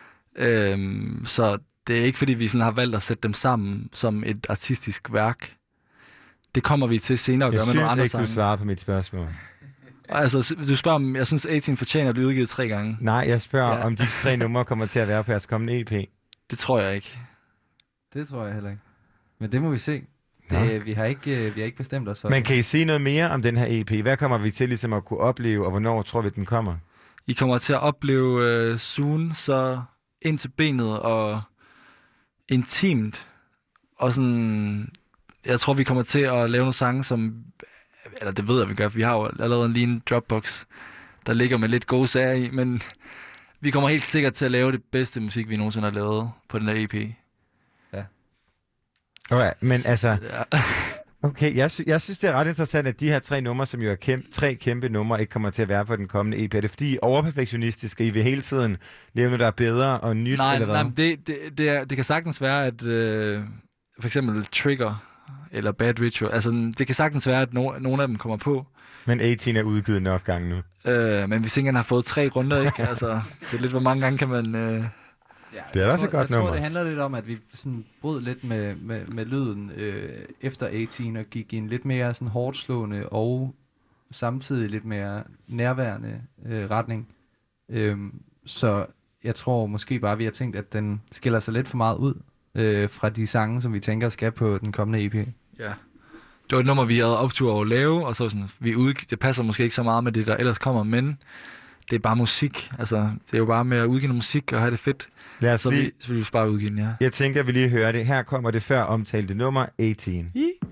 Så det er ikke, fordi vi sådan har valgt at sætte dem sammen som et artistisk værk. Det kommer vi til senere at gøre med nogle andre sange. Jeg synes ikke, du svarer på mit spørgsmål. Altså, du spørger om, jeg synes 18 fortjener at blive udgivet 3 gange. Nej, jeg spørger, om de 3 numre kommer til at være på jeres kommende EP. Det tror jeg ikke. Det tror jeg heller ikke. Men det må vi se. Vi har ikke bestemt os for. Men kan I sige noget mere om den her EP? Hvad kommer vi til ligesom at kunne opleve, og hvornår tror vi, den kommer? I kommer til at opleve Soon, så ind til benet og intimt. Og sådan, jeg tror, vi kommer til at lave nogle sange, som, eller det ved jeg, vi gør, for vi har jo allerede lige en Dropbox, der ligger med lidt gode sager i, men vi kommer helt sikkert til at lave det bedste musik, vi nogensinde har lavet på den der EP. Ja. Okay, men altså... Ja. Okay, jeg synes, det er ret interessant, at de her 3 numre, som jo er 3 kæmpe numre, ikke kommer til at være på den kommende EP. Er det fordi, I er overperfektionistiske, I vil hele tiden lave noget, der er bedre og nyt? Nej, eller hvad? det kan sagtens være, at for eksempel Trigger eller Bad Ritual, altså det kan sagtens være, at nogle af dem kommer på. Men 18 er udgivet nok gange nu. Men hvis ingen har fået 3 runder, ikke? Altså, det er lidt, hvor mange gange kan man... Ja, det er også et godt nummer. Jeg tror, det handler lidt om, at vi sådan brød lidt med lyden efter 18 og gik i en lidt mere sådan hårdt slående og samtidig lidt mere nærværende retning. Så jeg tror måske bare, vi har tænkt, at den skiller sig lidt for meget ud fra de sange, som vi tænker skal på den kommende EP. Ja. Det var et nummer, vi havde optur over at lave, og så sådan, det passer måske ikke så meget med det, der ellers kommer, men det er bare musik. Altså, det er jo bare med at udgive noget musik og have det fedt. Så vi vil bare udgive den, ja. Jeg tænker, vi lige hører det. Her kommer det før omtalte nummer 18.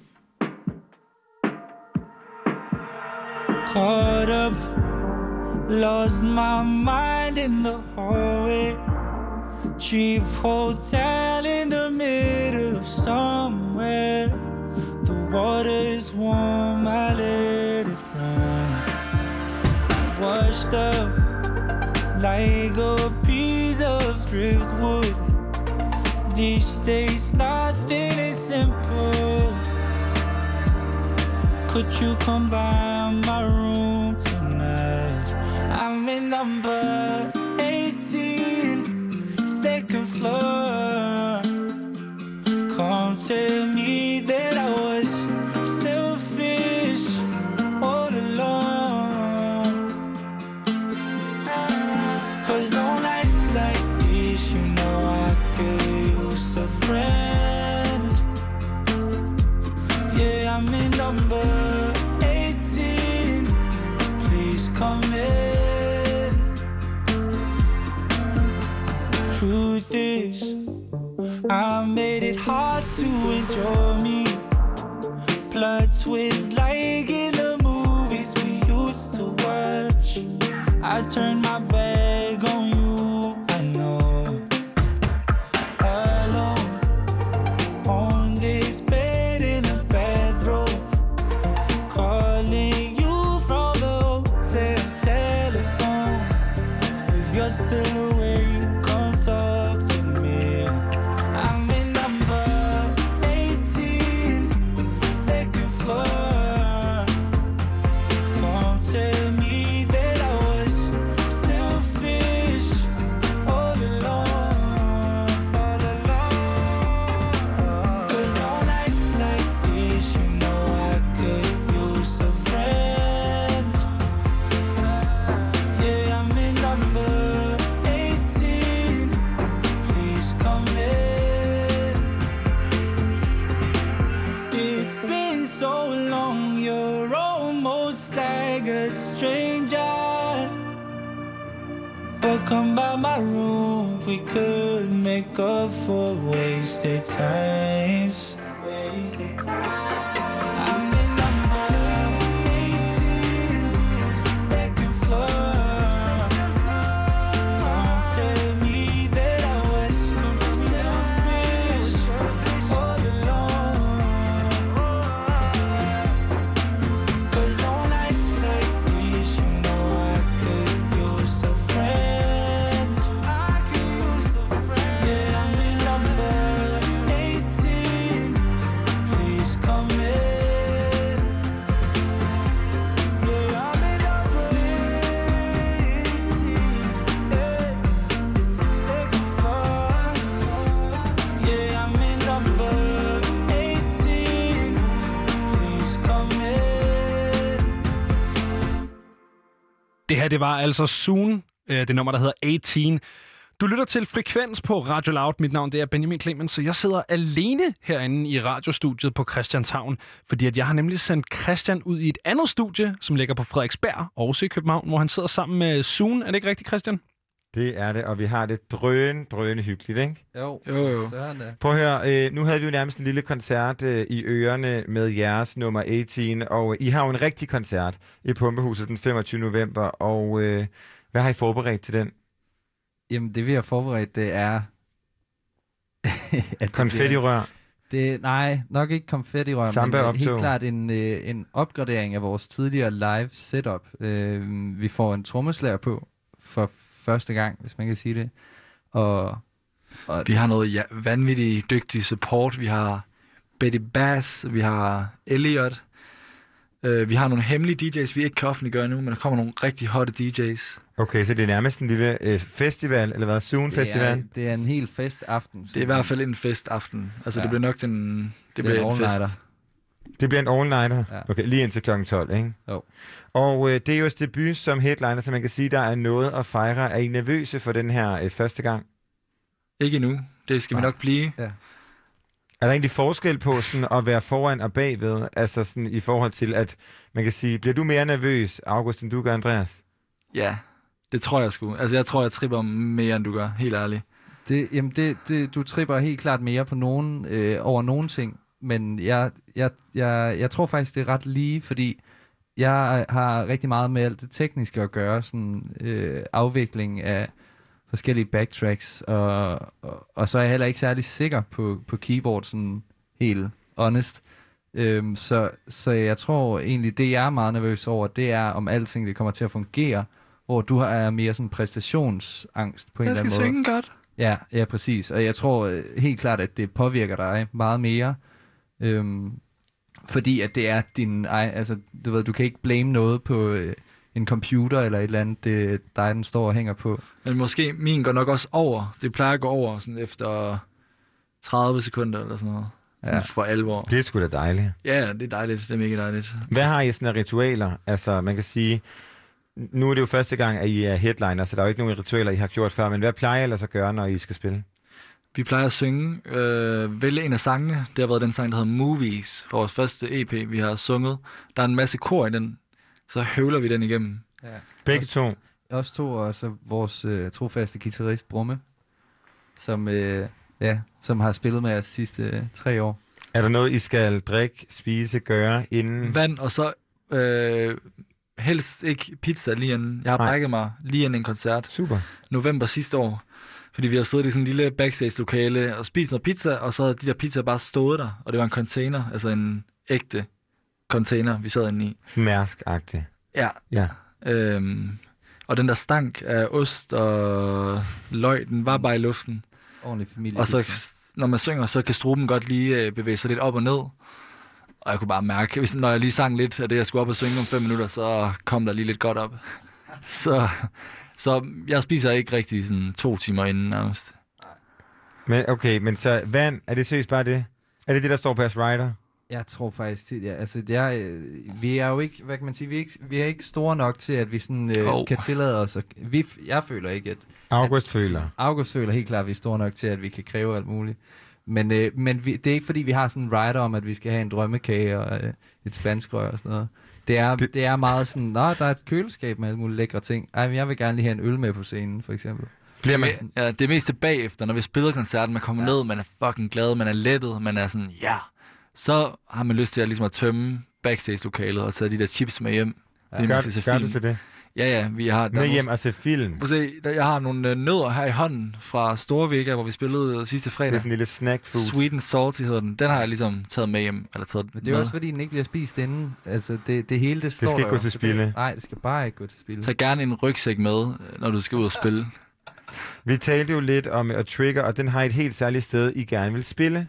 Caught up, lost my mind in the hallway. Cheap hotel in the middle of somewhere. The water is warm, I let it run. Washed up like a piece of driftwood. These days nothing is simple. Could you come by my room tonight? I'm in number 18, second floor. Come tell me that I was selfish all along. 'Cause on nights like this, you know I could use a friend. Yeah, I'm in number 18. Please come in. Truth is, I made it hard to enjoy me. Plot twist like in the movies we used to watch. I turned my back on you, I know. Alone on this bed in a bathrobe, calling you from the hotel telephone. If you're still awake, come talk to me. I'm in number 18, second floor. Come tell me that I was selfish all along, all along. 'Cause on nights like this, you know I could use a friend. Yeah, I'm in number 18. Please come in. It's been so long, you're almost like a stranger. But come by my room, we could make up for wasted times. Wasted time. I'm in number 18, second floor. Det her, det var altså Soon, det nummer, der hedder 18. Du lytter til Frekvens på Radio Loud. Mit navn det er Benjamin Clemens, så jeg sidder alene herinde i radiostudiet på Christianshavn, fordi at jeg har nemlig sendt Christian ud i et andet studie, som ligger på Frederiksberg, også i København, hvor han sidder sammen med Soon. Er det ikke rigtigt, Christian? Det er det, og vi har det drøne hyggeligt, ikke? Jo. Prøv at høre, nu havde vi jo nærmest en lille koncert i ørerne med jeres nummer 18, og I har jo en rigtig koncert i Pumpehuset den 25. november, og hvad har I forberedt til den? Jamen, det vi har forberedt, det er... Konfettirør? Nej, nok ikke konfettirør, men helt klart en opgradering af vores tidligere live setup. Vi får en trommeslager på for første gang, hvis man kan sige det. Og vi har noget vanvittigt dygtig support. Vi har Betty Bass, vi har Elliot. Vi har nogle hemmelige DJ's, vi ikke kan offentliggøre nu, men der kommer nogle rigtig hotte DJ's. Okay, så det er nærmest en lille festival, eller hvad? Zoom-festival? Det er en hel festaften. Det er i hvert fald en festaften. Altså, det bliver nok det bliver en fest. Det bliver en all-nighter? Ja. Okay, lige indtil kl. 12, ikke? Jo. Og det er jo et debut som headliner, så man kan sige, der er noget at fejre. Er I nervøse for den her første gang? Ikke endnu. Det skal vi nok blive. Ja. Er der egentlig forskel på sådan at være foran og bagved? Altså sådan i forhold til, at man kan sige, bliver du mere nervøs, August, end du gør, Andreas? Ja, det tror jeg sgu. Altså jeg tror, jeg tripper mere, end du gør, helt ærligt. Du tripper helt klart mere på over nogle ting, men jeg tror faktisk, det er ret lige, fordi jeg har rigtig meget med alt det tekniske at gøre, sådan afvikling af forskellige backtracks, og så er jeg heller ikke særlig sikker på keyboard, sådan helt honest. Så jeg tror egentlig, det jeg er meget nervøs over, det er, om alting det kommer til at fungere, hvor du er mere sådan præstationsangst på en eller anden måde. Jeg skal synge godt. Ja, præcis. Og jeg tror helt klart, at det påvirker dig meget mere, fordi at det er din egen, altså du ved, du kan ikke blame noget på en computer eller et eller andet, det er dig, den står og hænger på. Men måske min går nok også over. Det plejer at gå over sådan efter 30 sekunder eller sådan noget. Sådan for alvor. Det er sgu da dejligt. Ja, det er dejligt. Det er mega dejligt. Hvad har I sådan af ritualer? Altså, man kan sige, nu er det jo første gang, at I er headliner, så der er jo ikke nogen ritualer, I har gjort før, men hvad plejer I ellers at gøre, når I skal spille? Vi plejer at synge, vælge en af sangene. Det har været den sang, der hedder Movies, for vores første EP, vi har sunget. Der er en masse kor i den, så høvler vi den igennem. Ja. Begge to? Os to, og så vores trofaste guitarist Brumme, som har spillet med os de sidste 3 år. Er der noget, I skal drikke, spise, gøre inden? Vand, og så helst ikke pizza lige inden. Jeg har brækket mig lige inden en koncert. Super. November sidste år. Fordi vi har siddet i sådan en lille backstage-lokale og spist noget pizza, og så havde de der pizzaer bare stået der. Og det var en container, altså en ægte container, vi sad inde i. Mærsk-agtig. Ja. Og den der stank af ost og løg, den var bare i luften. Ordentlig familie. Og så, når man synger, så kan struben godt lige bevæge sig lidt op og ned. Og jeg kunne bare mærke, når jeg lige sang lidt af det, jeg skulle op og synge om 5 minutter, så kom der lige lidt godt op. Så jeg spiser ikke rigtig sådan 2 timer inden nærmest. Men okay, men så vand, er det seriøst bare det? Er det det, der står på jeres rider? Jeg tror faktisk, vi er jo ikke, hvad kan man sige, vi er ikke store nok til, at vi sådan kan tillade os. Jeg føler ikke, at... August føler helt klart, at vi er store nok til, at vi kan kræve alt muligt. Men det er ikke, fordi vi har sådan en rider om, at vi skal have en drømmekage og et spanskrør og sådan noget. Det er meget sådan, der er et køleskab med alle mulige lækre ting. Men jeg vil gerne lige have en øl med på scenen, for eksempel. Det meste bagefter, når vi spiller koncerten, man kommer ned, man er fucking glad, man er lettet, man er sådan, så har man lyst til at, ligesom at tømme backstage-lokalet og tage de der chips med hjem. Gør du til det? Ja, vi har... Med hjem og se film? Jeg har nogle nødder her i hånden fra Storvega, hvor vi spillede sidste fredag. Det er sådan en lille snack food. Sweet and salty hedder den. Den har jeg ligesom taget med hjem. Eller taget Men det er også fordi, den ikke bliver spist inden. Altså, det hele, det står skal ikke gå til spilde. Nej, det skal bare ikke gå til spilde. Tag gerne en rygsæk med, når du skal ud og spille. Vi talte jo lidt om at Trigger, og den har et helt særligt sted, I gerne vil spille.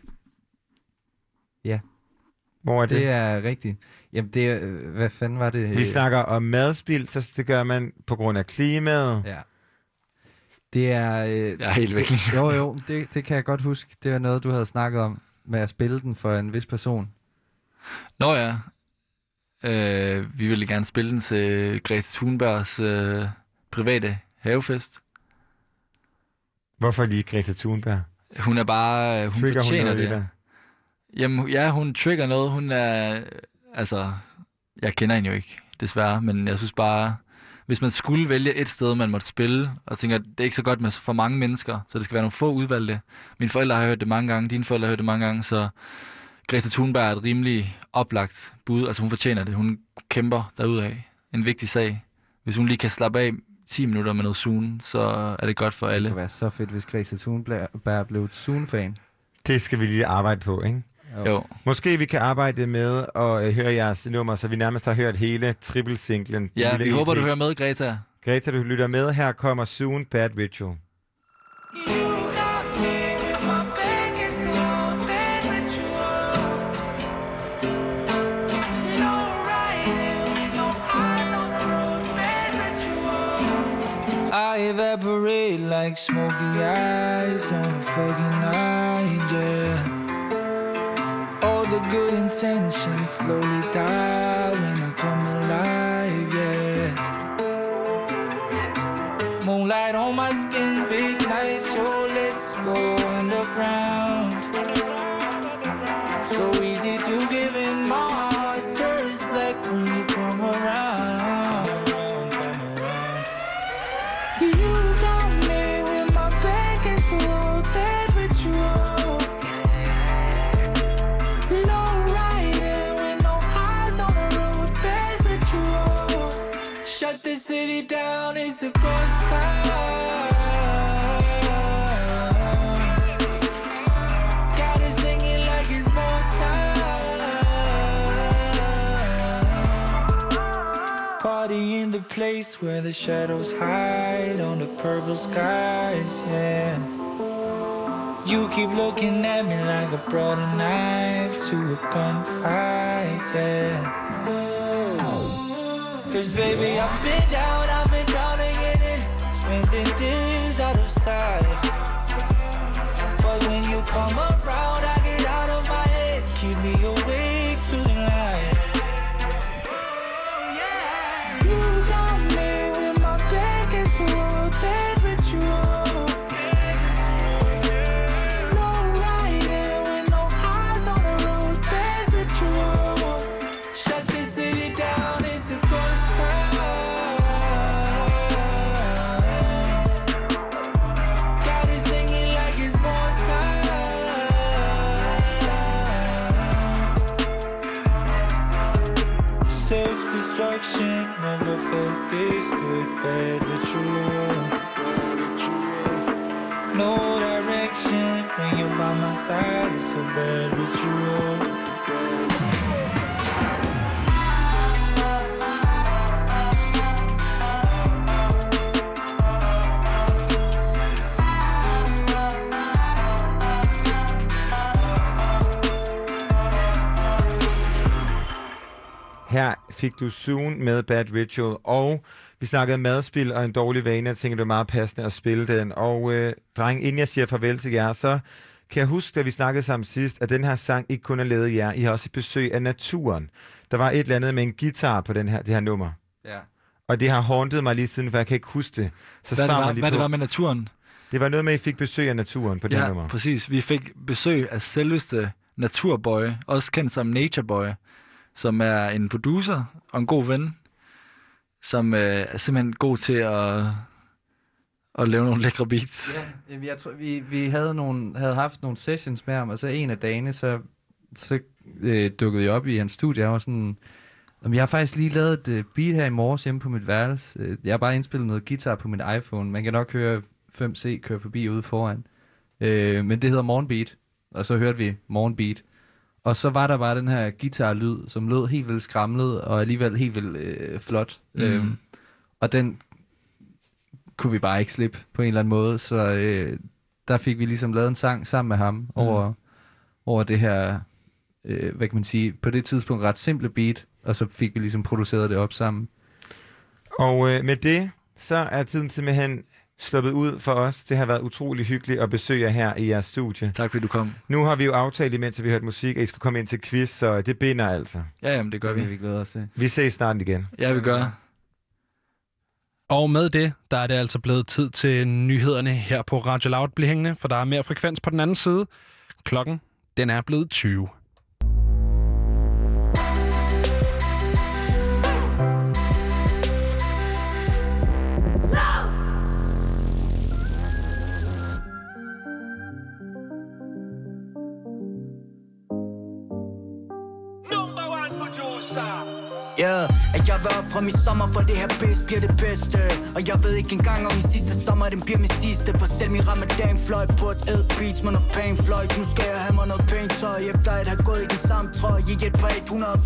Ja. Hvor er det? Det er rigtigt. Jamen, hvad fanden var det? Vi snakker om madspil, så det gør man på grund af klimaet. Ja. Det er... jeg er helt væk. Jo, det kan jeg godt huske. Det var noget, du havde snakket om, med at spille den for en vis person. Nå ja. Vi ville gerne spille den til Greta Thunbergs private havefest. Hvorfor lige Greta Thunberg? Hun er bare... Hun fortjener hun det. Jamen, ja, hun trigger noget. Hun er... Altså, jeg kender hende jo ikke, desværre. Men jeg synes bare, hvis man skulle vælge et sted, man måtte spille, og tænker, at det er ikke så godt med for mange mennesker, så det skal være nogle få udvalgte. Mine forældre har hørt det mange gange, dine forældre har hørt det mange gange, så Greta Thunberg er et rimelig oplagt bud. Altså, hun fortjener det. Hun kæmper derudad. En vigtig sag. Hvis hun lige kan slappe af 10 minutter med noget Zoom, så er det godt for alle. Det kunne være så fedt, hvis Greta Thunberg blev et Zoom-fan. Det skal vi lige arbejde på, ikke? Jo. Måske vi kan arbejde med at høre jeres nummer, så vi nærmest har hørt hele triple-singlen. Ja, vi håber, du hører med, Greta. Greta, du lytter med. Her kommer Soon Bad Ritual. I evaporate like smoky eyes on a foggy night, yeah. All the good intentions slowly die when I come alive, yeah. Moonlight on my skin, big night, so let's go underground. So easy to give in, my heart turns black when you come around. The city down is a ghost town. Got it singing like it's more time. Party in the place where the shadows hide on the purple skies, yeah. You keep looking at me like I brought a knife to a gunfight, yeah. Cause baby, I've been drowning in it, spending days out of sight. But when you come around, I get out of my head, keep me awake through the night. You got me with my back against the wall, bad ritual. No riding with no eyes on the road, bad ritual. Shut the city down, it's a self-destruction, never felt this good, bad ritual. No direction, when you're by my side, it's a bad ritual. Her fik du Soon med Bad Ritual, og vi snakkede madspil og en dårlig vane. Jeg tænker, det er meget passende at spille den. Og dreng, inden jeg siger farvel til jer, så kan jeg huske, da vi snakkede sammen sidst, at den her sang ikke kun er lavet jer. I har også et besøg af naturen. Der var et eller andet med en guitar på det her nummer. Ja. Og det har hauntet mig lige siden, for jeg kan ikke huske det. Så hvad det var med naturen? Det var noget med, at I fik besøg af naturen på det her nummer. Ja, præcis. Vi fik besøg af selveste Naturboy, også kendt som Natureboy, som er en producer og en god ven, som er simpelthen god til at lave nogle lækre beats. Ja, jeg tror, vi havde haft nogle sessions med ham, og så en af dagene, så dukkede jeg op i hans studie, og var sådan, jeg har faktisk lige lavet et beat her i morges hjemme på mit værelse. Jeg har bare indspillet noget guitar på min iPhone. Man kan nok høre 5C køre forbi ude foran. Men det hedder Morgenbeat, og så hørte vi Morgenbeat. Og så var der bare den her guitarlyd, som lød helt vildt skramlet, og alligevel helt vildt flot. Og den kunne vi bare ikke slippe på en eller anden måde, så der fik vi ligesom lavet en sang sammen med ham over det her, hvad kan man sige, på det tidspunkt ret simple beat, og så fik vi ligesom produceret det op sammen. Og med det, så er tiden simpelthen sluppet ud for os. Det har været utrolig hyggeligt at besøge jer her i jeres studie. Tak fordi du kom. Nu har vi jo aftalt, imens vi hørte musik, at I skulle komme ind til quiz, så det binder altså. Ja, jamen, det gør vi. Vi glæder os til. Vi ses snart igen. Ja, vi gør. Og med det, der er det altså blevet tid til nyhederne her på Radio Loud. Bliv hængende, for der er mere frekvens på den anden side. Klokken, den er blevet 20. At jeg var op fra min sommer, for det her bedst bliver det bedste. Og jeg ved ikke engang om min sidste sommer, den bliver min sidste. For selv min ramadan fløj på et beats med noget pæn fløjt. Nu skal jeg have mig noget pænt tøj, efter at have gået i den samme trøje i et par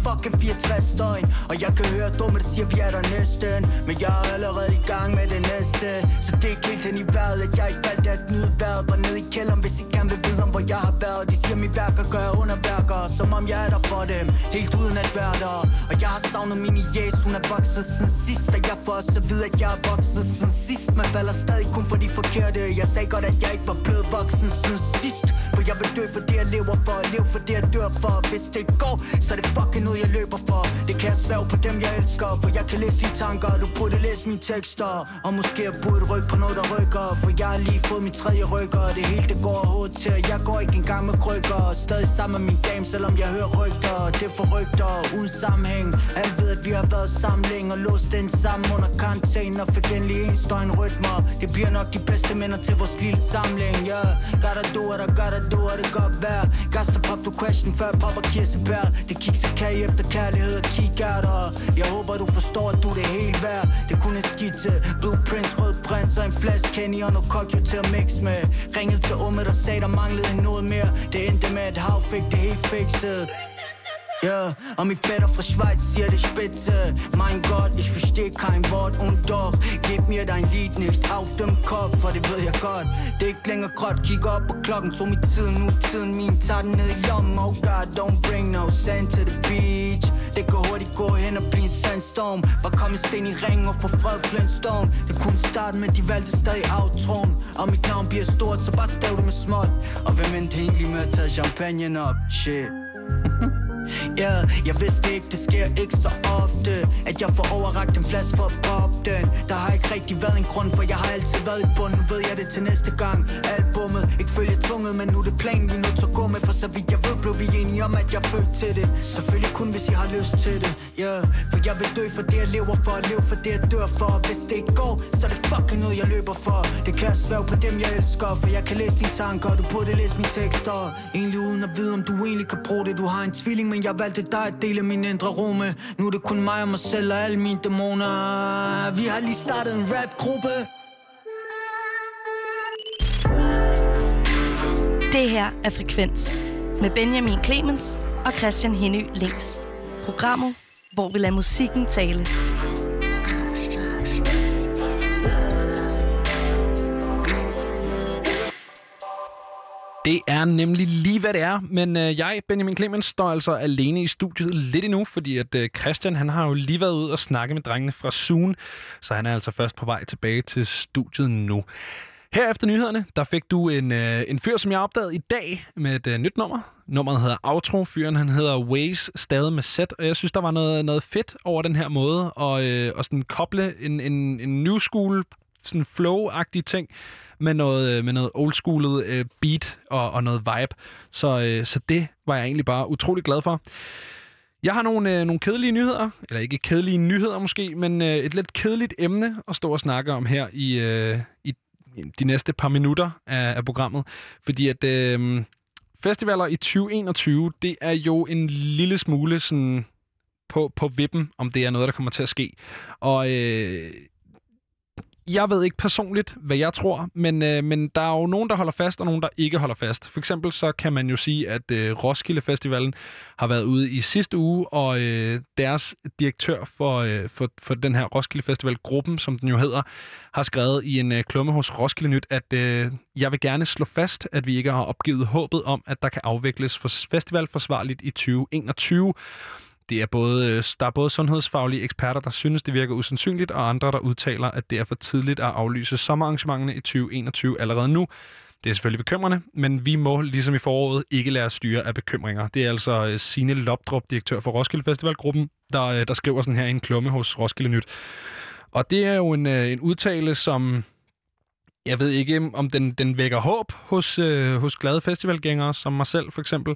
164 døgn. Og jeg kan høre dumme, der siger, vi er der næsten. Men jeg er allerede i gang med det næste. Så det er ikke helt hen i vejret, at jeg ikke valgte at nyde vejret. Bare ned i kælderen, hvis I gerne vil vide om, hvor jeg har været. De siger, mine værker gør jeg underværker, som om jeg er der for dem, helt uden at være der. Og jeg har savnet mine jæs, hun er vokset siden sidst. Og jeg får også at vide, at jeg er vokset siden sidst. Man falder stadig kun for de forkerte. Jeg sagde godt, at jeg ikke var blevet voksen siden sidst. For jeg vil dø for det, jeg lever for. Leve for det, jeg dør for. Hvis det går, så er det fucking noget, jeg løber for. Det kan jeg svæve på dem, jeg elsker. For jeg kan læse dine tanker, du burde læse mine tekster. Og måske jeg burde rykke på noget, der rykker. For jeg har lige fået min tredje rykker. Det hele, det går hovedet til. Jeg går ikke engang med krykker. Stadig sammen med min dame, selvom jeg hører rygter. Det er for rygter, uden sammenhæng. Alle ved, at vi har været samling og låst den sammen under karantæne. Og fik endelig en støjnrytmer. Det bliver nok de bedste minder til vores lille samling. Yeah, gotta do it, I gotta do it, det godt vær. Gasta pop du question før popper kirsebær. Det kigger kage efter kærlighed og kikærter. Jeg håber du forstår, at du er det helt værd. Det er kun en skitse, blueprints, rød prins og en flaske Kenny og noget kokjo til at mix med. Ringede til Umme, der sagde der manglede noget mere. Det endte med at Hav fik det helt fikset. Ja, og min fætter fra Schweiz siger det spitze. Mein Gott, ich versteh kein Wort und doch gib mir dein Lied nicht auf dem Kopf, for det ved jeg godt. Det er ikke længere gråt, kig op på klokken, tog min tid, nu tiden min, tager den ned i lommen. Oh God, don't bring no sand to the beach. Det kan hurtigt gå hen og blive en sandstorm. Bare kom en sten i ringen og få fred Flintstone. Det kunne starte med, de valgte stadig outroen. Og mit navn bliver stort, så bare stav det med småt. Og hvem endte egentlig med at tage champagnen op? Shit. Yeah, jeg vidste ikke, det sker ikke så ofte, at jeg får overrakt en flaske for at poppe den. Der har ikke rigtig været en grund, for jeg har altid været i bund. Nu ved jeg det til næste gang. Albummet, ikke følge tvunget, men nu er det planen, vi er nødt til at gå med. For så vidt jeg ved, blev vi enige om, at jeg er født til det. Selvfølgelig kun, hvis I har lyst til det. Yeah, for jeg vil dø for det, jeg lever for, og leve for det, jeg dør for. Og hvis det ikke går, så er det fucking noget, jeg løber for. Det kan jeg svæve på dem, jeg elsker, for jeg kan læse dine tanker, du burde læse mine tekster. Egentlig uden at vide, om du egentlig kan bruge det. Du har en tvilling, men jeg valgte dig at dele min indre rum med. Nu er det kun mig og mig selv og alle mine dæmoner. Vi har lige startet en rapgruppe. Det her er Frekvens med Benjamin Clemens og Christian Henny Links. Programmet, hvor vi lader musikken tale. Det er nemlig lige, hvad det er, men jeg, Benjamin Clemens, står altså alene i studiet lidt endnu, fordi at Christian, han har jo lige været ude og snakke med drengene fra Zoom, så han er altså først på vej tilbage til studiet nu. Her efter nyhederne, der fik du en fyr, som jeg opdagede i dag med et nyt nummer. Nummeret hedder Outro. Fyren, han hedder Waze, stadig med Z, og jeg synes, der var noget fedt over den her måde, og sådan koble en new school, sådan flow-agtig ting, med noget old-schoolet beat og noget vibe. Så det var jeg egentlig bare utrolig glad for. Jeg har nogle kedelige nyheder, eller ikke kedelige nyheder måske, men et lidt kedeligt emne at stå og snakke om her i de næste par minutter af programmet. Fordi at festivaler i 2021, det er jo en lille smule sådan på vippen, om det er noget, der kommer til at ske. Og jeg ved ikke personligt, hvad jeg tror, men der er jo nogen, der holder fast, og nogen, der ikke holder fast. For eksempel så kan man jo sige, at Roskilde Festivalen har været ude i sidste uge, og deres direktør for den her Roskilde Festival-gruppen, som den jo hedder, har skrevet i en klumme hos Roskilde Nyt, at jeg vil gerne slå fast, at vi ikke har opgivet håbet om, at der kan afvikles for festival forsvarligt i 2021. der er både sundhedsfaglige eksperter, der synes, det virker usandsynligt, og andre, der udtaler, at det er for tidligt at aflyse sommerarrangementerne i 2021 allerede nu. Det er selvfølgelig bekymrende, men vi må, ligesom i foråret, ikke lade os styre af bekymringer. Det er altså Signe Lobdrup, direktør for Roskilde Festivalgruppen, der skriver sådan her i en klumme hos Roskilde Nyt. Og det er jo en udtale, som jeg ved ikke, om den vækker håb hos glade festivalgængere, som mig selv for eksempel.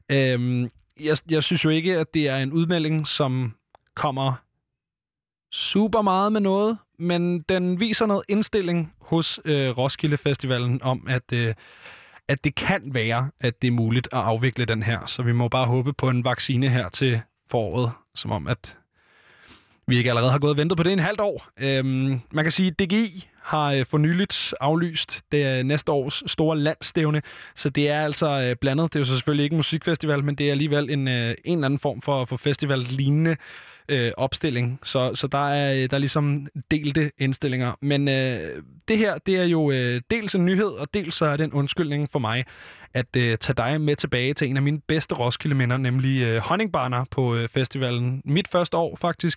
Jeg synes jo ikke, at det er en udmelding, som kommer super meget med noget, men den viser noget indstilling hos Roskilde Festivalen om, at det kan være, at det er muligt at afvikle den her. Så vi må bare håbe på en vaccine her til foråret, som om at vi ikke allerede har gået og ventet på det en halvt år. Man kan sige, at DGI har for nyligt aflyst det næste års store landstævne, så det er altså blandet. Det er jo så selvfølgelig ikke en musikfestival, men det er alligevel en eller anden form for festival-lignende opstilling. Så der er ligesom delte indstillinger. Men det her, det er jo dels en nyhed, og dels så er det en undskyldning for mig at tage dig med tilbage til en af mine bedste Roskilde-minder, nemlig Honningbarner på festivalen. Mit første år faktisk,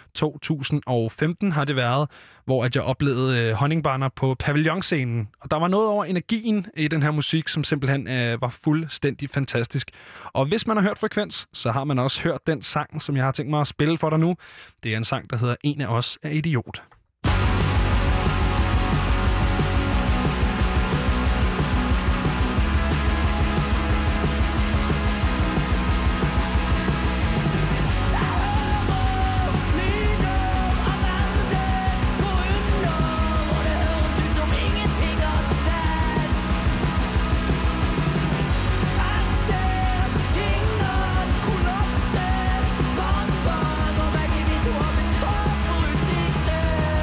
2015 har det været, hvor at jeg oplevede Honningbarner på pavillonscenen. Og der var noget over energien i den her musik, som simpelthen var fuldstændig fantastisk. Og hvis man har hørt Frekvens, så har man også hørt den sang, som jeg har tænkt mig at spille for dig nu. Det er en sang, der hedder En af os er idiot. Bang, bang, og hvad kan vi drømme? Top politik, det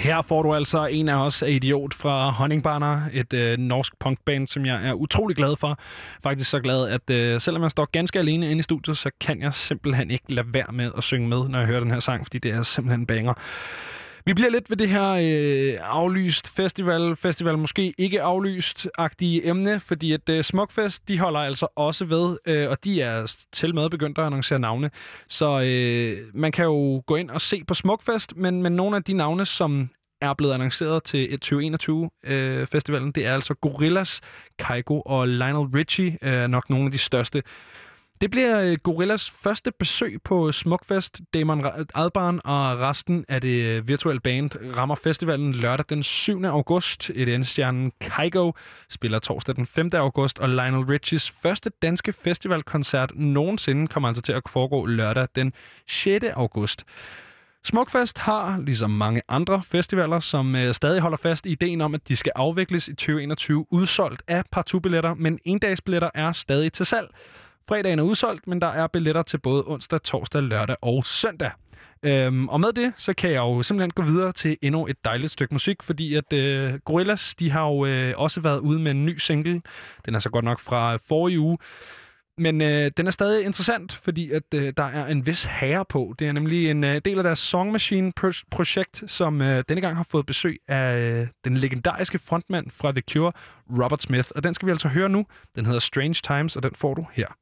Her får du altså en af os af Idiot fra Honningbarner, et norsk punkband, som jeg er utrolig glad for. Faktisk så glad, at selvom jeg står ganske alene inde i studiet, så kan jeg simpelthen ikke lade være med at synge med, når jeg hører den her sang, fordi det er simpelthen banger. Vi bliver lidt ved det her aflyst festival måske ikke aflyst-agtige emne, fordi at Smukfest, de holder altså også ved, og de er til med begyndt at annoncere navne. Så man kan jo gå ind og se på Smukfest, men nogle af de navne, som er blevet annonceret til 2021-festivalen, det er altså Gorillaz, Kygo og Lionel Richie, nok nogle af de største. Det bliver Gorillaz første besøg på Smukfest. Damon Albarn og resten af det virtuelle band rammer festivalen lørdag den 7. august. EDM-stjernen Kygo spiller torsdag den 5. august, og Lionel Richies første danske festivalkoncert nogensinde kommer altså til at foregå lørdag den 6. august. Smukfest har, ligesom mange andre festivaler, som stadig holder fast i ideen om, at de skal afvikles i 2021, udsolgt af partout-billetter, men endagsbilletter er stadig til salg. Fredagen er udsolgt, men der er billetter til både onsdag, torsdag, lørdag og søndag. Og med det, så kan jeg jo simpelthen gå videre til endnu et dejligt stykke musik, fordi at Gorillaz, de har jo også været ude med en ny single. Den er så godt nok fra forrige uge. Men den er stadig interessant, fordi at der er en vis herre på. Det er nemlig en del af deres Song Machine-projekt, som denne gang har fået besøg af den legendariske frontmand fra The Cure, Robert Smith. Og den skal vi altså høre nu. Den hedder Strange Times, og den får du her.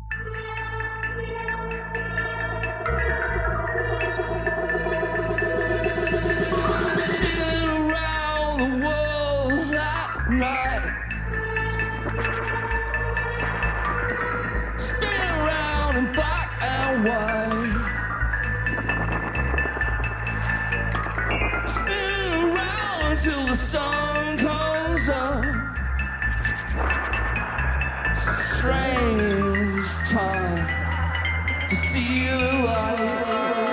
And black and white, spin around till the sun comes up. Strange time to see the light.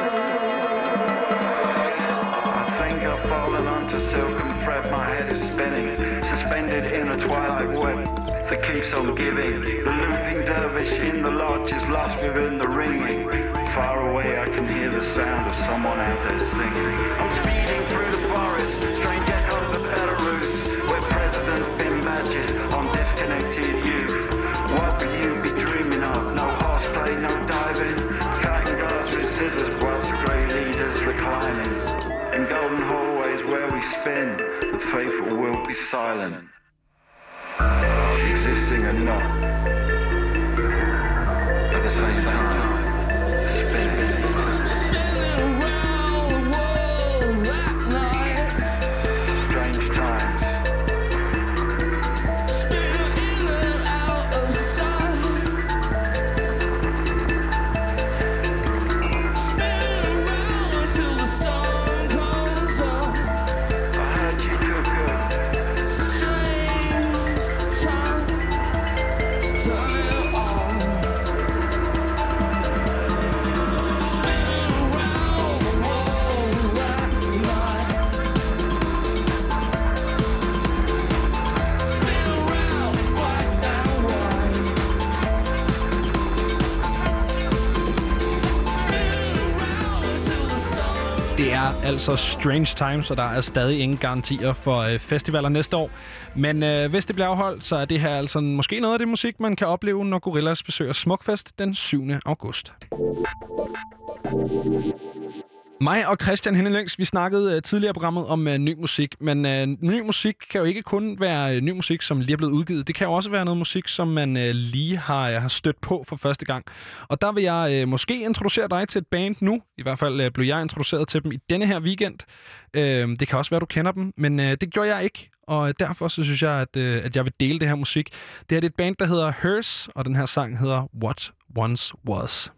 I think I've fallen onto silken thread. My head is spinning, suspended in a twilight web that keeps on giving. The looping dervish in the lodge is lost within the ringing. Far away I can hear the sound of someone out there singing. I'm speeding through the forest, strange echoes of Belarus, where President Bin badges on disconnected youth. What will you be dreaming of? No horseplay, no diving, cutting glass with scissors whilst the grey leaders reclining. In golden hallways where we spin, the faithful will be silent. Existing and not at the same time, spinning around the world that night. Strange times, Spin in and out of sight. Spin around till the sun comes up. I heard you cook up. Strange time to turn it on. Spin around the world that night. Spin around black and white. Det er altså Strange Times, og der er stadig ingen garantier for festivaler næste år. Men hvis det bliver afholdt, så er det her altså måske noget af det musik, man kan opleve, når Gorillaz besøger Smukfest den 7. august. Mig og Christian Hennelings, vi snakkede tidligere i programmet om ny musik, men ny musik kan jo ikke kun være ny musik, som lige er blevet udgivet. Det kan jo også være noget musik, som man lige har stødt på for første gang. Og der vil jeg måske introducere dig til et band nu. I hvert fald blev jeg introduceret til dem i denne her weekend. Det kan også være, du kender dem, men det gjorde jeg ikke. Og derfor så synes jeg, at jeg vil dele det her musik. Det er et band, der hedder Hers, og den her sang hedder What Once Was.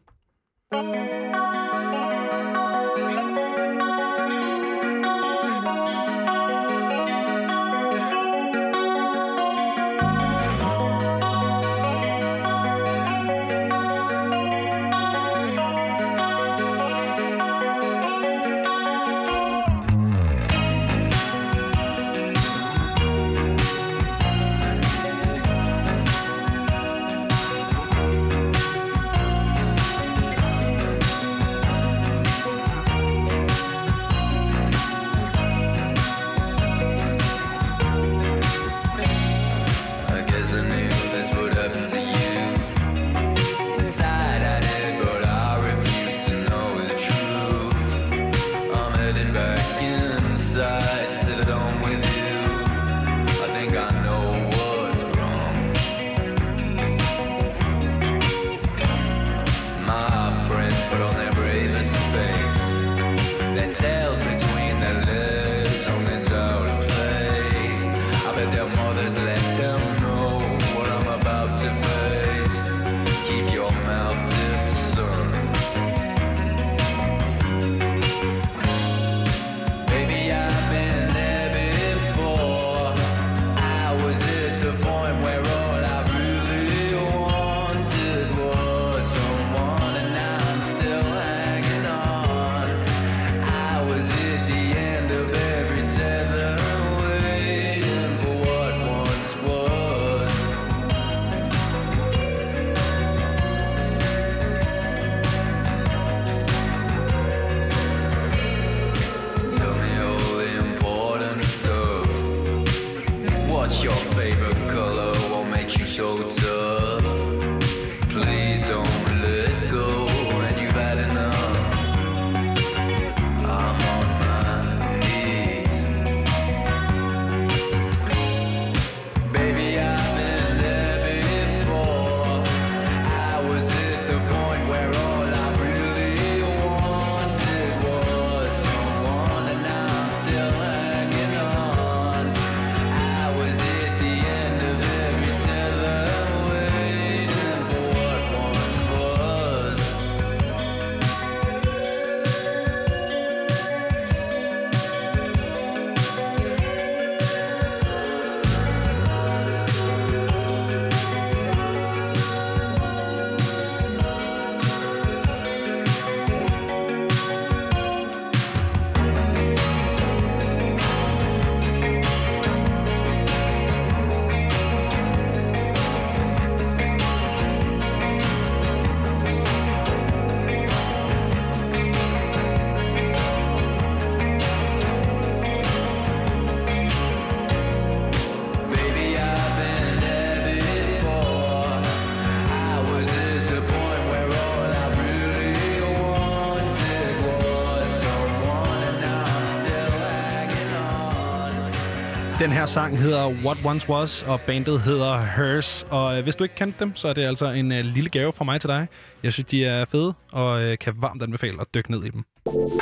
Den her sang hedder What Once Was, og bandet hedder Hers. Og hvis du ikke kendte dem, så er det altså en lille gave fra mig til dig. Jeg synes, de er fede, og kan varmt anbefale at dykke ned i dem.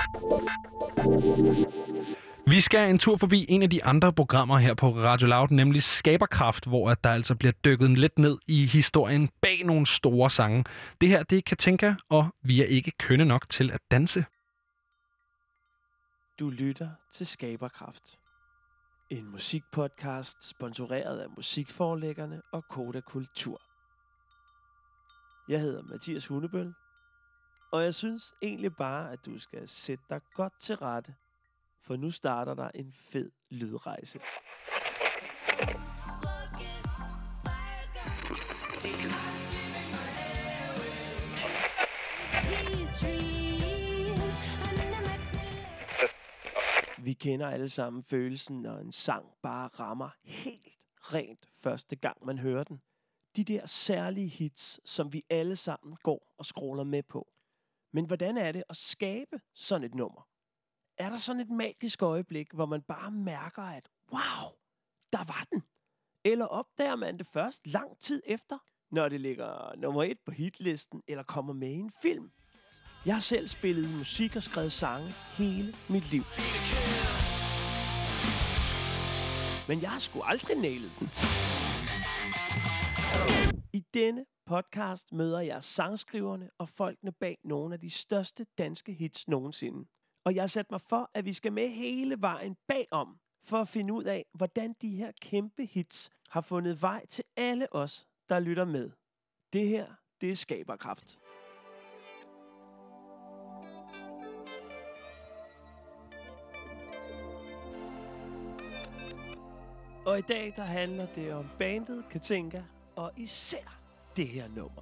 Vi skal en tur forbi en af de andre programmer her på Radio Loud, nemlig Skaberkraft, hvor der altså bliver dykket lidt ned i historien bag nogle store sange. Det her, det er Katinka, og vi er ikke kønne nok til at danse. Du lytter til Skaberkraft. En musikpodcast sponsoreret af musikforlæggerne og Koda Kultur. Jeg hedder Mathias Hundebøl, og jeg synes egentlig bare, at du skal sætte dig godt til rette, for nu starter der en fed lydrejse. Vi kender alle sammen følelsen, når en sang bare rammer helt rent første gang, man hører den. De der særlige hits, som vi alle sammen går og scroller med på. Men hvordan er det at skabe sådan et nummer? Er der sådan et magisk øjeblik, hvor man bare mærker, at wow, der var den? Eller opdager man det først lang tid efter, når det ligger nummer 1 på hitlisten eller kommer med i en film? Jeg har selv spillet musik og skrevet sange hele mit liv. Men jeg har sgu aldrig nailet den. I denne podcast møder jeg sangskriverne og folkene bag nogle af de største danske hits nogensinde. Og jeg har sat mig for, at vi skal med hele vejen bagom, for at finde ud af, hvordan de her kæmpe hits har fundet vej til alle os, der lytter med. Det her, det er Skaberkraft. Og i dag, der handler det om bandet Katinka, og især det her nummer.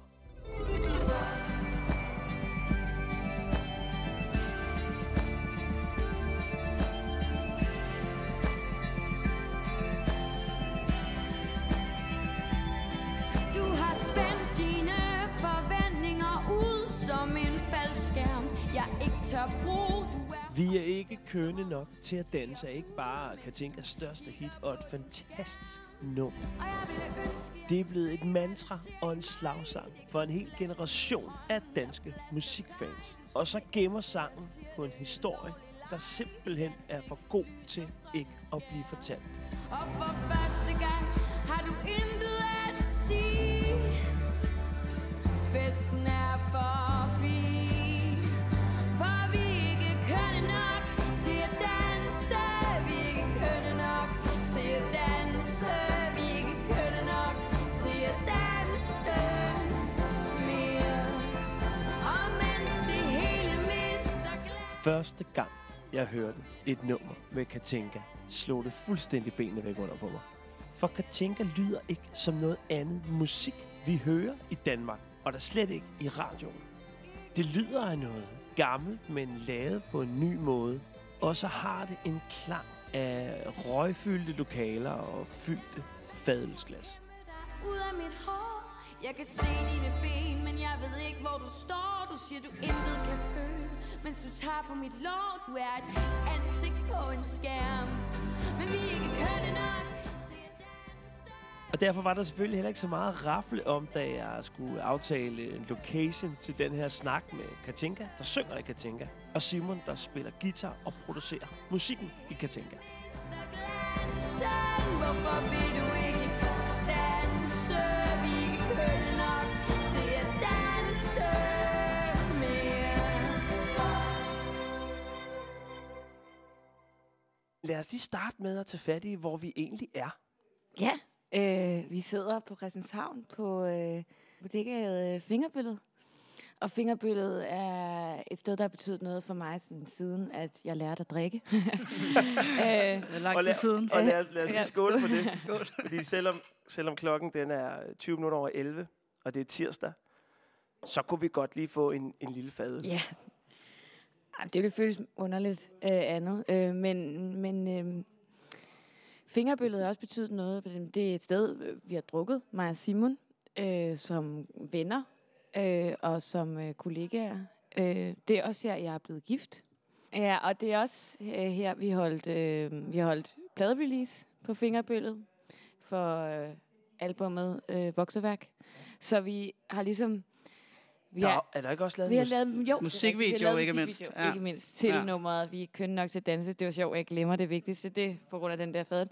Du har spændt dine forventninger ud som en faldskærm, jeg ikke tør bruge. Vi er ikke kønne nok til at danse, ikke bare Katinkas største hit og et fantastisk nummer. Det er blevet et mantra og en slagsang for en hel generation af danske musikfans. Og så gemmer sangen på en historie, der simpelthen er for god til ikke at blive fortalt. Og for første gang har du intet at sige. Festen er forbi. For vi er ikke kønne nok til at danse. Vi er ikke kønne nok til at danse. Vi er ikke kønne nok til at danse mere. Og mens det hele mister glæde. Første gang jeg hørte et nummer med Katinka, slog det fuldstændig benene væk under på mig. For Katinka lyder ikke som noget andet musik, vi hører i Danmark, og der slet ikke i radioen. Det lyder af noget gammelt, men lavet på en ny måde. Og så har det en klang af røgfyldte lokaler og fyldte fadelsglas. Ud af mit hår, jeg kan se dine ben, men jeg ved ikke, hvor du står. Du siger, du intet kan føle, mens du tager på mit lår. Du er et ansigt på en skærm, men vi er ikke kønne nok. Og derfor var der selvfølgelig heller ikke så meget rafle om, da jeg skulle aftale en location til den her snak med Katinka, der synger i Katinka, og Simon, der spiller guitar og producerer musikken i Katinka. Hvorfor vil du ikke standse? Vi er ikke kønne nok til at danse mere. Lad os lige starte med at tage fat i, hvor vi egentlig er. Ja, vi sidder på Christianshavn på bodegaet Fingerbøllet. Og Fingerbøllet er et sted, der har betydet noget for mig siden, at jeg lærte at drikke. Lang tid siden. Og lad os lige skåle på det. Skål. Fordi selvom klokken den er 20 minutter over 11, og det er tirsdag, så kunne vi godt lige få en lille fadøl. Ja. Det ville føles underligt andet. Men Fingerbøllet har også betydet noget. Det er et sted, vi har drukket, mig og Simon, som venner og som kollegaer. Det er også her, jeg er blevet gift. Ja, og det er også her, vi holdt pladerelease på fingerbøllet for albummet Vokseværk. Så vi har ligesom... Er der ikke også lavet musikvideo, ikke mindst? Ja. Ikke mindst til nummeret. Vi kunne nok til danse. Det var sjovt, jeg glemmer det vigtigste. Det er på grund af den der fad.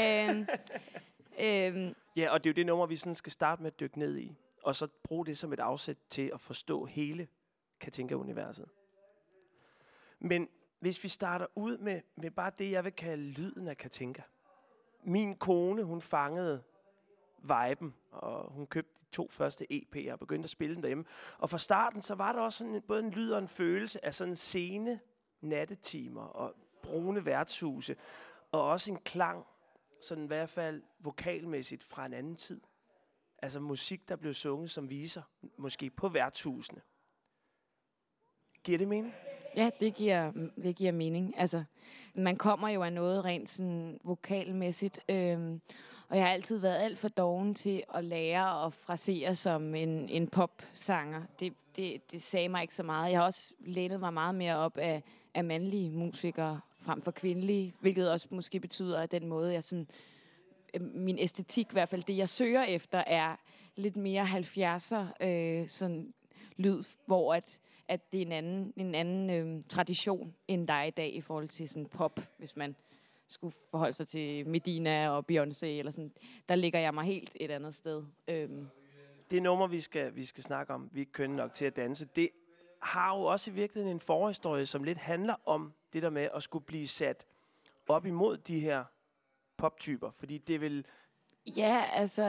Ja, og det er jo det nummer, vi sådan skal starte med at dykke ned i. Og så bruge det som et afsæt til at forstå hele Katinka-universet. Men hvis vi starter ud med bare det, jeg vil kalde lyden af Katinka. Min kone, hun fangede viben, og hun købte de 2 første EP'er og begyndte at spille dem derhjemme. Og fra starten, så var der også sådan både en lyd og en følelse af sådan sene nattetimer og brune værtshuse, og også en klang, sådan i hvert fald vokalmæssigt fra en anden tid. Altså musik, der blev sunget som viser, måske på værtshusene. Giver det mening? Ja, det giver mening. Altså, man kommer jo af noget rent sådan vokalmæssigt, og jeg har altid været alt for doven til at lære at frasere som en popsanger. Det sagde mig ikke så meget. Jeg har også lænet mig meget mere op af mandlige musikere frem for kvindelige, hvilket også måske betyder, at den måde, jeg sådan... Min æstetik, i hvert fald det, jeg søger efter, er lidt mere 70'er sådan lyd, hvor at det er en anden tradition, end der er i dag i forhold til sådan pop, hvis man skulle forholde sig til Medina og Beyoncé eller sådan. Der ligger jeg mig helt et andet sted. Det nummer, vi skal snakke om, vi er kønne nok til at danse, det har jo også i virkeligheden en forhistorie, som lidt handler om det der med at skulle blive sat op imod de her poptyper, fordi det vil... Ja, altså...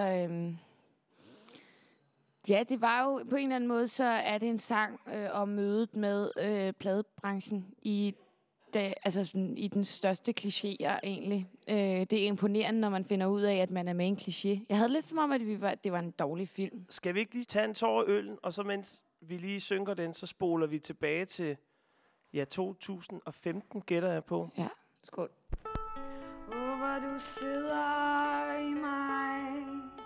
Ja, det var jo på en eller anden måde, så er det en sang om mødet med pladebranchen i den største klichéer egentlig. Det er imponerende, når man finder ud af, at man er med i en kliché. Jeg havde lidt som om, at det var en dårlig film. Skal vi ikke lige tage en tår af øllen, og så mens vi lige synker den, så spoler vi tilbage til 2015, gætter jeg på. Ja, skål. Hvor du sidder i mig.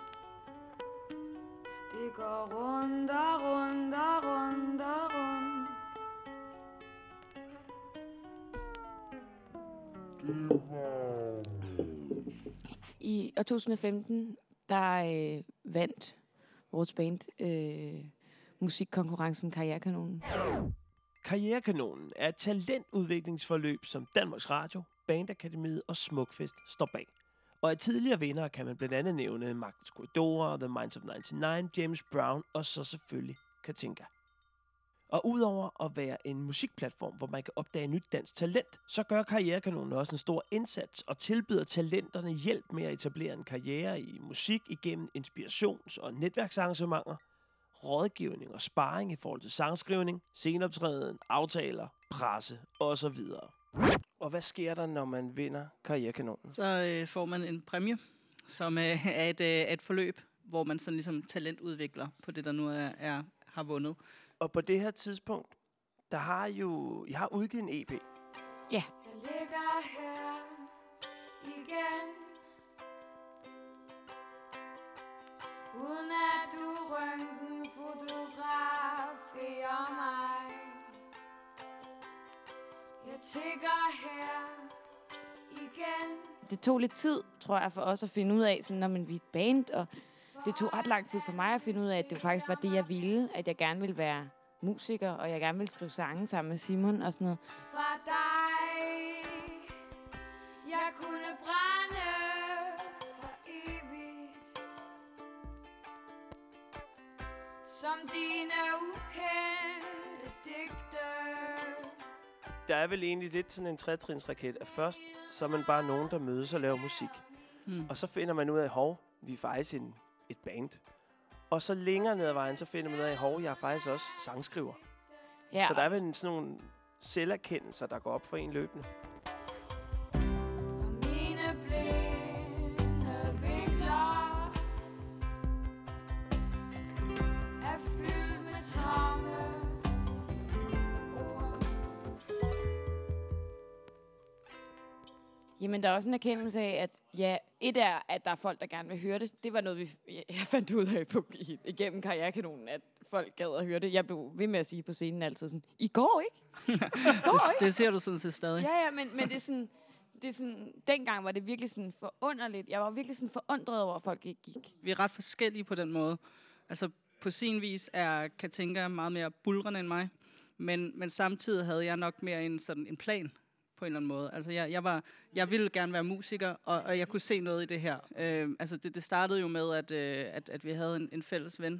Det går rundt og rundt og rundt og rundt. I år 2015, der vandt vores band musikkonkurrencen Karrierekanonen. Karrierekanonen er et talentudviklingsforløb, som Danmarks Radio, Bandakademiet og Smukfest står bag. Og af tidligere vindere kan man blandt andet nævne Magtens Korridorer, The Minds of 99, James Brown og så selvfølgelig Katinka. Og udover at være en musikplatform, hvor man kan opdage nyt dansk talent, så gør Karrierekanonen også en stor indsats og tilbyder talenterne hjælp med at etablere en karriere i musik igennem inspirations- og netværksarrangementer, rådgivning og sparring i forhold til sangskrivning, sceneoptræden, aftaler, presse osv. Og hvad sker der, når man vinder Karrierekanonen? Så får man en præmie, som er et forløb, hvor man sådan ligesom talentudvikler på det, der nu har vundet. Og på det her tidspunkt, I har udgivet en EP. Ja. Jeg ligger her igen, uden at du røntgen fotograferer mig. Jeg tigger her igen. Det tog lidt tid, tror jeg, for os at finde ud af, sådan, når man vi er et band, og det tog ret lang tid for mig at finde ud af, at det faktisk var det, jeg ville, at jeg gerne ville være musiker, og jeg gerne ville skrive sange sammen med Simon og sådan noget. Fra dig, jeg kunne brænde for evigt, som dine ukendte digte. Der er vel egentlig lidt sådan en tretrinsraket, at først så er man bare nogen, der mødes og laver musik. Og så finder man ud af, vi er faktisk et band. Og så længere ned ad vejen, så finder man ud af, jeg er faktisk også sangskriver. Ja, så der er vel sådan nogle selverkendelser, der går op for en løbende. Mine blinde vinkler er fyldt med tomme ord. Jamen, der er også en erkendelse af, at et er, at der er folk, der gerne vil høre det. Det var noget, jeg fandt ud af igennem Karrierekanonen, at folk gad at høre det. Jeg blev ved med at sige på scenen altid sådan, I går ikke? Det ser du sådan set stadig. Ja, men det er sådan, det er sådan, dengang var det virkelig sådan forunderligt. Jeg var virkelig sådan forundret over, at folk ikke gik. Vi er ret forskellige på den måde. Altså, på sin vis er Katinka meget mere bulrende end mig, men samtidig havde jeg nok mere en plan på en eller anden måde. Altså, jeg ville gerne være musiker, og jeg kunne se noget i det her. Altså, det startede jo med, at vi havde en fælles ven,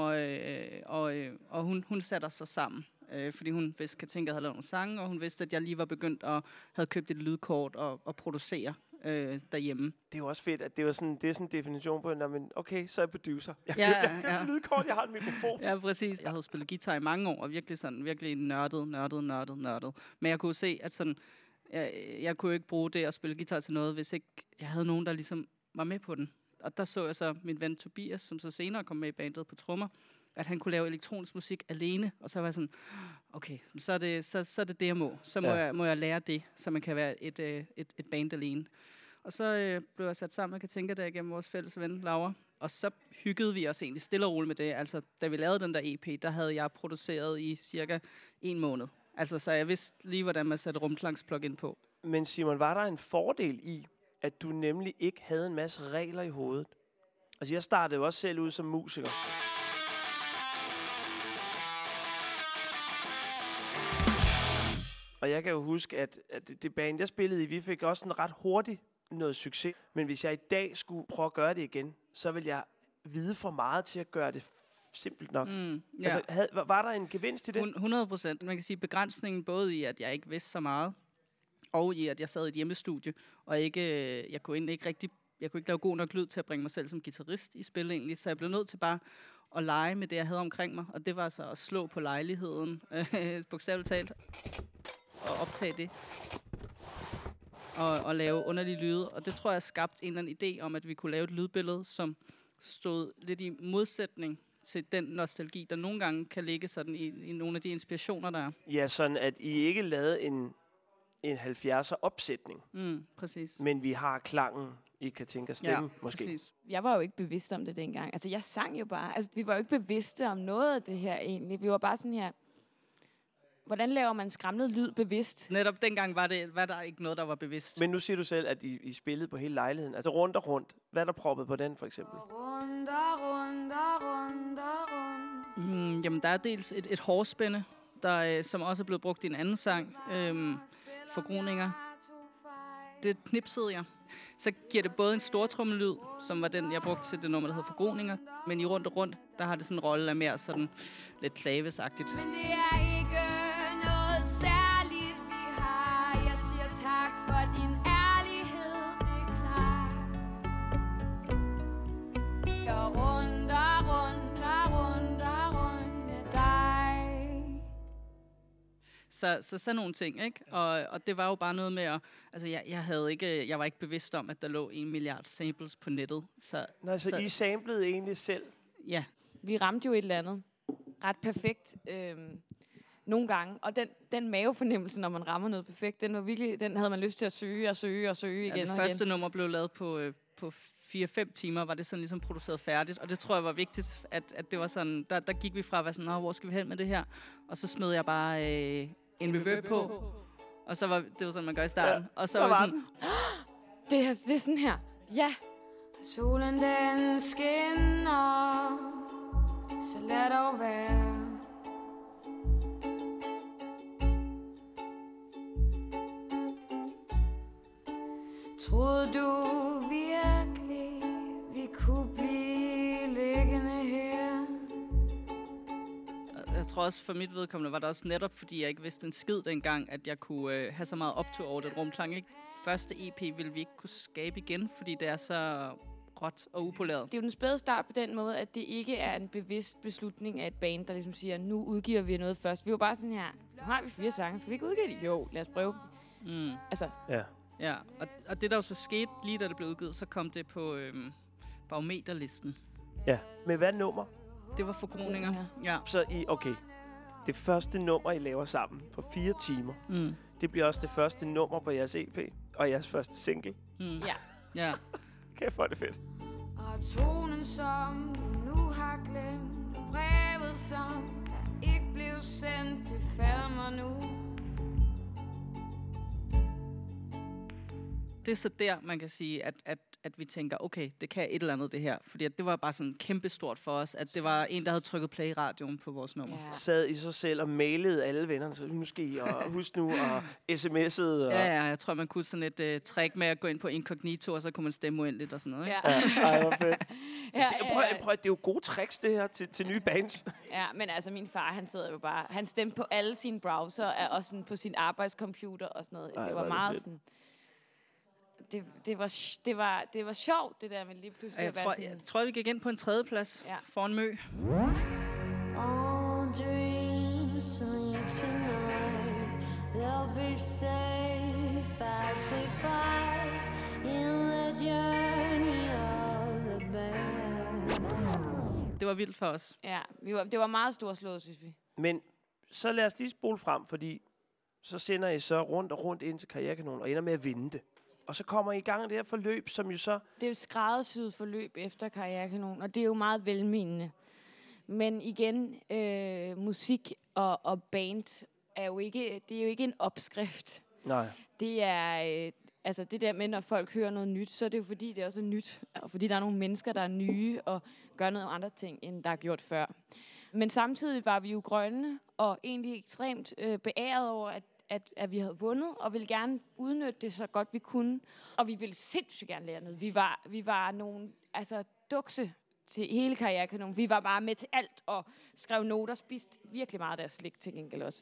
og hun satte os så sammen. Fordi hun vidste, at Katinka havde lavet nogle sange, og hun vidste, at jeg lige var begyndt at have købt et lydkort og producere derhjemme. Det er jo også fedt, at det er sådan en definition på, men okay, så er jeg producer. Jeg købte et lydkort, jeg har en mikrofon. Ja, præcis. Jeg havde spillet guitar i mange år, og virkelig nørdet. Men jeg kunne se, at sådan, jeg kunne ikke bruge det at spille guitar til noget, hvis ikke jeg havde nogen, der ligesom var med på den. Og der så jeg så min ven Tobias, som så senere kom med i bandet på trommer, at han kunne lave elektronisk musik alene, og så var jeg sådan, okay, så er det det, jeg må. Så må jeg lære det, så man kan være et band alene. Og så blev jeg sat sammen med Katinka der igennem vores fælles ven, Laura. Og så hyggede vi os egentlig stille og roligt med det. Altså, da vi lavede den der EP, der havde jeg produceret i cirka 1 måned. Altså, så jeg vidste lige, hvordan man satte rumklangsplugin på. Men Simon, var der en fordel i, at du nemlig ikke havde en masse regler i hovedet? Altså, jeg startede jo også selv ud som musiker. Og jeg kan jo huske, at det band, jeg spillede i, vi fik også sådan ret hurtigt noget succes. Men hvis jeg i dag skulle prøve at gøre det igen, så ville jeg vide for meget til at gøre det simpelt nok. Altså, var der en gevinst i det? 100%. Man kan sige begrænsningen både i, at jeg ikke vidste så meget, og i, at jeg sad i et hjemmestudie, og jeg kunne ikke lave god nok lyd til at bringe mig selv som guitarist i spil egentlig, så jeg blev nødt til bare at lege med det, jeg havde omkring mig, og det var så at slå på lejligheden, bogstaveligt talt, og optage det, og lave underlige lyde, og det tror jeg skabte en eller anden idé om, at vi kunne lave et lydbillede, som stod lidt i modsætning til den nostalgi, der nogle gange kan ligge sådan i nogle af de inspirationer, der er. Ja, sådan at I ikke lavede en 70'er opsætning. Præcis. Men vi har klangen i Katinkas stemme, måske. Præcis. Jeg var jo ikke bevidst om det dengang. Altså, jeg sang jo bare. Altså, vi var jo ikke bevidste om noget af det her egentlig. Vi var bare sådan her, hvordan laver man skramlet lyd bevidst? Netop dengang var der ikke noget, der var bevidst. Men nu siger du selv, at I spillede på hele lejligheden. Altså rundt og rundt. Hvad er der proppet på den, for eksempel? Rundt og rundt og rundt og rundt. Jamen, der er dels et hårspænde, som også er blevet brugt i en anden sang. Forgroninger. Det knipsede jeg. Så giver det både en stortrommelyd, som var den, jeg brugte til det nummer, der hedder Forgroninger. Men i rundt og rundt, der har det sådan en rolle af mere sådan lidt klavesagtigt. Men det er ikke noget særligt, vi har. Jeg siger tak for din ærlighed, det er klart. Jeg er rundt og rundt og rundt og rundt med dig. Så sådan nogle ting, ikke? Og det var jo bare noget med at... Altså, jeg var ikke bevidst om, at der lå 1 milliard samples på nettet. Så I samplede egentlig selv? Ja. Vi ramte jo et eller andet ret perfekt nogle gange. Og den mavefornemmelse, når man rammer noget perfekt, den havde man lyst til at søge igen og igen. Det første nummer blev lavet på 4-5 timer, var det sådan ligesom produceret færdigt. Og det tror jeg var vigtigt, at det var sådan... Der gik vi fra at være sådan, hvor skal vi hen med det her? Og så smed jeg bare en reverb på. Og så var det var sådan, man gør i starten. Ja. Og så var vi sådan... Det er sådan her. Ja. Solen den skinner, så lad dog være. Troede du virkelig, vi kunne blive liggende her? Jeg tror også, for mit vedkommende var det også netop, fordi jeg ikke vidste en skid dengang, at jeg kunne have så meget optur over den rumklang. Ikke? Første EP ville vi ikke kunne skabe igen, fordi det er så råt og upoleret. Det er jo den spæde start på den måde, at det ikke er en bevidst beslutning af et band, der ligesom siger, nu udgiver vi noget først. Vi var bare sådan her, nu har vi 4 sange, skal vi ikke udgive det? Jo, lad os prøve. Altså. Ja, og det der jo så skete, lige da det blev udgivet, så kom det på barometerlisten. Ja, med hvad nummer? Det var Forgroninger. Ja. Så det første nummer, I laver sammen på 4 timer, det bliver også det første nummer på jeres EP, og jeres første single. Ja. Kæft, hvor er det fedt. Og tonen, som du nu har glemt, og brevet, som der ikke blev sendt, det falder mig nu. det er så der, man kan sige, at vi tænker, okay, det kan et eller andet det her. Fordi det var bare sådan kæmpestort for os, at det var en, der havde trykket play i radioen på vores nummer. Ja. Sad i sig selv og mailede alle vennerne, så husk og husk nu, og sms'ede. Og... Ja, jeg tror, man kunne sådan et trick med at gå ind på incognito, og så kunne man stemme uendeligt og sådan noget. Ikke? Ja. Ej, hvor fedt. Prøv, det er jo gode tricks, det her, til nye bands. Ja, men altså min far, han sidder jo bare, han stemte på alle sine browser, og sådan på sin arbejdscomputer og sådan noget. Ej, det var meget sådan... Det var sjovt, det der med lige pludselig Jeg tror, vi gik ind på en 3. plads foran Mø. All dreams sleep tonight. They'll be safe as we fight in the journey of the band. Det var vildt for os. Ja, det var meget storslået, synes vi. Men så lad os lige spole frem, fordi så sender I så rundt og rundt ind til Karrierekanonen og ender med at vinde det. Og så kommer I gang i det her forløb, som jo så... Det er jo et skræddersyet forløb efter Karrierekanonen, og det er jo meget velmenende. Men igen, musik og band er jo ikke, det er jo ikke en opskrift. Nej. Det er... Altså det der med, når folk hører noget nyt, så er det jo fordi, det også er nyt. Og fordi der er nogle mennesker, der er nye og gør noget andre ting, end der er gjort før. Men samtidig var vi jo grønne og egentlig ekstremt beæret over, at vi havde vundet, og ville gerne udnytte det så godt vi kunne. Og vi ville sindssygt gerne lære noget. Vi var nogle dukse til hele Karrierekanonen. Vi var bare med til alt og skrev noter, spiste virkelig meget af deres slik til gengæld også.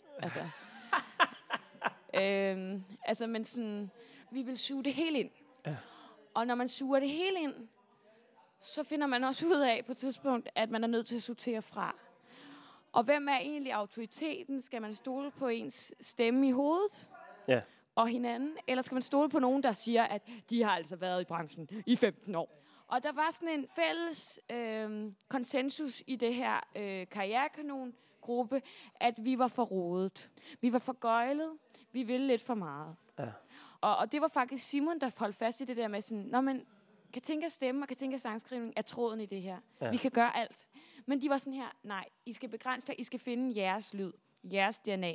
Men sådan, vi vil suge det hele ind. Ja. Og når man suger det hele ind, så finder man også ud af på et tidspunkt, at man er nødt til at sortere fra. Og hvem er egentlig autoriteten? Skal man stole på ens stemme i hovedet? Ja. Og hinanden? Eller skal man stole på nogen, der siger, at de har altså været i branchen i 15 år? Og der var sådan en fælles konsensus i det her Karrierekanon-gruppe, at vi var for rodet. Vi var for gøjlet. Vi ville lidt for meget. Ja. Og det var faktisk Simon, der holdt fast i det der med sådan, når man kan tænke stemme og kan tænke sangskrivning, er tråden i det her. Ja. Vi kan gøre alt. Men de var sådan her, nej, I skal begrænse dig, I skal finde jeres lyd, jeres DNA.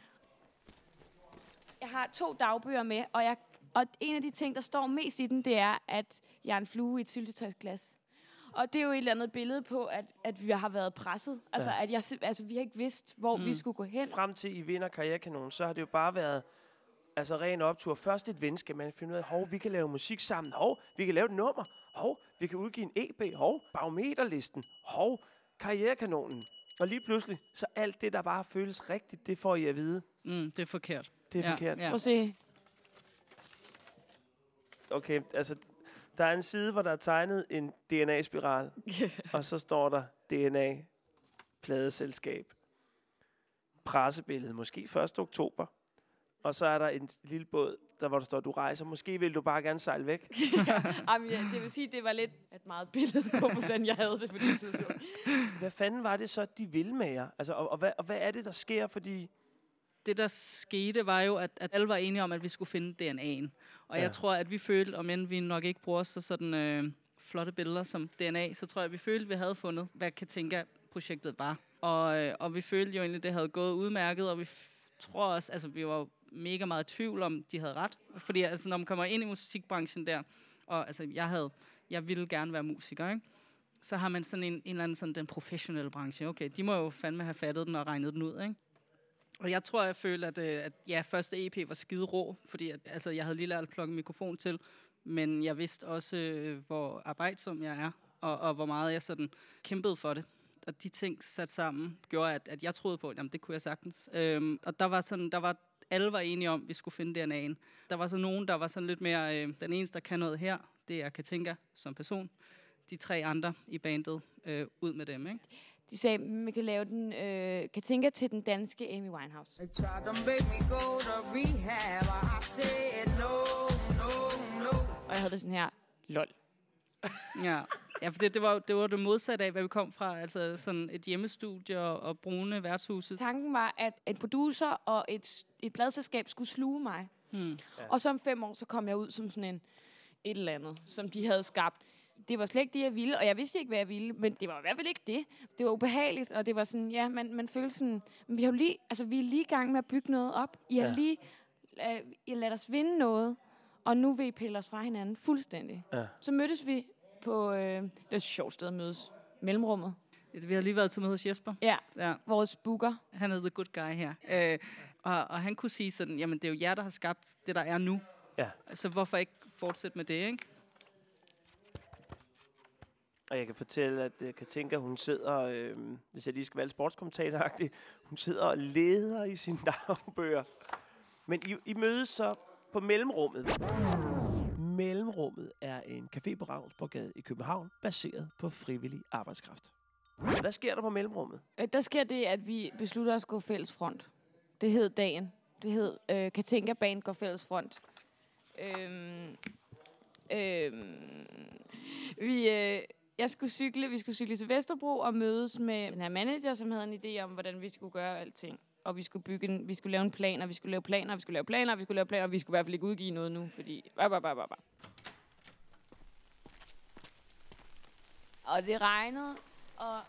Jeg har 2 dagbøger med, og en af de ting, der står mest i den, det er, at jeg er en flue i et syltetøjsglas. Og det er jo et eller andet billede på, at vi har været presset. Altså, vi har ikke vidst, hvor vi skulle gå hen. Frem til I vinder Karrierekanonen, så har det jo bare været ren optur. Først et venskab, man finder ud af, vi kan lave musik sammen. Vi kan lave et nummer. Vi kan udgive en EP. Barometerlisten. Karrierekanonen. Og lige pludselig, så alt det, der bare føles rigtigt, det får I at vide. Det er forkert. Det er forkert. Prøv at se. Okay, der er en side, hvor der er tegnet en DNA-spiral, og så står der DNA, pladeselskab, pressebillede, måske 1. oktober, og så er der en lille båd, hvor der står, du rejser, måske vil du bare gerne sejle væk. Det vil sige, det var lidt et meget billede på, hvordan jeg havde det på det tidspunkt. Hvad fanden var det så, de ville med jer? Og hvad er det, der sker, fordi... Det, der skete, var jo, at alle var enige om, at vi skulle finde DNA'en. Og jeg tror, at vi følte, om end vi nok ikke bruger så sådan flotte billeder som DNA, så tror jeg, at vi følte, at vi havde fundet, hvad Katinka-projektet var. Og vi følte jo egentlig, at det havde gået udmærket, og vi tror også, vi var mega meget i tvivl om, de havde ret. Fordi når man kommer ind i musikbranchen der, og jeg ville gerne være musiker, ikke? Så har man sådan en eller anden sådan den professionelle branche. Okay, de må jo fandme have fattet den og regnet den ud, ikke? Og jeg tror, jeg følte, at første EP var skide rå, fordi jeg havde lige lært at plukke en mikrofon til, men jeg vidste også, hvor arbejdsom jeg er, og hvor meget jeg sådan kæmpede for det. Og de ting sat sammen gjorde, at jeg troede på, at det kunne jeg sagtens. Og alle var enige om, at vi skulle finde DNA'en. Der var så nogen, der var sådan lidt mere, den eneste, der kan noget her, det er Katinka som person. De 3 andre i bandet, ud med dem, ikke? De sagde, at man kan lave den Katinka til den danske Amy Winehouse. Og jeg havde det sådan her, lol. Ja, for det var det modsatte af, hvad vi kom fra. Altså sådan et hjemmestudie og brune værtshuse. Tanken var, at en producer og et pladselskab skulle sluge mig. Ja. Og så om 5 år, så kom jeg ud som sådan et eller andet, som de havde skabt. Det var slet ikke det, jeg ville, og jeg vidste ikke, hvad jeg ville, men det var i hvert fald ikke det. Det var ubehageligt, og det var sådan, ja, man følte sådan, vi er lige i gang med at bygge noget op. I har lige ladet os vinde noget, og nu vil I pille os fra hinanden fuldstændig. Ja. Så mødtes vi på, det er et sjovt sted at mødes, Mellemrummet. Vi har lige været til møde hos Jesper. Ja, vores booker. Han er the good guy her. Og han kunne sige sådan, jamen det er jo jer, der har skabt det, der er nu. Ja. Så hvorfor ikke fortsætte med det, ikke? Og jeg kan fortælle, at Katinka, hun sidder, hvis jeg lige skal være lidt sportskommentatoragtig, hun sidder og leder i sine dagbøger. Men I mødes så på Mellemrummet. Mellemrummet er en café på Ravnsborggade i København, baseret på frivillig arbejdskraft. Hvad sker der på Mellemrummet? Der sker det, at vi beslutter os at gå fælles front. Det hed dagen. Det hed Katinka Band går fælles front. Vi skulle cykle til Vesterbro og mødes med den her manager, som havde en idé om, hvordan vi skulle gøre alting. Og vi skulle lave en plan, og vi skulle lave planer, og vi skulle lave planer, og vi skulle lave planer, og vi skulle i hvert fald ikke udgive noget nu, fordi... Og det regnede, og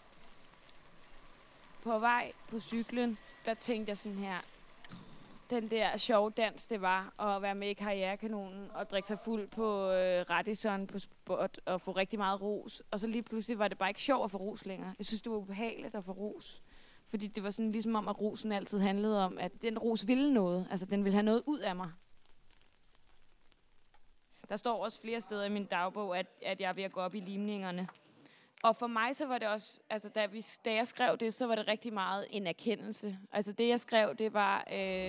på vej på cyklen, der tænkte jeg sådan her, den der sjove dans, det var at være med i Karrierekanonen og drikke sig fuld på Radisson på sport og få rigtig meget ros. Og så lige pludselig var det bare ikke sjovt at få ros længere. Jeg synes, det var ubehageligt at få ros. Fordi det var sådan ligesom om, at rosen altid handlede om, at den ros ville noget. Altså, den ville have noget ud af mig. Der står også flere steder i min dagbog, at jeg er ved at gå op i limningerne. Og for mig så var det også, altså da jeg skrev det, så var det rigtig meget en erkendelse. Altså det jeg skrev, det var,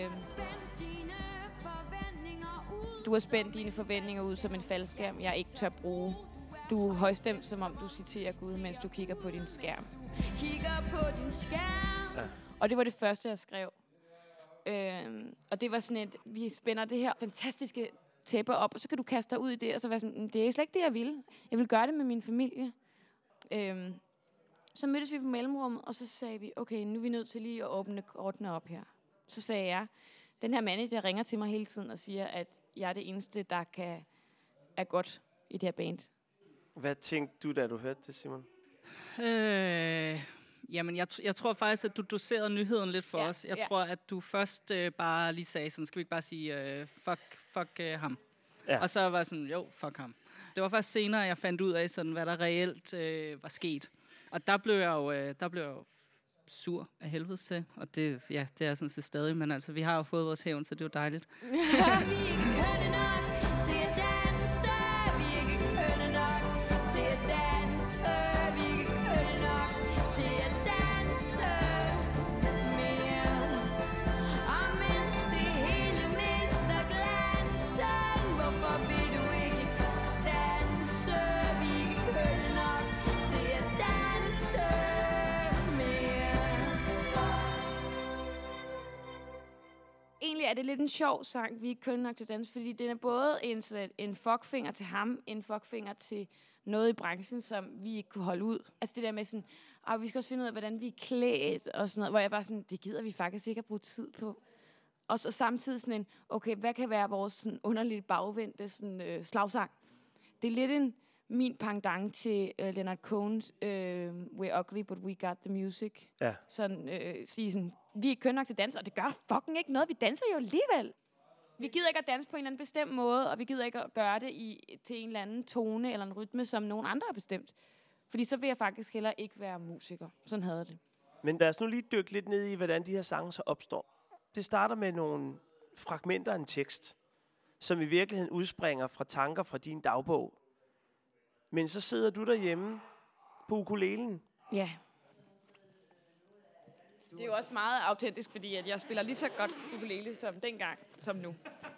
du har spændt dine forventninger ud som en faldskærm, jeg ikke tør bruge. Du er højstemt, som om du citerer Gud, mens du kigger på din skærm. Kigger på din skærm. Ja. Og det var det første, jeg skrev. Og det var sådan et, vi spænder det her fantastiske tæppe op, og så kan du kaste dig ud i det, og så være sådan, det er slet ikke det, jeg vil. Jeg vil gøre det med min familie. Så mødtes vi på Mellemrummet, og så sagde vi, okay, nu er vi nødt til lige at ordne op her. Så sagde jeg, den her manager ringer til mig hele tiden og siger, at jeg er det eneste, der er godt i det her band. Hvad tænkte du, da du hørte det, Simon? Jamen, jeg tror faktisk, at du doserede nyheden lidt for os. Jeg tror, at du først bare lige sagde sådan, skal vi ikke bare sige, fuck ham. Ja. Og så var jeg sådan, jo, fuck ham. Det var først senere, jeg fandt ud af, sådan, hvad der reelt var sket. Og der blev jeg jo sur af helvede til. Og det er sådan set stadig, men altså, vi har jo fået vores hævn, så det er jo dejligt. Egentlig er det lidt en sjov sang, vi er ikke kønne nok til dans, fordi den er både en fuckfinger til ham, en fuckfinger til noget i branchen, som vi ikke kunne holde ud. Altså det der med sådan, vi skal også finde ud af, hvordan vi er klædt og sådan noget, hvor jeg bare sådan, det gider vi faktisk ikke at bruge tid på. Og så samtidig sådan en, okay, hvad kan være vores sådan underligt bagvendte sådan, slagsang? Det er lidt min pendant til Leonard Cohen's We're Ugly, But We Got The Music. Ja. Sådan, sige sådan, vi er ikke kønne nok til dans, og det gør fucking ikke noget. Vi danser jo alligevel. Vi gider ikke at danse på en eller anden bestemt måde, og vi gider ikke at gøre det til en eller anden tone eller en rytme, som nogen andre har bestemt. Fordi så vil jeg faktisk heller ikke være musiker. Sådan havde det. Men lad os nu lige dykke lidt ned i, hvordan de her sange så opstår. Det starter med nogle fragmenter af en tekst, som i virkeligheden udspringer fra tanker fra din dagbog. Men så sidder du derhjemme på ukulelen. Ja. Det er jo også meget autentisk, fordi at jeg spiller lige så godt ukulele som dengang, som nu.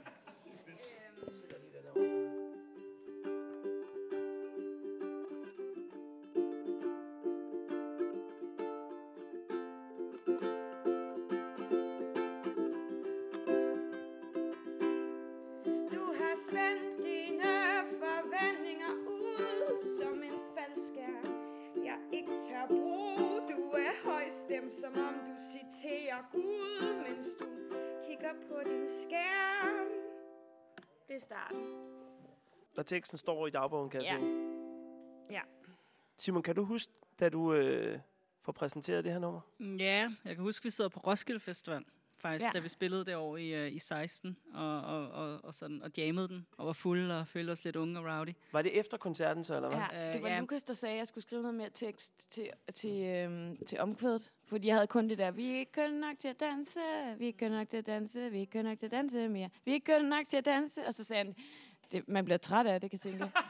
Du har spændt dine forventninger ud som en faldskærm, jeg ikke tør bruge. Du er højstemt, som om du citerer Gud, mens du kigger på din skærm. Det er starten. Og teksten står i dagbogen, kan jeg se. Ja. Simon, kan du huske, da du får præsenteret det her nummer? Ja, jeg kan huske, vi sidder på Roskilde Festival faktisk, da vi spillede det år i 16, og jammede den, og var fulde og følte os lidt unge og rowdy. Var det efter koncerten så, eller hvad? Ja, det var Lukas, der sagde, at jeg skulle skrive noget mere tekst til omkvædet. Fordi jeg havde kun det der, vi er ikke kønne nok til at danse, vi er ikke kønne nok til at danse, vi er ikke kønne nok til at danse mere, vi er ikke kønne nok til at danse. Og så sagde han, man bliver træt af det, kan jeg tænke.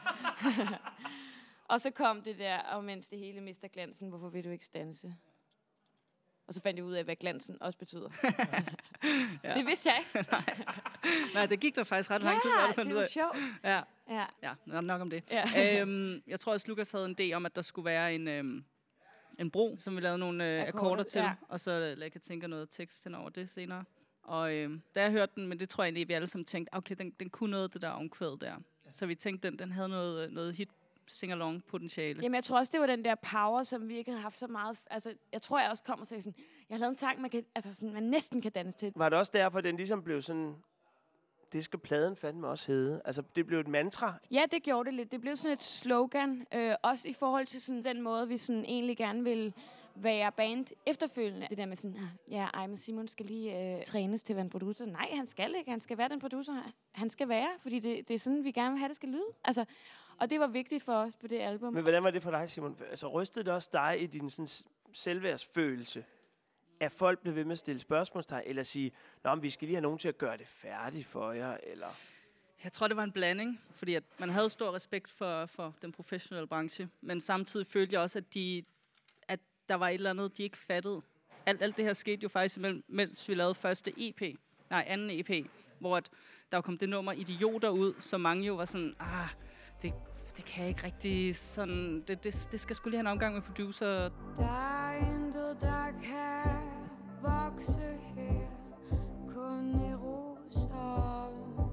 Og så kom det der, og mens det hele mister glansen, hvorfor vil du ikke danse? Og så fandt jeg ud af, hvad glansen også betyder. Ja. Det vidste jeg ikke. Nej, det gik der faktisk ret lang tid, hvor du fandt det ud af. sjovt. Ja, nok om det. Ja. Jeg tror også, Lukas havde en idé om, at der skulle være en bro, som vi lavede nogle akkorder til, og så lagde jeg tænke noget tekst hen over det senere. Og da jeg hørte den, men det tror jeg egentlig, vi alle sammen tænkte, okay, den kunne noget, det der omkvæd der. Så vi tænkte, den havde noget hit sing-along potentiale. Jamen, jeg tror også, det var den der power, som vi ikke havde haft så meget. Altså, jeg tror, jeg også kom og sagde sådan, jeg har lavet en sang, man næsten kan danse til. Var det også derfor, den ligesom blev sådan, det skal pladen fandme også hedde? Altså, det blev et mantra? Ja, det gjorde det lidt. Det blev sådan et slogan, også i forhold til sådan den måde, vi sådan egentlig gerne vil være band efterfølgende. Det der med sådan, men Simon skal lige trænes til at være en producer. Nej, han skal ikke. Han skal være den producer, han skal være, fordi det er sådan, vi gerne vil have, det skal lyde. Altså, og det var vigtigt for os på det album. Men hvordan var det for dig, Simon? Altså, rystede det også dig i din sådan, selvværdsfølelse, at folk blev ved med at stille spørgsmålstegn, eller sige, vi skal lige have nogen til at gøre det færdigt for jer, eller... Jeg tror, det var en blanding, fordi at man havde stor respekt for den professionelle branche, men samtidig følte jeg også, at der var et eller andet, de ikke fattede. Alt det her skete jo faktisk, mens vi lavede anden EP, hvor der kom det nummer Idioter ud, så mange jo var sådan, det kan jeg ikke rigtig sådan, det skal sgu lige have en omgang med producer. Der er intet, der kan vokse her, kun i roser,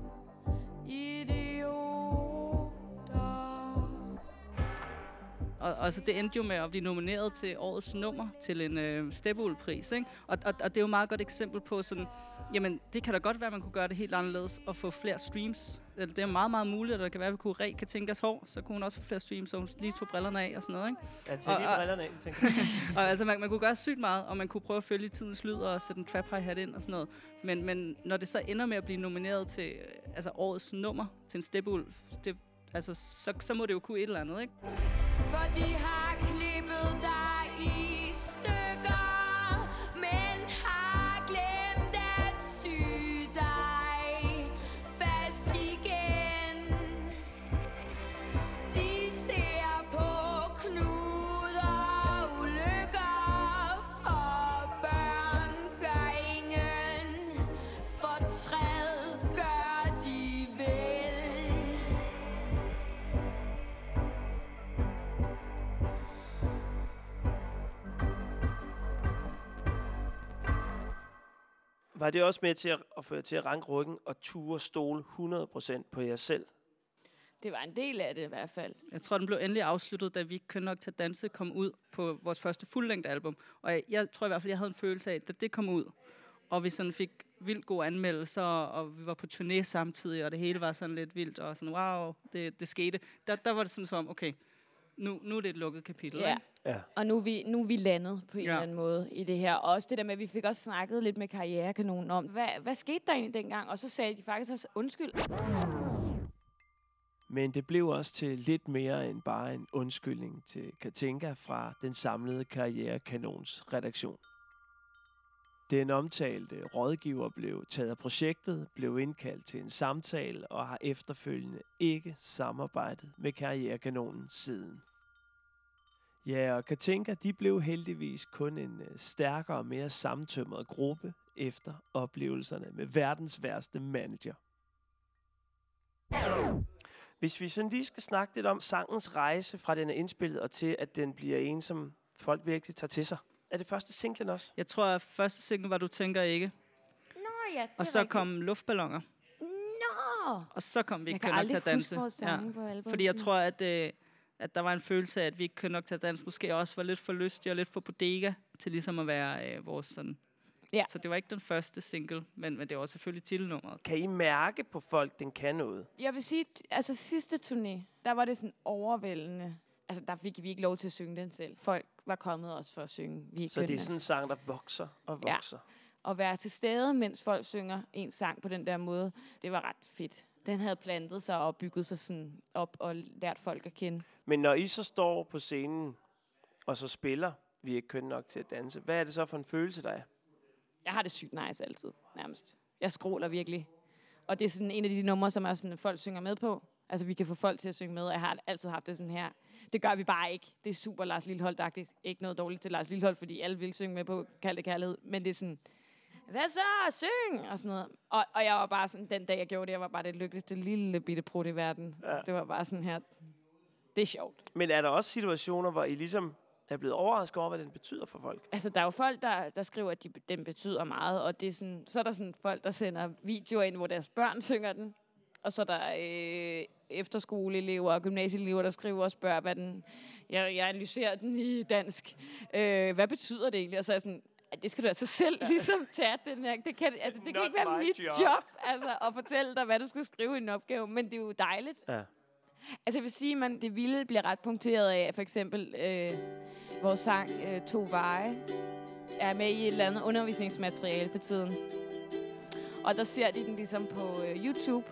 idioter. Og så det endte jo med at blive nomineret til årets nummer til en Steppeulpris, ikke? Og det er jo et meget godt eksempel på sådan, jamen det kan da godt være, at man kunne gøre det helt anderledes og få flere streams. Det er meget, meget muligt, at der kan være, at vi kan tænke os hår, så kunne hun også få flere streams, så hun lige tog brillerne af og sådan noget, ikke? Ja, tag lige brillerne af, tænker jeg. Og altså, man kunne gøre sygt meget, og man kunne prøve at følge tidens lyd og sætte en trap hi-hat ind og sådan noget. Men når det så ender med at blive nomineret til årets nummer til en Steppeulv, så må det jo kunne et eller andet, ikke? For de har klippet dig i stykker, men har glemt at sy dig fast igen. De ser på knuder og ulykker, for børn gør ingen, fortræd gør de vel. Var det også med til at føre til at ranke ryggen og ture stole 100% på jer selv? Det var en del af det i hvert fald. Jeg tror, den blev endelig afsluttet, da vi ikke kunne nok til at danse kom ud på vores første fuldlængde album. Og jeg tror i hvert fald, jeg havde en følelse af, at da det kom ud, og vi sådan fik vildt gode anmeldelser, og vi var på turné samtidig, og det hele var sådan lidt vildt, og sådan, wow, det skete. Der var det sådan som, okay, nu er det et lukket kapitel. Ja. Ja. Og nu er vi landet på en eller anden måde i det her. Og også det der med, at vi fik også snakket lidt med Karrierekanonen om, hvad skete der egentlig dengang? Og så sagde de faktisk også undskyld. Men det blev også til lidt mere end bare en undskyldning til Katinka fra den samlede Karrierekanons redaktion. Den omtalte rådgiver blev taget af projektet, blev indkaldt til en samtale og har efterfølgende ikke samarbejdet med Karrierekanonen siden. Ja, og Katinka, de blev heldigvis kun en stærkere og mere sammentømret gruppe efter oplevelserne med verdens værste manager. Hvis vi sådan lige skal snakke lidt om sangens rejse fra den er indspillet og til at den bliver en, som folk virkelig tager til sig. Er det første singlen også? Jeg tror, at første single var Du tænker ikke. Nå ja, det og så rigtigt. kom Luftballoner. Nå! Og så kom vi ikke kan nok til at aldrig danse. huske vores sange på albummet. Fordi jeg tror, at der var en følelse af, at vi ikke kunne nok til at danse. Måske også var lidt for lystig og lidt for bodega til ligesom at være vores sådan. Ja. Så det var ikke den første single, men det var selvfølgelig titelnummeret. Kan I mærke på folk, den kan noget? Jeg vil sige, altså sidste turné, der var det sådan overvældende. Altså der fik vi ikke lov til at synge den selv. Folk var kommet også for at synge. Så det er sådan en sang, der vokser og vokser. at være til stede, mens folk synger en sang på den der måde, det var ret fedt. Den havde plantet sig og bygget sig sådan op og lært folk at kende. Men når I så står på scenen og så spiller, vi er ikke kønne nok til at danse, hvad er det så for en følelse, der er? Jeg har det sygt nice altid, nærmest. Jeg skråler virkelig. Og det er sådan en af de numre, som er sådan, folk synger med på. Altså, vi kan få folk til at synge med, og jeg har altid haft det sådan her. Det gør vi bare ikke. Det er super Lars Lilholt-agtigt. Ikke noget dårligt til Lars Lilholt, fordi alle vil synge med på Kald det kærlighed. Men det er sådan, hvad så? Syng! Og sådan noget. Og jeg var bare sådan, den dag jeg gjorde det, jeg var bare det lykkeligste lille bitte prut i verden. Ja. Det var bare sådan her, det er sjovt. Men er der også situationer, hvor I ligesom er blevet overrasket over, hvad den betyder for folk? Altså, der er jo folk, der skriver, at den betyder meget, og det er sådan, så er der sådan folk, der sender videoer ind, hvor deres børn synger den. Og så er der efterskoleelever og gymnasieelever, der skriver og spørger, hvad den... Jeg analyserer den i dansk. Hvad betyder det egentlig? Og så er jeg sådan, det skal du altså selv ligesom tage den her. Det kan ikke være mit job altså, at fortælle dig, hvad du skal skrive i en opgave, men det er jo dejligt. Ja. Altså jeg vil sige, at det vilde bliver ret punkteret af, for eksempel vores sang To Veje er med i et eller andet undervisningsmateriale for tiden. Og der ser de den ligesom på YouTube.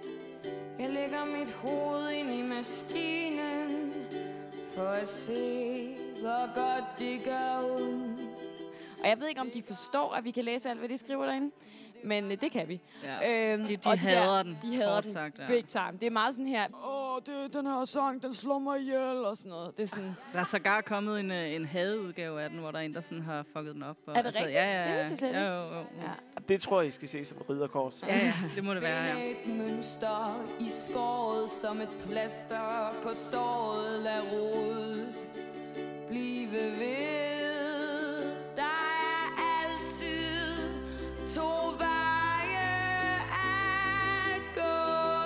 Jeg lægger mit hoved ind i maskinen for at se, hvor godt det gør ondt. Og jeg ved ikke, om de forstår, at vi kan læse alt, hvad de skriver derinde. Men det kan vi. Ja. De hader den. De hader den sagt, ja. Big time. Det er meget sådan her, den her sang, den slår mig ihjel, og sådan noget. Det er sådan... Der er sågar kommet en hadeudgave af den, hvor der er en, der sådan har fucket den op. Og er det rigtigt? Ja. Det vidste jeg jo. Det tror jeg, I skal se som ridderkors. Ja, det må det være, ja. Et mønster i skåret som et plaster på såret. Lad rodet blive ved. Der er altid to veje at gå.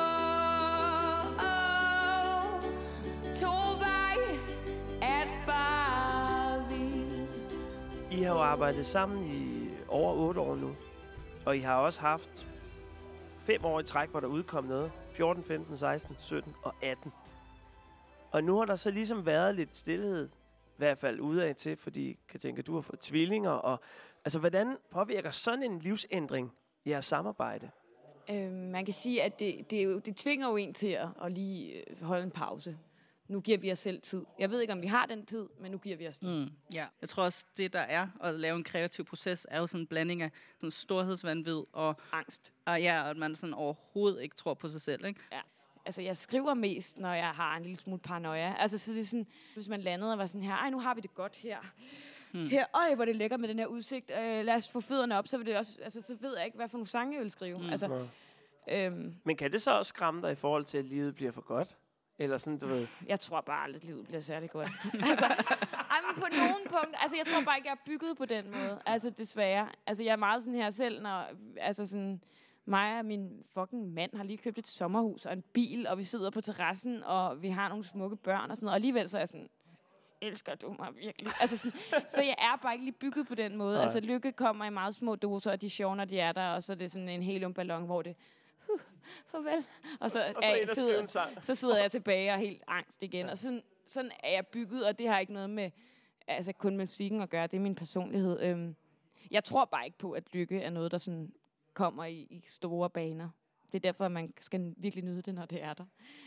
To veje at fare vild. I har jo arbejdet sammen i over 8 år nu. Og I har også haft 5 år i træk, hvor der udkom noget. 14, 15, 16, 17 og 18. Og nu har der så ligesom været lidt stillhed, i hvert fald udad til, fordi jeg tænker, du har fået tvillinger. Og, altså, hvordan påvirker sådan en livsændring jeres samarbejde? Man kan sige, at det tvinger jo en til at lige holde en pause. Nu giver vi os selv tid. Jeg ved ikke, om vi har den tid, men nu giver vi os den. Ja. Jeg tror også, det der er at lave en kreativ proces, er jo sådan en blanding af sådan storhedsvanvid og angst. Og ja, at man sådan overhovedet ikke tror på sig selv, ikke? Ja. Altså, jeg skriver mest, når jeg har en lille smule paranoia. Altså, så det er sådan, hvis man landede og var sådan her, nu har vi det godt her. Her, hvor det lækker med den her udsigt. Lad os få fødderne op, så vil det også, altså, så ved jeg ikke, hvad for nogle sange jeg vil skrive. Altså, men kan det så også skræmme dig i forhold til, at livet bliver for godt? Eller sådan, du ved... Jeg tror bare aldrig, at livet bliver særlig godt. Altså, men på nogle punkter... Altså, jeg tror bare ikke, jeg er bygget på den måde. Altså, desværre. Altså, jeg er meget sådan her selv, når... Altså, sådan... Mig og min fucking mand har lige købt et sommerhus og en bil, og vi sidder på terrassen, og vi har nogle smukke børn og sådan noget. Og alligevel så er jeg sådan... Elsker du mig virkelig? Altså, sådan, så jeg er bare ikke lige bygget på den måde. Nej. Altså, lykke kommer i meget små doser, og de er sjove, når de er der, og så er det sådan en heliumballon, hvor det... farvel. Og så sidder jeg tilbage og er helt angst igen. Ja. Og sådan er jeg bygget, og det har ikke noget med altså kun med musikken at gøre. Det er min personlighed. Jeg tror bare ikke på, at lykke er noget, der sådan kommer i store baner. Det er derfor, at man skal virkelig nyde det, når det er der.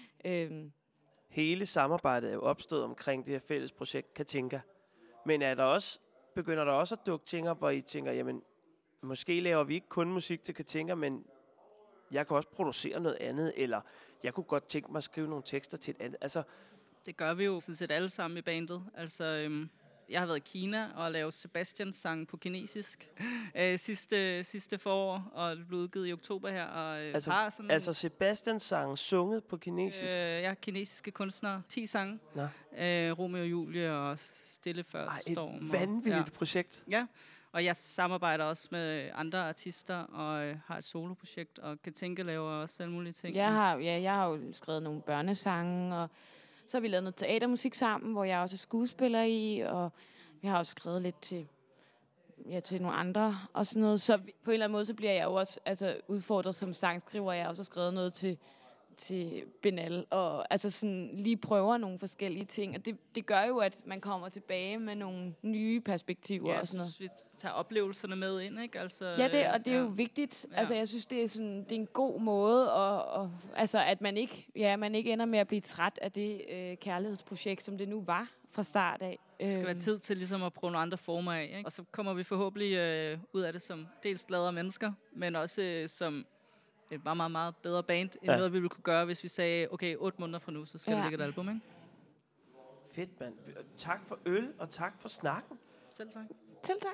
Hele samarbejdet er jo opstået omkring det her fælles projekt, Katinka. Men begynder der også at dukke ting op, hvor I tænker, jamen, måske laver vi ikke kun musik til Katinka, men jeg kan også producere noget andet, eller jeg kunne godt tænke mig at skrive nogle tekster til et andet. Altså, det gør vi jo sådan set alle sammen i bandet. Altså, jeg har været i Kina og lavet Sebastians sang på kinesisk sidste forår, og det blev udgivet i oktober her. Og, altså Sebastians sang sunget på kinesisk? Ja, kinesiske kunstnere. 10 sange. Romeo og Julie og Stille før storm. Et vanvittigt projekt. Ja. Og jeg samarbejder også med andre artister og har et soloprojekt og Katinka laver også alle mulige ting. Jeg har jo skrevet nogle børnesange, og så har vi lavet noget teatermusik sammen, hvor jeg også er skuespiller i, og vi har også skrevet lidt til nogle andre og sådan noget. Så på en eller anden måde, så bliver jeg jo også udfordret som sangskriver. Jeg har også skrevet noget til Benal, og altså sådan lige prøver nogle forskellige ting, og det gør jo, at man kommer tilbage med nogle nye perspektiver og sådan noget. Vi tager oplevelserne med ind, ikke? Altså, Ja, det er jo vigtigt. Ja. Altså, jeg synes, det er en god måde, altså, at man ikke ender med at blive træt af det kærlighedsprojekt, som det nu var fra start af. Det skal være tid til ligesom at prøve nogle andre former af, ikke? Og så kommer vi forhåbentlig ud af det som dels gladere mennesker, men også som et meget, meget, meget bedre band, end noget, vi ville kunne gøre, hvis vi sagde, okay, 8 måneder fra nu, så skal der ligge et album, ikke? Fedt, mand. Tak for øl, og tak for snakken. Selv tak. Selv tak.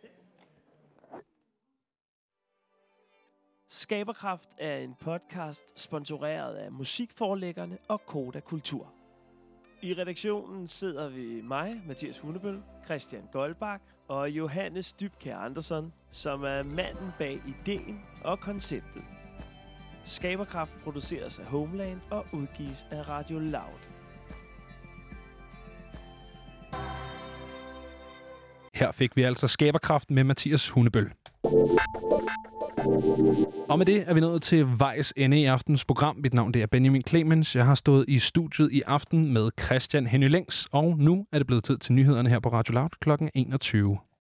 Skaberkraft er en podcast sponsoreret af musikforlæggerne og Koda Kultur. I redaktionen sidder vi mig, Mathias Hunebøl, Christian Goldbach og Johannes Dybkjær Andersen, som er manden bag ideen og konceptet. Skaberkraft produceres af Homeland og udgives af Radio Loud. Her fik vi altså Skaberkraft med Mathias Hunebøl. Og med det er vi nået til vejs ende i aftens program. Mit navn det er Benjamin Clemens. Jeg har stået i studiet i aften med Christian Henny Lings, og nu er det blevet tid til nyhederne her på Radio Loud kl. 21.